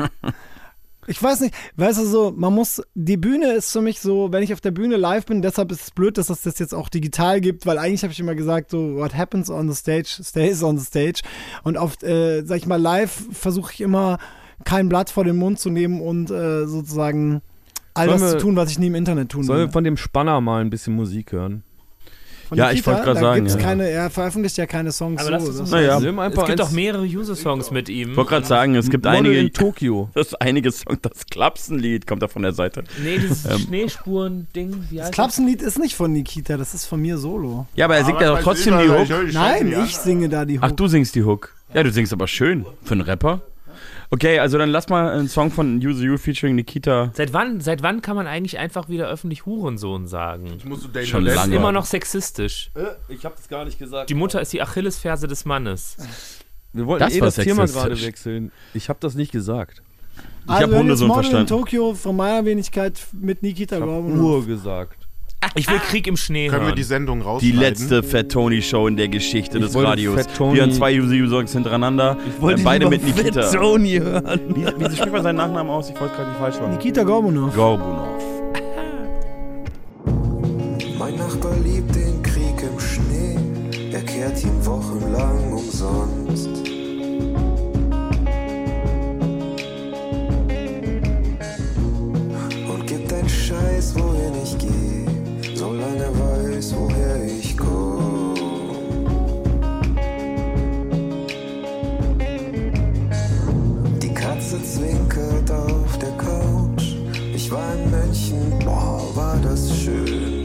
Ich weiß nicht, weißt du so, man muss, die Bühne ist für mich so, wenn ich auf der Bühne live bin, deshalb ist es blöd, dass es das jetzt auch digital gibt, weil eigentlich habe ich immer gesagt, so, what happens on the stage, stays on the stage. Und oft, äh, sag ich mal, live versuche ich immer, kein Blatt vor den Mund zu nehmen und äh, sozusagen all Sollen das wir- zu tun, was ich nie im Internet tun Sollen will. wir von dem Spanner mal ein bisschen Musik hören? Von Ja, ich Nikita, wollte gerade da sagen, gibt's ja. keine, er veröffentlicht ja keine Songs Aber lass so. uns Das mal- Naja. Nimm Es einfach gibt eins- auch mehrere User-Songs mit ihm. Ich wollte gerade sagen, es gibt Model einige. in Tokio. Das einige Songs, das Klapsenlied kommt da von der Seite. Nee, dieses Ähm. Schneespuren-Ding, wie das heißt Klapsenlied ist nicht von Nikita, das ist von mir solo. Ja, aber er singt ja doch trotzdem die Hook. Nein, ich singe da die Hook. Ach, du singst die Hook. Ja, du singst aber schön. Für einen Rapper. Okay, also dann lass mal einen Song von Use You featuring Nikita. Seit wann, seit wann kann man eigentlich einfach wieder öffentlich Hurensohn sagen? Schon Das lange. ist immer noch sexistisch. Ich habe das gar nicht gesagt. Die Mutter ist die Achillesferse des Mannes. Wir wollten Das eh war das Thema sexistisch. gerade wechseln. Ich habe das nicht gesagt. Ich Also habe wenn Hunde jetzt so Model in verstanden. Tokio von meiner Wenigkeit mit Nikita Ich habe Gorbanov. nur gesagt. Ich will Krieg im Schnee Können wir hören. die Sendung Die rausschneiden? letzte Fat Tony Show in der Geschichte Ich des wollte Radios. Fat Tony- Wir hören zwei Use You Songs hintereinander. Ich wollte äh, beide lieber mit Nikita. Fat Tony hören. Wie, wie spricht man seinen Nachnamen aus? Ich wollte gerade nicht falsch machen. Nikita Gorbanov. Gorbunov. Mein Nachbar liebt den Krieg im Schnee, er kehrt ihn wochenlang umsonst. Und gibt einen Scheiß, wohin ich geh, solange er weiß, woher ich komm. Die Katze zwinkert auf der Couch, ich war in München, boah, war das schön.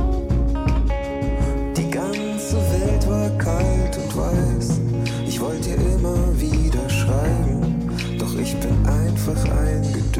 Die ganze Welt war kalt und weiß. Ich wollte ihr immer wieder schreiben, doch ich bin einfach eingedöst.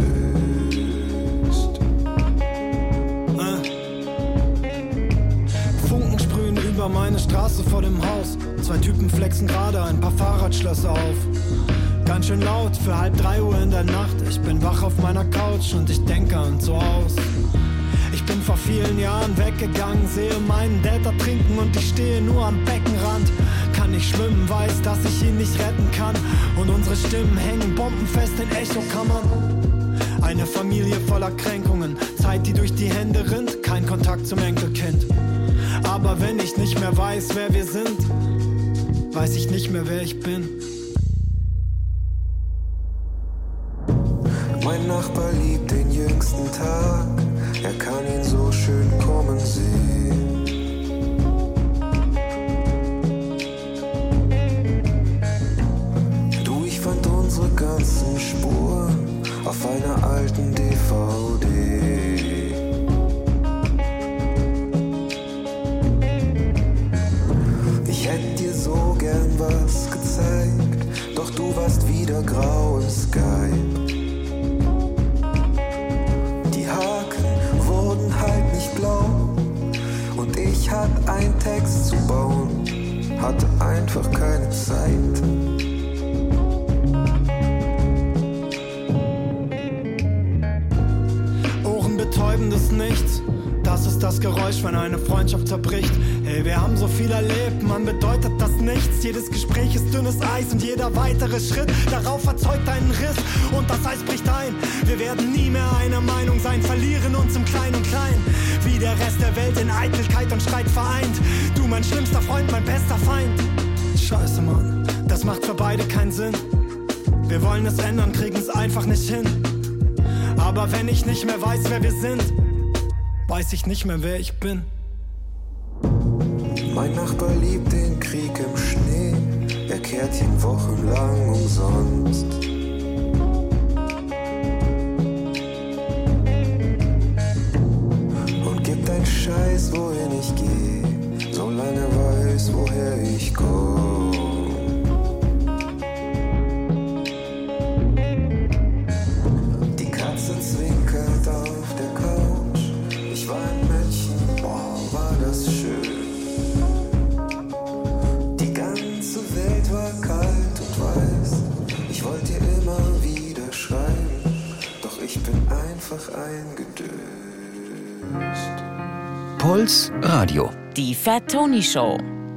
Funken sprühen über meine Straße vor dem Haus. Zwei Typen flexen gerade ein paar Fahrradschlösser auf. Ganz schön laut für halb drei Uhr in der Nacht. Ich bin wach auf meiner Couch und ich denke an zu Haus. Ich bin vor vielen Jahren weggegangen, sehe meinen Dad trinken und ich stehe nur am Beckenrand. Kann nicht schwimmen, weiß, dass ich ihn nicht retten kann. Und unsere Stimmen hängen bombenfest in Echokammern. Eine Familie voller Kränkungen, Zeit, die durch die Hände rinnt, kein Kontakt zum Enkelkind. Aber wenn ich nicht mehr weiß, wer wir sind, weiß ich nicht mehr, wer ich bin. Mein Nachbar liebt den jüngsten Tag, er kann ihn so schön kommen sehen. schwarzen Spuren auf einer alten D V D. Ich hätte dir so gern was gezeigt, doch du warst wieder grau im Skype. Die Haken wurden halt nicht blau und ich hatte einen Text zu bauen, hatte einfach keine Zeit. Ohrenbetäubendes Nichts, das ist das Geräusch, wenn eine Freundschaft zerbricht. Hey, wir haben so viel erlebt, man bedeutet das nichts. Jedes Gespräch ist dünnes Eis und jeder weitere Schritt darauf erzeugt einen Riss und das Eis bricht ein. Wir werden nie mehr einer Meinung sein, verlieren uns im Klein und Klein. Wie der Rest der Welt in Eitelkeit und Streit vereint. Du mein schlimmster Freund, mein bester Feind. Scheiße, Mann, das macht für beide keinen Sinn. Wir wollen es ändern, kriegen es einfach nicht hin. Aber wenn ich nicht mehr weiß, wer wir sind, weiß ich nicht mehr, wer ich bin. Mein Nachbar liebt den Krieg im Schnee, er kehrt ihn wochenlang umsonst. Und gibt ein Scheiß, wohin ich geh, solange weiß, woher ich komm. Die Katze zwinkert auf der Couch, ich war ein Mädchen, boah, war das schön. Die ganze Welt war kalt und weiß, ich wollte dir immer wieder schreiben, doch ich bin einfach eingedöst. Puls Radio. Die Fat Tony Show.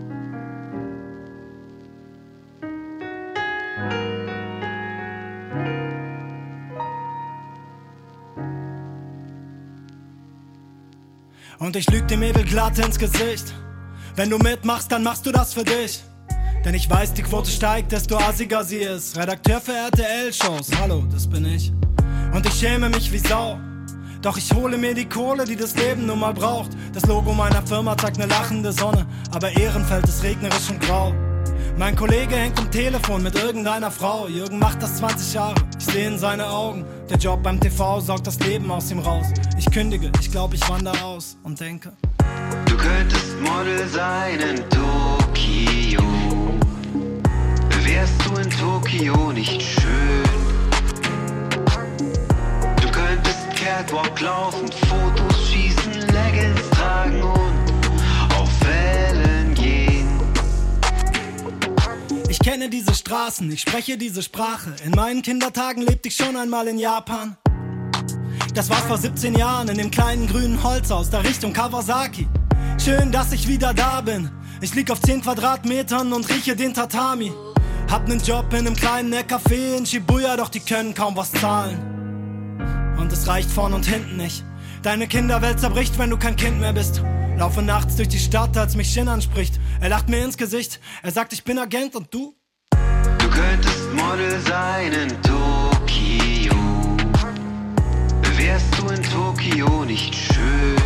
Und ich lüg dem Mädel glatt ins Gesicht. Wenn du mitmachst, dann machst du das für dich. Denn ich weiß, die Quote steigt, desto assiger sie ist. Redakteur für R T L-Shows, hallo, das bin ich. Und ich schäme mich wie Sau. Doch ich hole mir die Kohle, die das Leben nun mal braucht. Das Logo meiner Firma zeigt eine lachende Sonne, aber Ehrenfeld ist regnerisch und grau. Mein Kollege hängt am Telefon mit irgendeiner Frau. Jürgen macht das zwanzig Jahre, ich sehe in seine Augen. Der Job beim T V saugt das Leben aus ihm raus. Ich kündige, ich glaub, ich wandere aus und denke: Du könntest Model sein in Tokio. Wärst du in Tokio nicht schön? Du könntest Catwalk laufen, Fotos schießen, Leggings tragen und auf Wellen gehen. Ich kenne diese Straßen, ich spreche diese Sprache. In meinen Kindertagen lebte ich schon einmal in Japan. Das war vor siebzehn Jahren in dem kleinen grünen Holzhaus, da Richtung Kawasaki. Schön, dass ich wieder da bin. Ich lieg auf zehn Quadratmetern und rieche den Tatami. Hab nen Job in einem kleinen Café in Shibuya, doch die können kaum was zahlen. Und es reicht vorn und hinten nicht. Deine Kinderwelt zerbricht, wenn du kein Kind mehr bist. Laufe nachts durch die Stadt, als mich Shin anspricht. Er lacht mir ins Gesicht, er sagt, ich bin Agent und du? Du könntest Model sein in Tokio. Wärst du in Tokio nicht schön?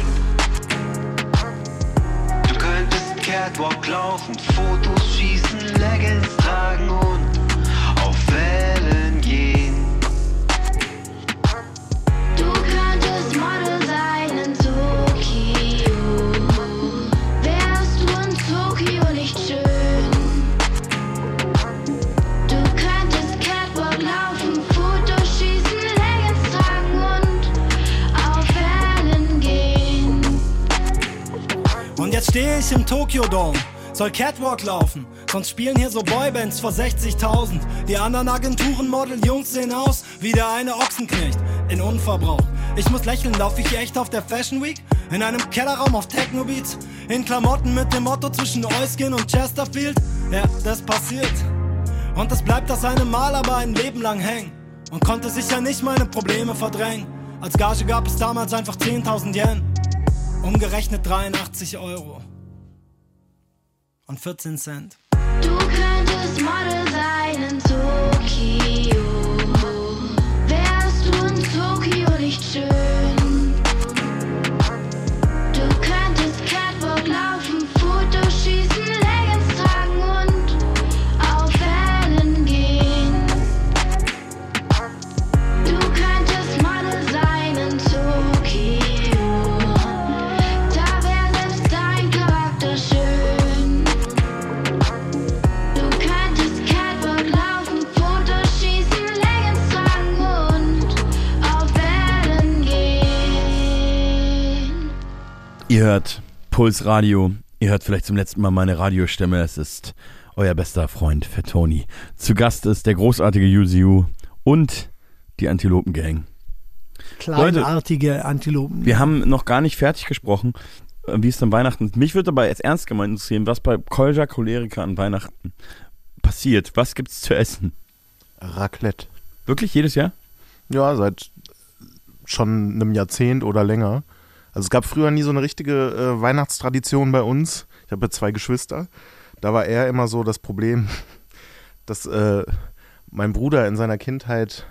Du könntest Catwalk laufen, Fotos schießen, Leggings tragen und auf Wellen gehen. Du könntest Model sein in Tokio. Wärst du in Tokio nicht schön? Du könntest Catwalk laufen, Fotos schießen, Leggings tragen und auf Wellen gehen. Und jetzt stehe ich im Tokyo Dome, soll Catwalk laufen, sonst spielen hier so Boybands vor sechzigtausend. Die anderen Agenturen-Model-Jungs sehen aus wie der eine Ochsenknecht in Unverbrauch. Ich muss lächeln, lauf ich echt auf der Fashion Week? In einem Kellerraum auf Techno-Beats? In Klamotten mit dem Motto zwischen Euskin und Chesterfield? Ja, das passiert. Und es bleibt das eine Mal aber ein Leben lang hängen. Und konnte sicher nicht meine Probleme verdrängen. Als Gage gab es damals einfach zehntausend Yen. Umgerechnet dreiundachtzig Euro. Und vierzehn Cent. Du könntest Model sein in Tokio. Wärst du in Tokio nicht schön? Du könntest Catwalk laufen, Fotos schießen, Leggings tragen und auf Wellen gehen. Ihr hört Puls Radio. Ihr hört vielleicht zum letzten Mal meine Radiostimme. Es ist euer bester Freund Fat Tony. Zu Gast ist der großartige Yuziu und die Antilopen-Gang. Kleinartige Leute, Antilopen. Wir haben noch gar nicht fertig gesprochen, wie es dann Weihnachten ist. Mich würde aber jetzt ernst gemeint interessieren, was bei Kolja Choleriker an Weihnachten passiert. Was gibt's zu essen? Raclette. Wirklich jedes Jahr? Ja, seit schon einem Jahrzehnt oder länger. Also es gab früher nie so eine richtige äh, Weihnachtstradition bei uns. Ich habe ja zwei Geschwister. Da war eher immer so das Problem, dass äh, mein Bruder in seiner Kindheit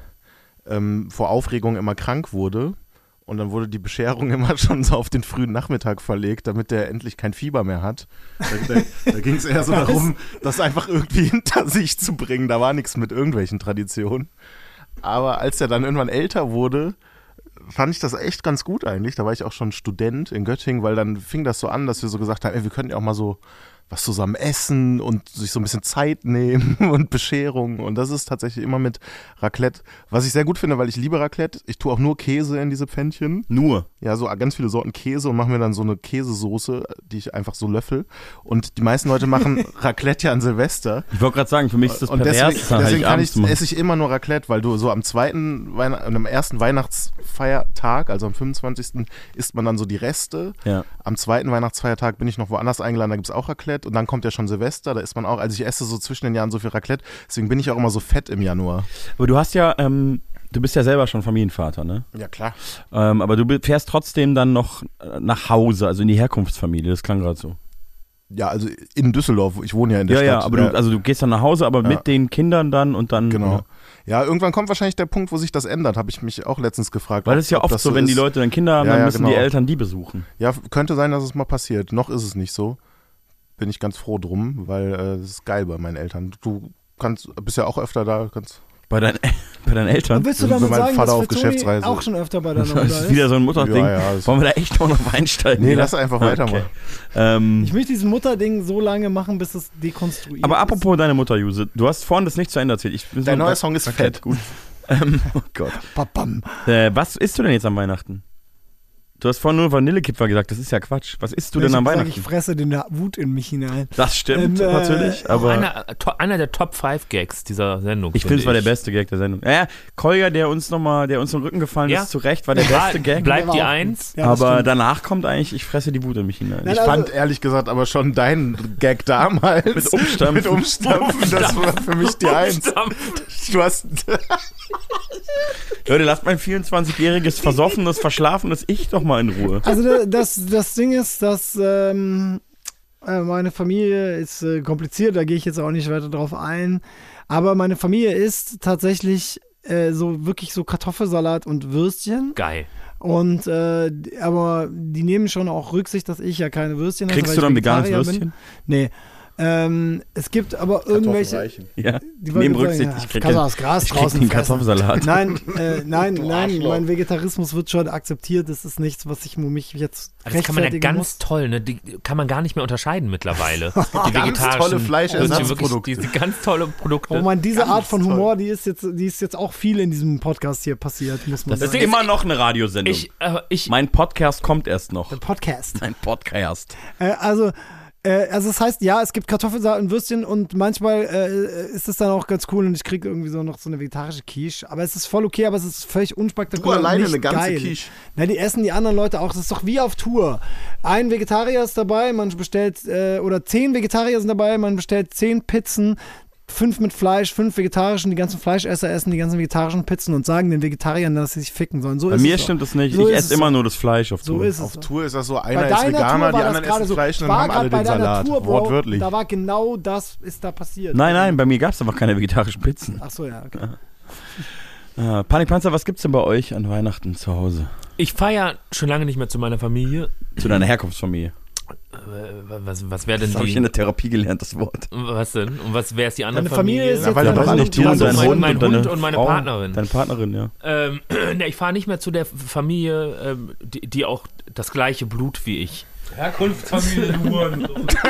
ähm, vor Aufregung immer krank wurde. Und dann wurde die Bescherung immer schon so auf den frühen Nachmittag verlegt, damit der endlich kein Fieber mehr hat. Da, da, da ging es eher so darum, das einfach irgendwie hinter sich zu bringen. Da war nichts mit irgendwelchen Traditionen. Aber als er dann irgendwann älter wurde, fand ich das echt ganz gut eigentlich. Da war ich auch schon Student in Göttingen, weil dann fing das so an, dass wir so gesagt haben, ey, wir könnten ja auch mal so was zusammen essen und sich so ein bisschen Zeit nehmen und Bescherung. Und das ist tatsächlich immer mit Raclette. Was ich sehr gut finde, weil ich liebe Raclette. Ich tue auch nur Käse in diese Pfännchen. Nur? Ja, so ganz viele Sorten Käse und mache mir dann so eine Käsesoße, die ich einfach so löffel. Und die meisten Leute machen Raclette ja an Silvester. Ich wollte gerade sagen, für mich ist das und pervers. deswegen, deswegen kann ich, esse ich immer nur Raclette, weil du so am zweiten, Weihn- am ersten Weihnachtsfeiertag, also am fünfundzwanzigsten isst man dann so die Reste. Ja. Am zweiten Weihnachtsfeiertag bin ich noch woanders eingeladen, da gibt es auch Raclette. Und dann kommt ja schon Silvester, da isst man auch, also ich esse so zwischen den Jahren so viel Raclette, deswegen bin ich auch immer so fett im Januar. Aber du hast ja, ähm, du bist ja selber schon Familienvater, ne? Ja, klar. Ähm, aber du fährst trotzdem dann noch nach Hause, also in die Herkunftsfamilie, das klang gerade so. Ja, also in Düsseldorf, ich wohne ja in der ja, Stadt. Ja, aber du, also du gehst dann nach Hause, aber ja. mit den Kindern dann und dann. Genau. Ja, irgendwann kommt wahrscheinlich der Punkt, wo sich das ändert, habe ich mich auch letztens gefragt. Weil es ist ja oft so, wenn ist. die Leute dann Kinder haben, ja, dann ja, müssen genau. die Eltern die besuchen. Ja, könnte sein, dass es mal passiert. Noch ist es nicht so. Bin ich ganz froh drum, weil äh, das ist geil bei meinen Eltern. Du kannst, bist ja auch öfter da. Kannst bei, dein, bei deinen Eltern? Und willst du damit sagen, Vater dass auf Toni Geschäftsreise auch schon öfter bei deiner Mutter Das ist ist? wieder so ein Mutterding. Ja, ja, Wollen wir da echt noch noch einsteigen? Nee, wieder? lass einfach weitermachen. Okay. Ähm, Ich möchte dieses Mutterding so lange machen, bis es dekonstruiert aber ist. apropos deine Mutter, Juse, du hast vorhin das nicht zu Ende erzählt. Ich bin Dein so neuer Song ist okay, fett. Gut. ähm, oh Gott. Babam. Äh, was isst du denn jetzt am Weihnachten? Du hast vorhin nur Vanillekipferl gesagt, das ist ja Quatsch. Was isst du Ich denn am hab gesagt, Weihnachten? Ich fresse den Wut in mich hinein. Das stimmt, Ähm, äh, natürlich. Auch Aber einer, to, einer der Top fünf Gags dieser Sendung. ich finde, es war der beste Gag der Sendung. Ja, Kolja, der uns nochmal, der uns in den Rücken gefallen Ja. ist, zu Recht, war der beste Gag. Bleibt die Der war auch Eins. Ja, das aber stimmt. danach kommt eigentlich, ich fresse die Wut in mich hinein. Nein, Ich also- fand ehrlich gesagt aber schon deinen Gag damals. Mit Umstampfen. Mit Umstampfen, das war für mich die Eins. Du hast. Leute, lasst mein vierundzwanzigjähriges, versoffenes, verschlafenes Ich doch mal in Ruhe. Also da- das, das Ding ist, dass ähm, äh, meine Familie ist äh, kompliziert, da gehe ich jetzt auch nicht weiter drauf ein. Aber meine Familie isst tatsächlich äh, so wirklich so Kartoffelsalat und Würstchen. Geil. Und äh, aber die nehmen schon auch Rücksicht, dass ich ja keine Würstchen esse. Kriegst weil du ich dann veganes Vegetarier Würstchen? Bin. Nee. Ähm, es gibt aber irgendwelche. Ja, Die neben wollen Rücksicht, sagen, ich ja, krieg, kannst du den, das Gras ich krieg draußen den fressen. Kartoffelsalat. Nein, äh, nein, nein, Arschloch. mein Vegetarismus wird schon akzeptiert. Das ist nichts, was ich mich jetzt Das kann man ja rechtfertigen ganz muss. toll, ne? Die kann man gar nicht mehr unterscheiden mittlerweile. Die Ganz vegetarischen tolle Fleischersatzprodukte. Diese ganz tolle Produkte. Oh man, diese Ganz Art von toll. Humor, die ist jetzt, die ist jetzt auch viel in diesem Podcast hier passiert, muss man Das ist sagen. immer noch eine Radiosendung. Ich, äh, ich, mein Podcast kommt erst noch. Der Podcast. Mein Podcast. Äh, also, äh, also das heißt, ja, es gibt Kartoffelsalat und Würstchen und manchmal äh, ist es dann auch ganz cool und ich kriege irgendwie so noch so eine vegetarische Quiche. Aber es ist voll okay, aber es ist völlig unspektakulär. Du alleine und nicht eine ganze geil. Quiche. Na, die essen die anderen Leute auch. Das ist doch wie auf Tour. Ein Vegetarier ist dabei, man bestellt, äh, oder zehn Vegetarier sind dabei, man bestellt zehn Pizzen, fünf mit Fleisch, fünf vegetarischen, die ganzen Fleischesser essen die ganzen vegetarischen Pizzen und sagen den Vegetariern, dass sie sich ficken sollen. So Bei ist mir es stimmt doch. das nicht. So ich ist esse es immer doch. nur das Fleisch auf So Tour. ist es. Auf so. Tour ist das so, Bei einer ist deiner Veganer, Tour die war das anderen gerade essen so. Fleisch und Ich dann war haben alle gerade bei den deiner Salat. Tour, Bro. Wortwörtlich. Da war genau das, ist da passiert. Nein, nein, bei mir gab es einfach keine vegetarischen Pizzen. Ach so, ja, okay. Ah, Panikpanzer, was gibt's denn bei euch an Weihnachten zu Hause? ich fahre schon lange nicht mehr zu meiner Familie. Zu deiner Herkunftsfamilie? Äh, Was, was wäre denn Das habe die? ich in der Therapie gelernt, das Wort. Was denn? Und was wäre es die andere Deine Familie ist Ja, jetzt weil deine da doch Familie. nicht Du Ja, und so dein mein- Hund mein und deine Hund und meine Frau, Partnerin. Deine Partnerin, ja. Ähm, ne, ich fahre nicht mehr zu der Familie, ähm, die, die auch das gleiche Blut wie ich. Herkunftsfamilie Huren.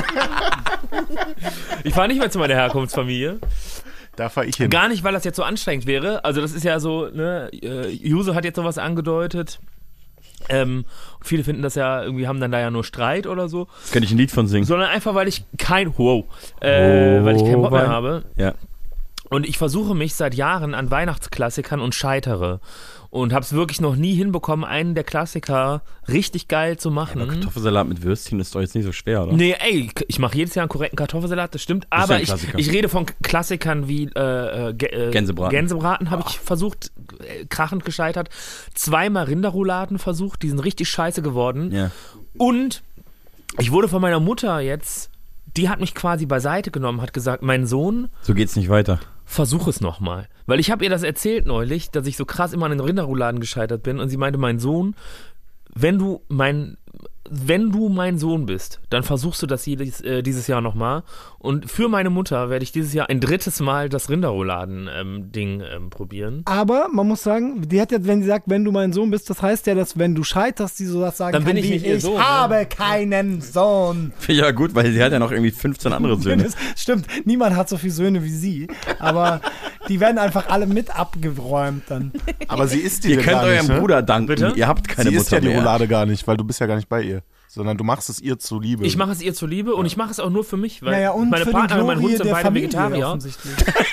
Ich fahre nicht mehr zu meiner Herkunftsfamilie. Da fahre ich hin. Gar nicht, weil das jetzt so anstrengend wäre. Also das ist ja so, ne, äh, Juso hat jetzt sowas angedeutet. Ähm, viele finden das ja, irgendwie haben dann da ja nur Streit oder so. Könnte ich ein Lied von singen. Sondern einfach, weil ich kein, wow, äh, oh, weil ich keinen Bock mehr habe. Ja. Und ich versuche mich seit Jahren an Weihnachtsklassikern und scheitere. Und habe es wirklich noch nie hinbekommen, einen der Klassiker richtig geil zu machen. Ja, aber Kartoffelsalat mit Würstchen ist doch jetzt nicht so schwer, oder? Nee, ey, ich mache jedes Jahr einen korrekten Kartoffelsalat, das stimmt. Das aber ist ja ich, ein ich rede von Klassikern wie äh, äh, Gänsebraten. Gänsebraten habe ich versucht, äh, krachend gescheitert. Zweimal Rinderrouladen versucht, die sind richtig scheiße geworden. Ja. Und ich wurde von meiner Mutter jetzt, die hat mich quasi beiseite genommen, hat gesagt, mein Sohn... So geht's nicht weiter. Versuch es nochmal. Weil ich habe ihr das erzählt neulich, dass ich so krass immer an den Rinderrouladen gescheitert bin und sie meinte, mein Sohn, wenn du mein, wenn du mein Sohn bist, dann versuchst du das jedes, äh, dieses Jahr nochmal. Und für meine Mutter werde ich dieses Jahr ein drittes Mal das Rinderrouladen-Ding ähm, ähm, probieren. Aber man muss sagen, die hat ja, wenn sie sagt, wenn du mein Sohn bist, das heißt ja, dass wenn du scheiterst, sie so das sagen dann kann, bin ich wie nicht ihr ich Sohn, habe ne? keinen Sohn. Ja gut, weil sie hat ja noch irgendwie fünfzehn andere Söhne. Das stimmt, niemand hat so viele Söhne wie sie, aber die werden einfach alle mit abgeräumt dann. Aber sie isst die Ihr denn könnt gar eurem nicht, ne? Bruder danken, Bitte? ihr habt keine sie Mutter isst ja die mehr. Roulade gar nicht, weil du bist ja gar nicht bei ihr. Sondern du machst es ihr zuliebe. Ich mache es ihr zuliebe und ich mache es auch nur für mich, weil Naja, und meine für Partner die und mein Hund Glorie sind der beide Familie Vegetarier. offensichtlich.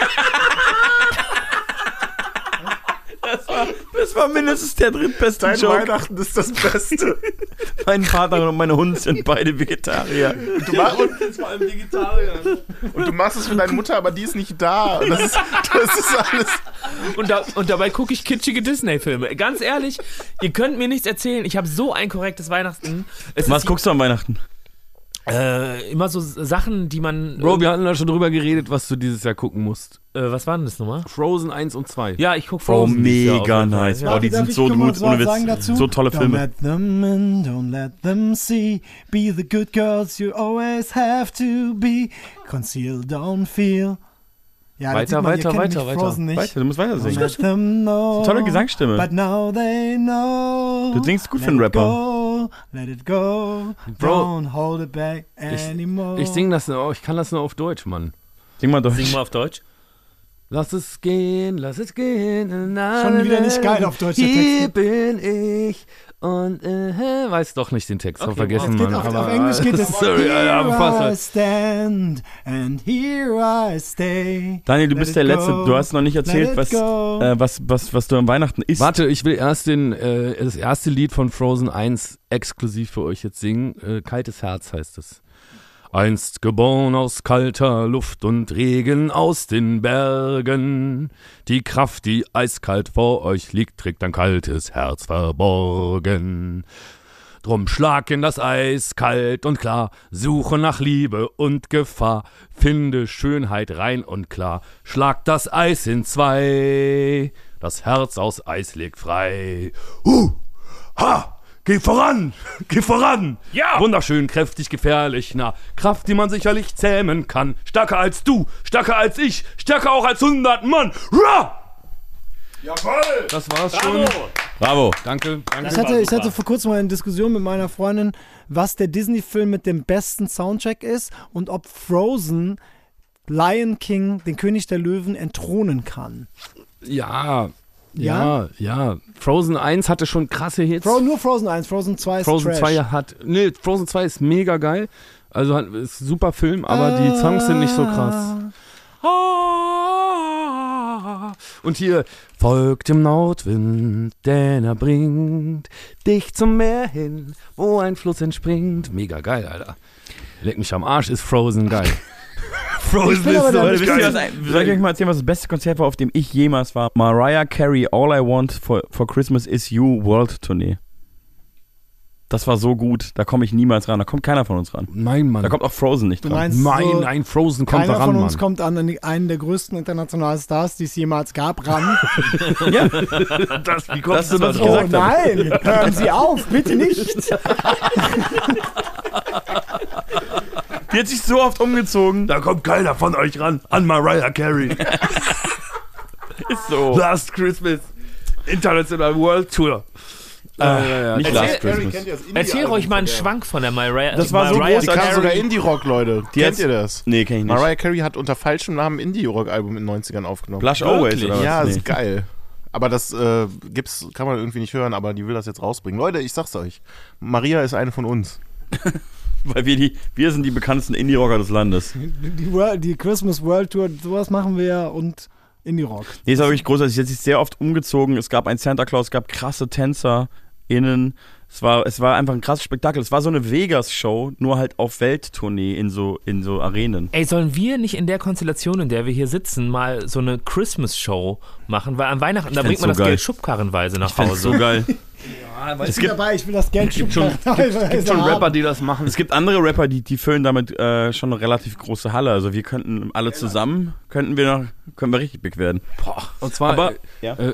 Das war, das war mindestens der drittbeste Dein Joke. Weihnachten ist das Beste. Mein Vater und meine Hunde sind beide Vegetarier. Und du, mach, und, vor allem Vegetarier. Und du machst es für deine Mutter, aber die ist nicht da. Und das ist, das ist alles. Und, da, und dabei gucke ich kitschige Disney-Filme. Ganz ehrlich, ihr könnt mir nichts erzählen. Ich habe so ein korrektes Weihnachten. Es Was ist guckst du an Weihnachten? Äh, immer so Sachen, die man... Bro, wir hatten da schon drüber geredet, was du dieses Jahr gucken musst. Äh, was war denn das nochmal? Frozen eins und zwei. Ja, ich guck Oh, Frozen. dieses Jahr auf mega jeden Fall. nice. Ja. Boah, die Darf sind ich so mal gut, was ohne sagen Witz. dazu? So tolle Don't Filme. let them in, don't let them see. Be the good girls you always have to be. Conceal, don't feel. Ja, das Weiter, sieht man, ihr weiter, kennt weiter, mich weiter. Frozen nicht. Weiter, du musst weiter Don't singen. let them know. Tolle Gesangsstimme. But now they know. Du singst gut Let für einen it Rapper. Go, let it go. Bro, Don't hold it back anymore. Ich sing das nur, ich kann das nur auf Deutsch, Mann. Sing mal Deutsch. Sing mal auf Deutsch. Lass es gehen, lass es gehen. Na, Schon wieder na, nicht geil auf Deutsch, der Hier Text. bin ich und äh, weiß doch nicht den Text, Okay, hab vergessen, Es geht Mann. auf, aber, auf Englisch geht es. Sorry, Here aber fast. I stand and here I stay. Daniel, du Let bist it der Letzte. go, Du hast noch nicht erzählt, let was, it go. äh, was, was, was du an Weihnachten isst. Warte, ich will erst den, äh, das erste Lied von Frozen eins exklusiv für euch jetzt singen. Äh, Kaltes Herz heißt es. Einst geboren aus kalter Luft und Regen aus den Bergen. Die Kraft, die eiskalt vor euch liegt, trägt ein kaltes Herz verborgen. Drum schlag in das Eis kalt und klar, suche nach Liebe und Gefahr, finde Schönheit rein und klar, schlag das Eis in zwei, das Herz aus Eis legt frei. Huh, ha! Geh voran! Geh voran! Ja! Wunderschön, kräftig, gefährlich, nah. Kraft, die man sicherlich zähmen kann. Stärker als du, stärker als ich, stärker auch als hundert Mann. Ra! Jawohl! Das war's Bravo! schon. Bravo. Danke, danke. Ich hatte, ich hatte vor kurzem mal eine Diskussion mit meiner Freundin, was der Disney-Film mit dem besten Soundtrack ist und ob Frozen Lion King, den König der Löwen, entthronen kann. Ja, ja, ja. Frozen eins hatte schon krasse Hits. Fro- nur Frozen eins, Frozen zwei ist Frozen Trash. zwei hat, nee, Frozen zwei ist mega geil. Also hat, ist ein super Film, aber Ah. die Songs sind nicht so krass. Und hier folgt dem Nordwind, denn er bringt dich zum Meer hin, wo ein Fluss entspringt. Mega geil, Alter. Leck mich am Arsch, ist Frozen geil. Frozen bin aber ist so der- Wisst ihr, was, geil. soll ich euch mal erzählen, was das beste Konzert war, auf dem ich jemals war? Mariah Carey, All I Want for, for Christmas is You World Tournee. Das war so gut, da komme ich niemals ran, da kommt keiner von uns ran. Nein, Mann. Da kommt auch Frozen nicht Du dran. meinst Nein, so, nein, Frozen kommt keiner da ran, von uns Mann. kommt an einen der größten internationalen Stars, die es jemals gab, ran. Ja, Das, wie das ist, was ich Oh gesagt habe. nein, hören Sie auf, bitte nicht. Die hat sich so oft umgezogen. Da kommt keiner von euch ran an Mariah Carey. Ist so. Last Christmas International World Tour. Äh, nicht Last Erzähl- Christmas. Erzähl euch mal einen Schwank von der Mariah. Das war so Mariah groß, Die kann Carey. sogar Indie-Rock, Leute. Die Kennt hat's- ihr das? Nee, kenn ich nicht. Mariah Carey hat unter falschem Namen ein Indie-Rock-Album in den neunzigern aufgenommen. Blush Always, Wirklich? oder was? Ja, das Nee. ist geil. Aber das äh, gibt's, kann man irgendwie nicht hören, aber die will das jetzt rausbringen. Leute, ich sag's euch, Maria ist eine von uns. Weil wir die, wir sind die bekanntesten Indie-Rocker des Landes. Die, die, World, die Christmas World Tour, sowas machen wir ja und Indie-Rock. Nee, ist auch wirklich großartig. Sie hat sich sehr oft umgezogen. Es gab einen Santa Claus, es gab krasse TänzerInnen. Es war, es war einfach ein krasses Spektakel. Es war so eine Vegas-Show, nur halt auf Welttournee in so, in so Arenen. Ey, sollen wir nicht in der Konstellation, in der wir hier sitzen, mal so eine Christmas-Show machen? Weil an Weihnachten, da bringt man so das geil. Geld schubkarrenweise nach Ich find's Hause. so geil. Ja, es ich bin gibt, dabei, ich will das Geld gibt schon, gibt, gibt schon Rapper, die das machen. Es gibt andere Rapper, die, die füllen damit äh, schon eine relativ große Halle. Also wir könnten alle zusammen, könnten wir noch, können wir richtig big werden. Boah. Und zwar, Aber, äh, ja. äh,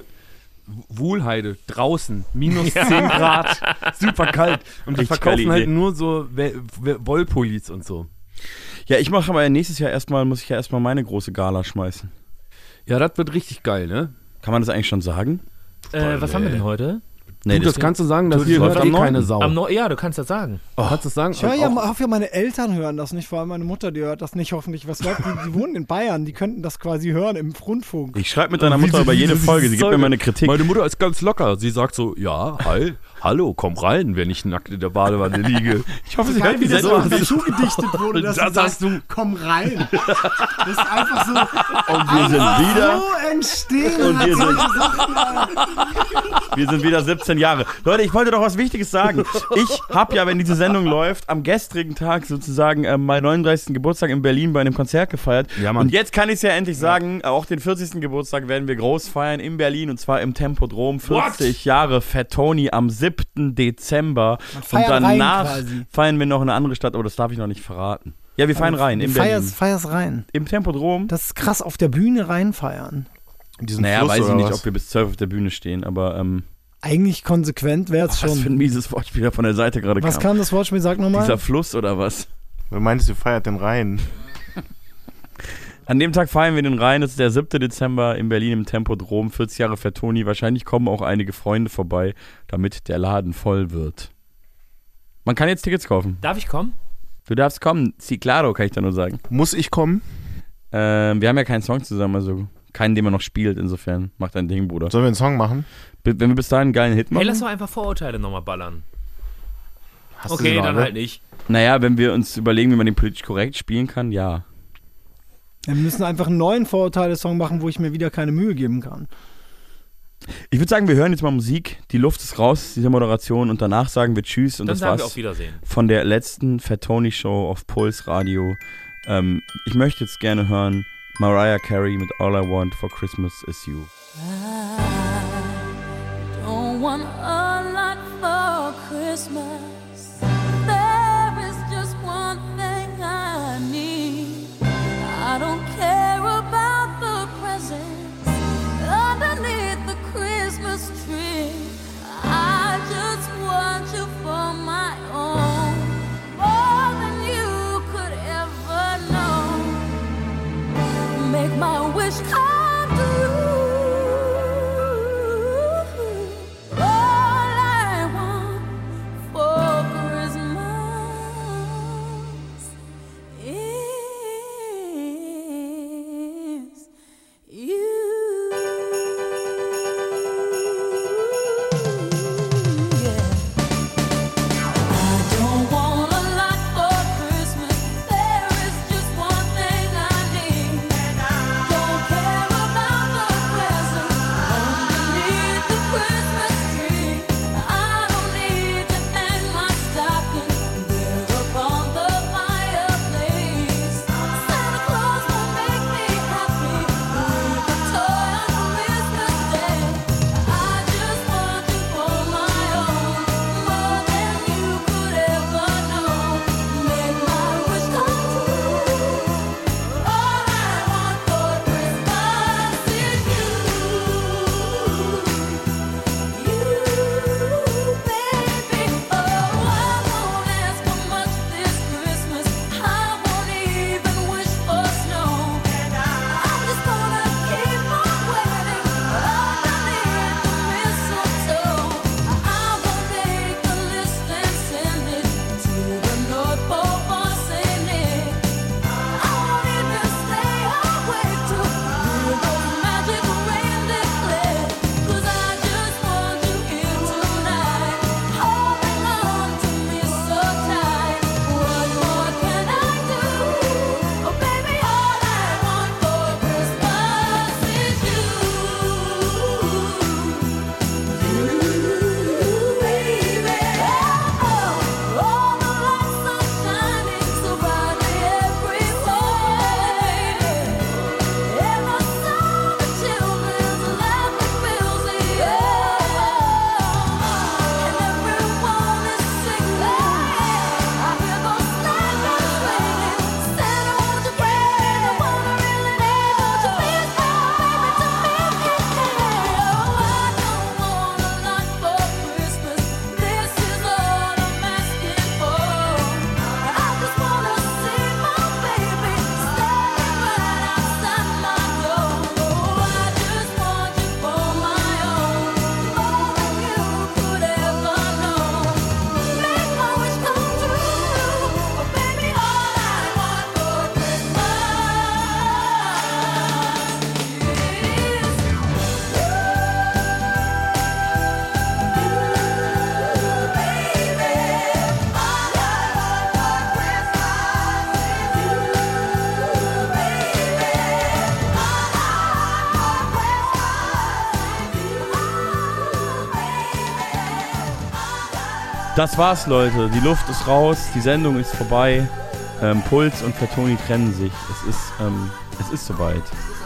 Wuhlheide, draußen, minus zehn Grad, super kalt. Und wir Richtig verkaufen geile halt Idee. nur so We- We- Wollpullis und so. Ja, ich mache aber nächstes Jahr erstmal, muss ich ja erstmal meine große Gala schmeißen. Ja, das wird richtig geil, ne? Kann man das eigentlich schon sagen? Äh, was haben wir denn heute? Nee, du, das kannst du sagen, das hier hört läuft eh am keine neunten. Sau. Am Neu- ja, du kannst das sagen. Oh. Kannst du das sagen? Ich höre ja, Auch- hoffe ja, meine Eltern hören das nicht, vor allem meine Mutter, die hört das nicht hoffentlich. Was läuft, die, die wohnen in Bayern, die könnten das quasi hören im Rundfunk. Ich schreibe mit deiner Mutter über jede Folge, sie gibt mir meine Kritik. Meine Mutter ist ganz locker. Sie sagt so, ja, hi, hallo, komm rein, wenn ich nackt in der Badewanne liege. Ich hoffe, sie Geil, hört wie die das so Sendung. dazu gedichtet wurde, dass Das du sagst, hast du- komm rein. Das ist einfach so. Und wir sind wieder... So entstehen Und halt wir sind- solche Sachen. Alter. Wir sind wieder siebzehn Jahre. Leute, ich wollte doch was Wichtiges sagen. Ich habe ja, wenn diese Sendung läuft, am gestrigen Tag sozusagen äh, meinen neununddreißigsten Geburtstag in Berlin bei einem Konzert gefeiert. Ja, Mann. Und jetzt kann ich es ja endlich sagen, auch den vierzigsten Geburtstag werden wir groß feiern in Berlin und zwar im Tempodrom. vierzig Jahre Fat Tony am siebten Dezember. Und feiert rein danach quasi. feiern wir noch in eine andere Stadt, aber das darf ich noch nicht verraten. Ja, wir feiern rein, Du in Berlin. feierst, feierst rein. Im Tempodrom. Das ist krass, auf der Bühne reinfeiern. Diesen Naja, Fluss weiß ich oder nicht, was? ob wir bis zwölf auf der Bühne stehen, aber ähm, Eigentlich konsequent wäre es was für ein schon. mieses Wortspiel da von der Seite gerade Was kam. kam das Wortspiel? Sag nochmal. Dieser Fluss oder was? Wer meintest du, feiert den Rhein? An dem Tag feiern wir den Rhein, das ist der siebte Dezember in Berlin im Tempodrom, vierzig Jahre Fat Tony. Wahrscheinlich kommen auch einige Freunde vorbei, damit der Laden voll wird. Man kann jetzt Tickets kaufen. Darf ich kommen? Du darfst kommen, si claro, kann ich da nur sagen. Muss ich kommen? Ähm, wir haben ja keinen Song zusammen, also keinen, den man noch spielt, insofern. Mach dein Ding, Bruder. Sollen wir einen Song machen? B- Wenn wir bis dahin einen geilen Hit Hey, machen. lass doch einfach Vorurteile nochmal ballern. Hast du Okay, sie noch dann alle? halt nicht. Naja, wenn wir uns überlegen, wie man den politisch korrekt spielen kann, ja. Wir müssen einfach einen neuen Vorurteile-Song machen, wo ich mir wieder keine Mühe geben kann. Ich würde sagen, wir hören jetzt mal Musik. Die Luft ist raus, diese Moderation. Und danach sagen wir Tschüss. Und Dann das sagen wir war's auf Wiedersehen. von der letzten Fat Tony Show auf Puls Radio. Ähm, ich möchte jetzt gerne hören Mariah Carey mit All I Want for Christmas Is You. Don't want a lot for Christmas. There is just one thing I need. I don't care about the presents underneath the Christmas tree. I just want you for my own, more than you could ever know. Make my wish come true. All I want for Das war's, Leute. Die Luft ist raus, die Sendung ist vorbei. Ähm, Puls und Fettoni trennen sich. Es ist, ähm, es ist soweit.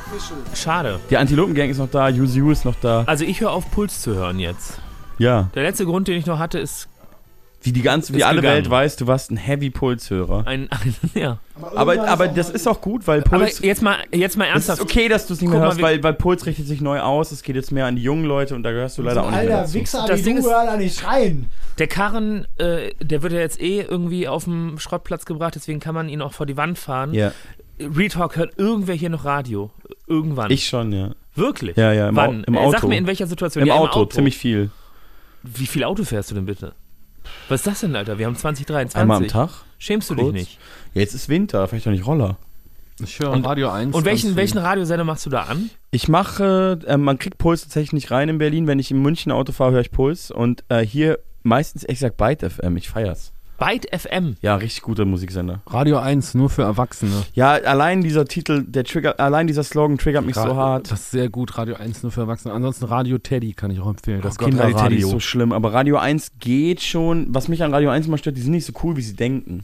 Schade. Die Antilopen-Gang ist noch da, U Z U ist noch da. Also ich höre auf, Puls zu hören jetzt. Ja. Der letzte Grund, den ich noch hatte, ist Wie die ganze, wie alle gegangen. Welt weiß, du warst ein Heavy-Puls-Hörer. Ein, ein, ja. Aber, aber das ist auch gut, weil Puls... Aber jetzt mal, jetzt mal ernsthaft. Es ist okay, dass du es nicht mehr Guck hörst, mal, weil, weil Puls richtet sich neu aus. Es geht jetzt mehr an die jungen Leute und da gehörst du leider auch nicht mehr Alter, dazu. Wichser, Das wie Ding du, ist- hör da nicht schreien. Der Karren, äh, der wird ja jetzt eh irgendwie auf dem Schrottplatz gebracht, deswegen kann man ihn auch vor die Wand fahren. Ja. Retalk hört irgendwer hier noch Radio. Irgendwann. Ich schon, ja. Wirklich? Ja, ja, im, Wann? Au im Äh, Auto. Sag mir, in welcher Situation? Im, Ja, Auto, ziemlich viel. Wie viel Auto fährst du denn bitte? Was ist das denn, Alter? Wir haben zwanzig dreiundzwanzig. Einmal am Tag. Schämst du Kurz. dich nicht? Ja, jetzt ist Winter, vielleicht doch nicht Roller. Ich höre Und- Radio eins. Und welchen, ganz welchen viel. Radiosender machst du da an? Ich mache, äh, man kriegt Puls tatsächlich nicht rein in Berlin. Wenn ich in München Auto fahre, höre ich Puls. Und äh, hier meistens, ehrlich gesagt, Byte F M. Ich feier's. Byte F M. Ja, richtig guter Musiksender. Radio eins, nur für Erwachsene. Ja, allein dieser Titel, der Trigger, allein dieser Slogan triggert mich Ra- so hart. Das ist sehr gut, Radio eins nur für Erwachsene. Ansonsten Radio Teddy kann ich auch empfehlen. Das Oh Gott, Radio Teddy ist Kinderradio. so schlimm, aber Radio eins geht schon. Was mich an Radio eins immer stört, die sind nicht so cool, wie sie denken.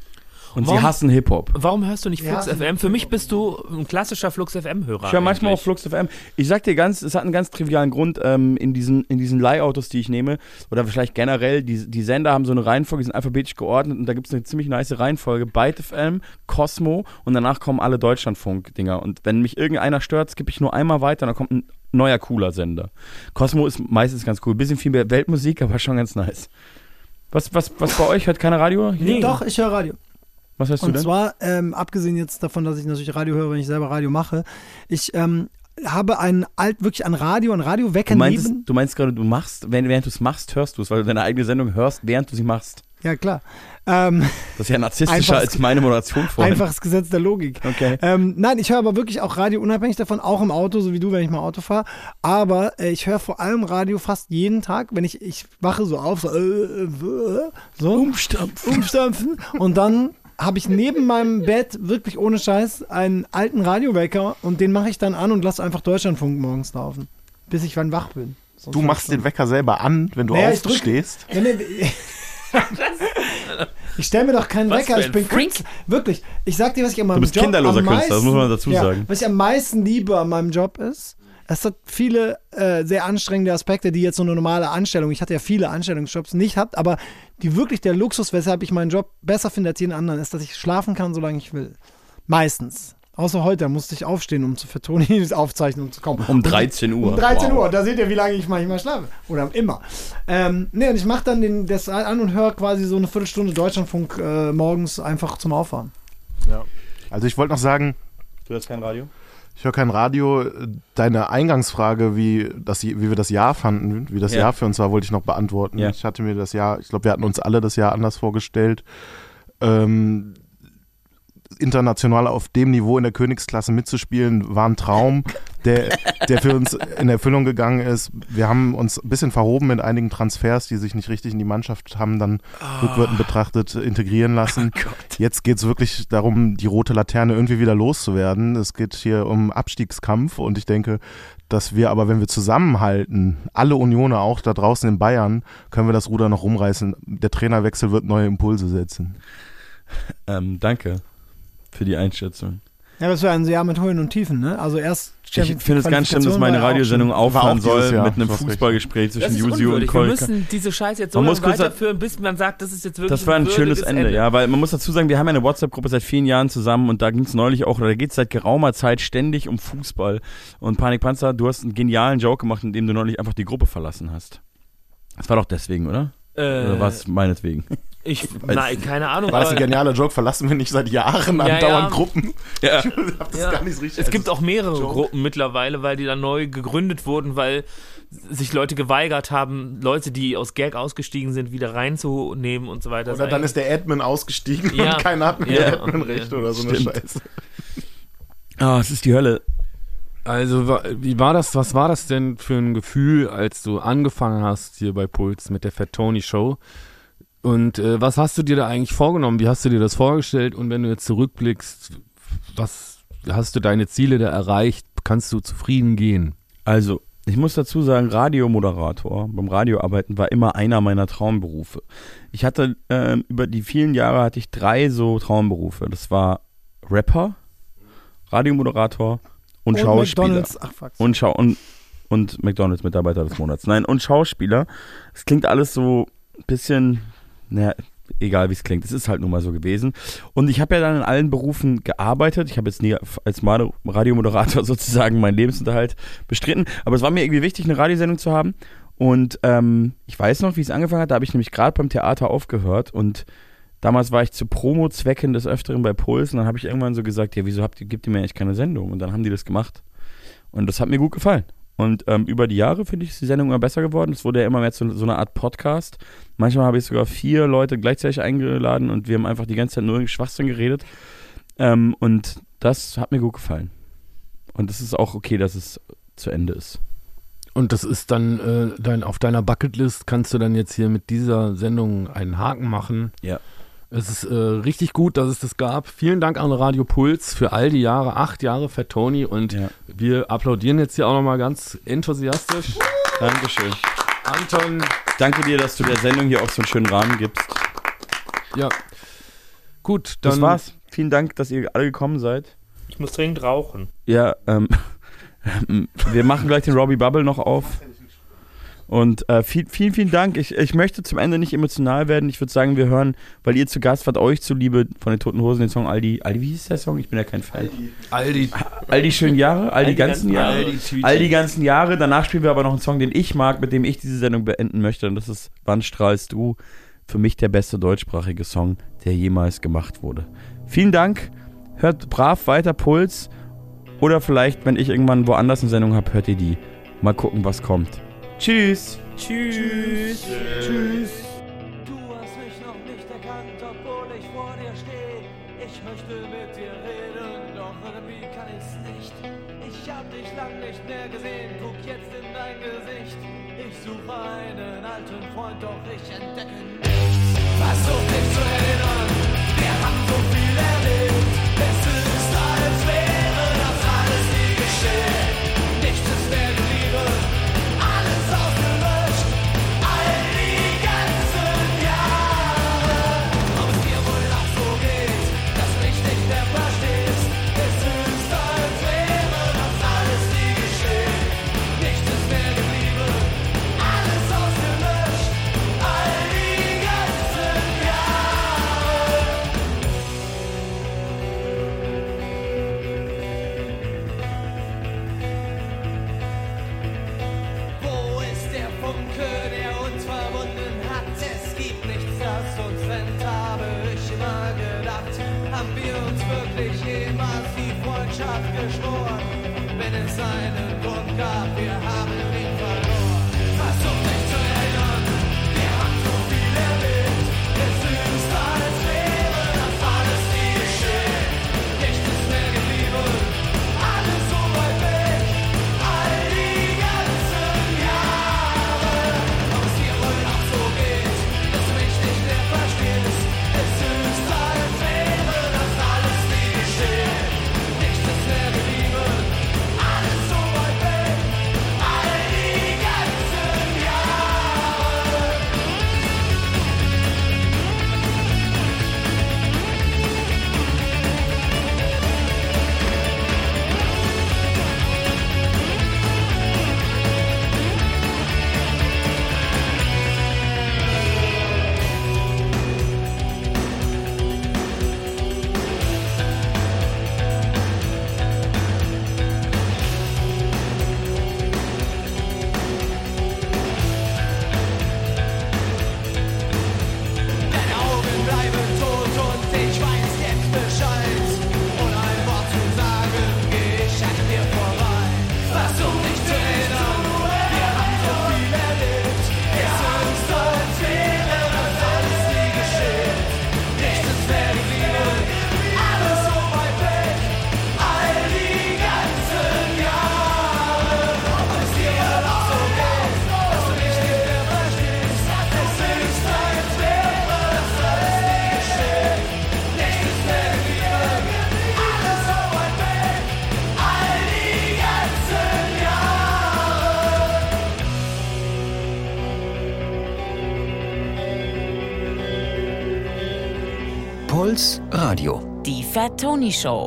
Und Warum- sie hassen Hip-Hop. Warum hörst du nicht Ja, Flux F M? Für mich bist du ein klassischer Flux F M-Hörer. Ich höre manchmal auch eigentlich. Flux F M. Ich sag dir ganz, es hat einen ganz trivialen Grund, ähm, in diesen, in diesen Leihautos, die ich nehme, oder vielleicht generell, die, die Sender haben so eine Reihenfolge, die sind alphabetisch geordnet und da gibt es eine ziemlich nice Reihenfolge. Byte F M, Cosmo und danach kommen alle Deutschlandfunk-Dinger. Und wenn mich irgendeiner stört, skippe ich nur einmal weiter und dann kommt ein neuer, cooler Sender. Cosmo ist meistens ganz cool. Bisschen viel mehr Weltmusik, aber schon ganz nice. Was, was, was bei euch? Hört keiner Radio? Nee. Doch, ich höre Radio. Was hörst du Und denn? zwar, ähm, abgesehen jetzt davon, dass ich natürlich Radio höre, wenn ich selber Radio mache, ich ähm, habe ein alt, wirklich ein Radio, ein Radiowecker Du meinst, neben. du meinst gerade, du machst, während, während du es machst, hörst du es, weil du deine eigene Sendung hörst, während du sie machst. Ja, klar. Ähm, Das ist ja narzisstischer Einfaches- als meine Moderation vorhin. Einfaches Gesetz der Logik. Okay. Ähm, nein, ich höre aber wirklich auch Radio unabhängig davon, auch im Auto, so wie du, wenn ich mal Auto fahre. Aber äh, ich höre vor allem Radio fast jeden Tag, wenn ich, ich wache so auf, so, äh, äh, so umstampfen. umstampfen und dann habe ich neben meinem Bett wirklich ohne Scheiß einen alten Radiowecker und den mache ich dann an und lasse einfach Deutschlandfunk morgens laufen, bis ich wann wach bin. So Du machst den Wecker selber an, wenn du Naja, ich drück- aufstehst. Ja, nee, ich stelle mir doch keinen Was Wecker, für ich ein bin Freak. Künstler. Wirklich, ich sag dir, was ich an meinem bist Job kinderloser am Künstler, das muss man dazu ja, sagen. Was ich am meisten liebe an meinem Job ist, es hat viele äh, sehr anstrengende Aspekte, die jetzt so eine normale Anstellung, ich hatte ja viele Anstellungsjobs, nicht habt, aber die wirklich der Luxus, weshalb ich meinen Job besser finde als jeden anderen, ist, dass ich schlafen kann, solange ich will. Meistens. Außer heute, da musste ich aufstehen, um zu für Tonis Aufzeichnung zu kommen. Um dreizehn Uhr. Um dreizehn Wow. Uhr, da seht ihr, wie lange ich manchmal schlafe. Oder immer. Ähm, ne, und ich mache dann den, das an und höre quasi so eine Viertelstunde Deutschlandfunk äh, morgens einfach zum Auffahren. Ja. Also ich wollte noch sagen, Du hörst kein Radio? ich höre kein Radio. Deine Eingangsfrage, wie, das, wie wir das Jahr fanden, wie das Ja. Jahr für uns war, wollte ich noch beantworten. Ja. Ich hatte mir das Jahr, ich glaube, wir hatten uns alle das Jahr anders vorgestellt. Ähm, international auf dem Niveau in der Königsklasse mitzuspielen, war ein Traum, der, der für uns in Erfüllung gegangen ist. Wir haben uns ein bisschen verhoben mit einigen Transfers, die sich nicht richtig in die Mannschaft haben dann Oh. rückwärts betrachtet integrieren lassen. Jetzt geht es wirklich darum, die rote Laterne irgendwie wieder loszuwerden. Es geht hier um Abstiegskampf und ich denke, dass wir aber, wenn wir zusammenhalten, alle Unioner auch da draußen in Bayern, können wir das Ruder noch rumreißen. Der Trainerwechsel wird neue Impulse setzen. Ähm, danke für die Einschätzung. Ja, das wäre ein Jahr mit Höhen und Tiefen, ne? Also erst Ich finde es ganz schlimm, dass meine war ja auch Radiosendung schon- aufhören war auch soll dieses Jahr, mit einem du hast recht. Fußballgespräch Das zwischen ist Jusio und unwürdig. Wir Kolka. müssen diese Scheiße jetzt so Man lange muss kurz weiterführen, bis man sagt, das ist jetzt wirklich Das war ein schönes würdiges Ende, ja, weil man muss dazu sagen, wir haben ja eine WhatsApp-Gruppe seit vielen Jahren zusammen und da ging es neulich auch, oder da geht es seit geraumer Zeit ständig um Fußball. Und Panikpanzer, du hast einen genialen Joke gemacht, indem du neulich einfach die Gruppe verlassen hast. Das war doch deswegen, oder? Äh, Oder war es meinetwegen? Ich, nein, keine Ahnung. War das ein aber- genialer Joke? Verlassen wir nicht seit Jahren Ja, andauernd ja. Gruppen? Ja. Ich hab das Ja. gar nicht so richtig. Es gibt auch mehrere Joke. Gruppen mittlerweile, weil die dann neu gegründet wurden, weil sich Leute geweigert haben, Leute, die aus Gag ausgestiegen sind, wieder reinzunehmen und so weiter. Oder dann ist der Admin ausgestiegen Ja. und keiner hat mehr Ja. Admin-Recht Ja. oder so Stimmt. eine Scheiße. Ah, es ist die Hölle. Also, wa- wie war das, was war das denn für ein Gefühl, als du angefangen hast hier bei Puls mit der Fat Tony Show? Und äh, was hast du dir da eigentlich vorgenommen? Wie hast du dir das vorgestellt? Und wenn du jetzt zurückblickst, was hast du deine Ziele da erreicht? Kannst du zufrieden gehen? Also, Ich muss dazu sagen, Radiomoderator beim Radioarbeiten war immer einer meiner Traumberufe. Ich hatte, äh, über die vielen Jahre hatte ich drei so Traumberufe. Das war Rapper, Radiomoderator und, und Schauspieler. McDonald's. Ach, fuck. Und, Schau- und, und McDonald's Mitarbeiter des Monats. Nein, und Schauspieler. Es klingt alles so ein bisschen, naja, egal wie es klingt, es ist halt nun mal so gewesen. Und ich habe ja dann in allen Berufen gearbeitet. Ich habe jetzt nie als Radiomoderator sozusagen meinen Lebensunterhalt bestritten, aber es war mir irgendwie wichtig, eine Radiosendung zu haben. Und ähm, ich weiß noch, wie es angefangen hat, da habe ich nämlich gerade beim Theater aufgehört und damals war ich zu Promo-Zwecken des Öfteren bei Puls und dann habe ich irgendwann so gesagt, ja, wieso habt ihr, gibt ihr mir eigentlich keine Sendung? Und dann haben die das gemacht. Und das hat mir gut gefallen. Und ähm, über die Jahre, finde ich, ist die Sendung immer besser geworden. Es wurde ja immer mehr zu so einer Art Podcast. Manchmal habe ich sogar vier Leute gleichzeitig eingeladen und wir haben einfach die ganze Zeit nur über Schwachsinn geredet. Ähm, und das hat mir gut gefallen. Und es ist auch okay, dass es zu Ende ist. Und das ist dann äh, dein, auf deiner Bucketlist kannst du dann jetzt hier mit dieser Sendung einen Haken machen. Ja. Es ist äh, richtig gut, dass es das gab. Vielen Dank an Radio Puls für all die Jahre, acht Jahre Fat Tony und ja. wir applaudieren jetzt hier auch nochmal ganz enthusiastisch. Dankeschön. Anton. Danke dir, dass du der Sendung hier auch so einen schönen Rahmen gibst. Ja. Gut, dann. Das war's. Vielen Dank, dass ihr alle gekommen seid. Ich muss dringend rauchen. Ja, ähm, wir machen gleich den Robbie Bubble noch auf. Und äh, viel, vielen, vielen Dank. Ich, ich möchte zum Ende nicht emotional werden. Ich würde sagen, wir hören, weil ihr zu Gast wart, euch zuliebe von den Toten Hosen den Song Aldi. Aldi, wie hieß der Song? Ich bin ja kein Fan. Aldi. All die schönen Jahre, all die Aldi ganzen ganzen Jahre. Aldi All die ganzen Jahre. Danach spielen wir aber noch einen Song, den ich mag, mit dem ich diese Sendung beenden möchte. Und das ist Wann strahlst du? Für mich der beste deutschsprachige Song, der jemals gemacht wurde. Vielen Dank. Hört brav weiter Puls. Oder vielleicht, wenn ich irgendwann woanders eine Sendung habe, hört ihr die. Mal gucken, was kommt. Tschüss. Tschüss. Tschüss. Du hast mich noch nicht erkannt, obwohl ich vor dir stehe. Ich möchte mit dir reden, doch irgendwie kann ich's nicht. Ich hab dich lang nicht mehr gesehen, guck jetzt in dein Gesicht. Ich suche einen alten Freund, doch ich entdecke nichts. Versuch dich zu erinnern, wir haben so viel erlebt. Es ist, als wäre das alles nie geschehen. Nichts ist mehr geblieben, alles ausgelöscht. All die ganzen Jahre. Ob es dir wohl auch so geht, dass du mich nicht mehr verstehst. Es ist, als wäre das alles nie geschehen. Nichts ist mehr geblieben, alles ausgelöscht. All die ganzen Jahre. Wo ist der Funke, der uns verbunden hat? Es gibt nichts, das uns trennt, habe ich immer gedacht. Haben wir uns wirklich jemals die Freundschaft geschworen? Wenn es einen Grund gab, wir haben ihn verloren. Versuch dich zu erinnern, wir haben so viel erlebt. Es ist, als wäre das alles nie geschehen. Nichts ist mehr geblieben, alles so weit weg. All die ganzen Jahre. Ob es dir wohl auch so geht, dass du mich nicht mehr verstehst. Es ist, als wäre das alles nie geschehen. Nichts ist mehr geblieben, alles so weit weg. All Puls Radio. Die Fat Tony Show.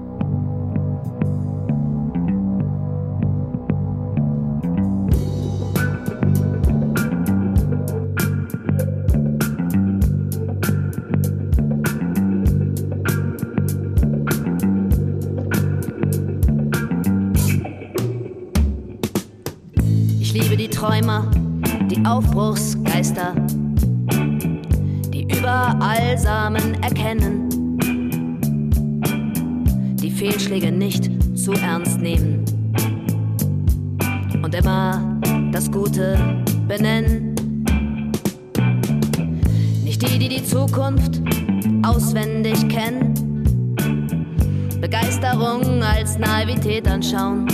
Ich liebe die Träumer, die Aufbruchsgeister, die überall Samen erkennen, die Fehlschläge nicht zu ernst nehmen und immer das Gute benennen. Nicht die, die die Zukunft auswendig kennen, Begeisterung als Naivität anschauen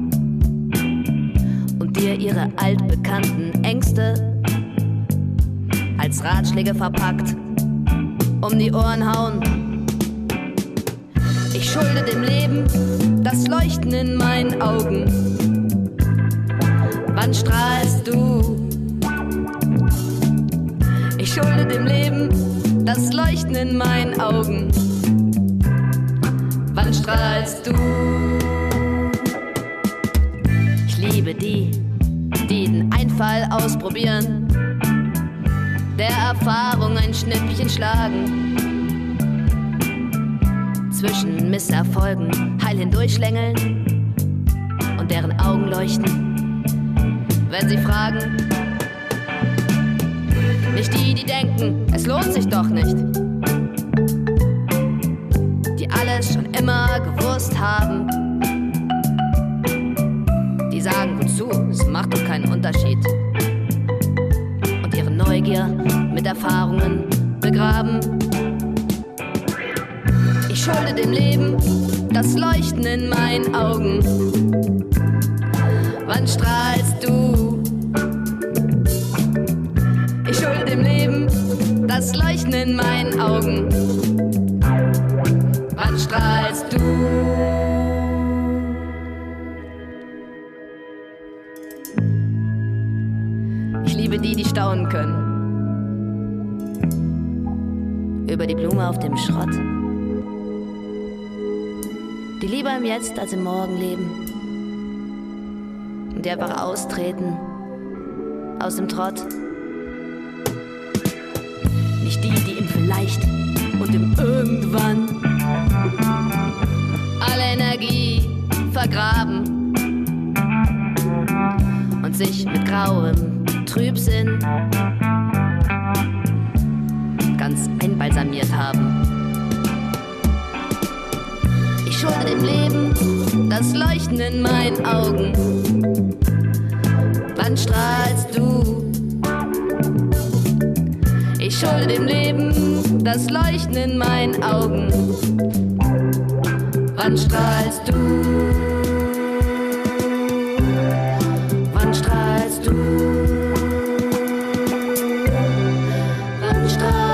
und dir ihre altbekannten Ängste als Ratschläge verpackt um die Ohren hauen. Ich schulde dem Leben das Leuchten in meinen Augen. Wann strahlst du? Ich schulde dem Leben das Leuchten in meinen Augen. Wann strahlst du? Ich liebe die, die den Einfall ausprobieren, der Erfahrung ein Schnippchen schlagen, zwischen Misserfolgen heil hindurchschlängeln und deren Augen leuchten, wenn sie fragen. Nicht die, die denken, es lohnt sich doch nicht, die alles schon immer gewusst haben, die sagen, wozu, es macht doch keinen Unterschied, und ihre Neugier mit Erfahrungen begraben. Ich schulde dem Leben das Leuchten in meinen Augen. Wann strahlst du? Ich schulde dem Leben das Leuchten in meinen Augen. Wann strahlst du? Ich liebe die, die staunen können über die Blume auf dem Schrott, die lieber im Jetzt als im Morgen leben und die einfach austreten aus dem Trott. Nicht die, die im Vielleicht und im Irgendwann alle Energie vergraben und sich mit grauem Trübsinn ganz einbalsamiert haben. Ich schulde dem Leben das Leuchten in meinen Augen. Wann strahlst du? Ich schulde dem Leben das Leuchten in meinen Augen. Wann strahlst du? Wann strahlst du? Wann strahlst du?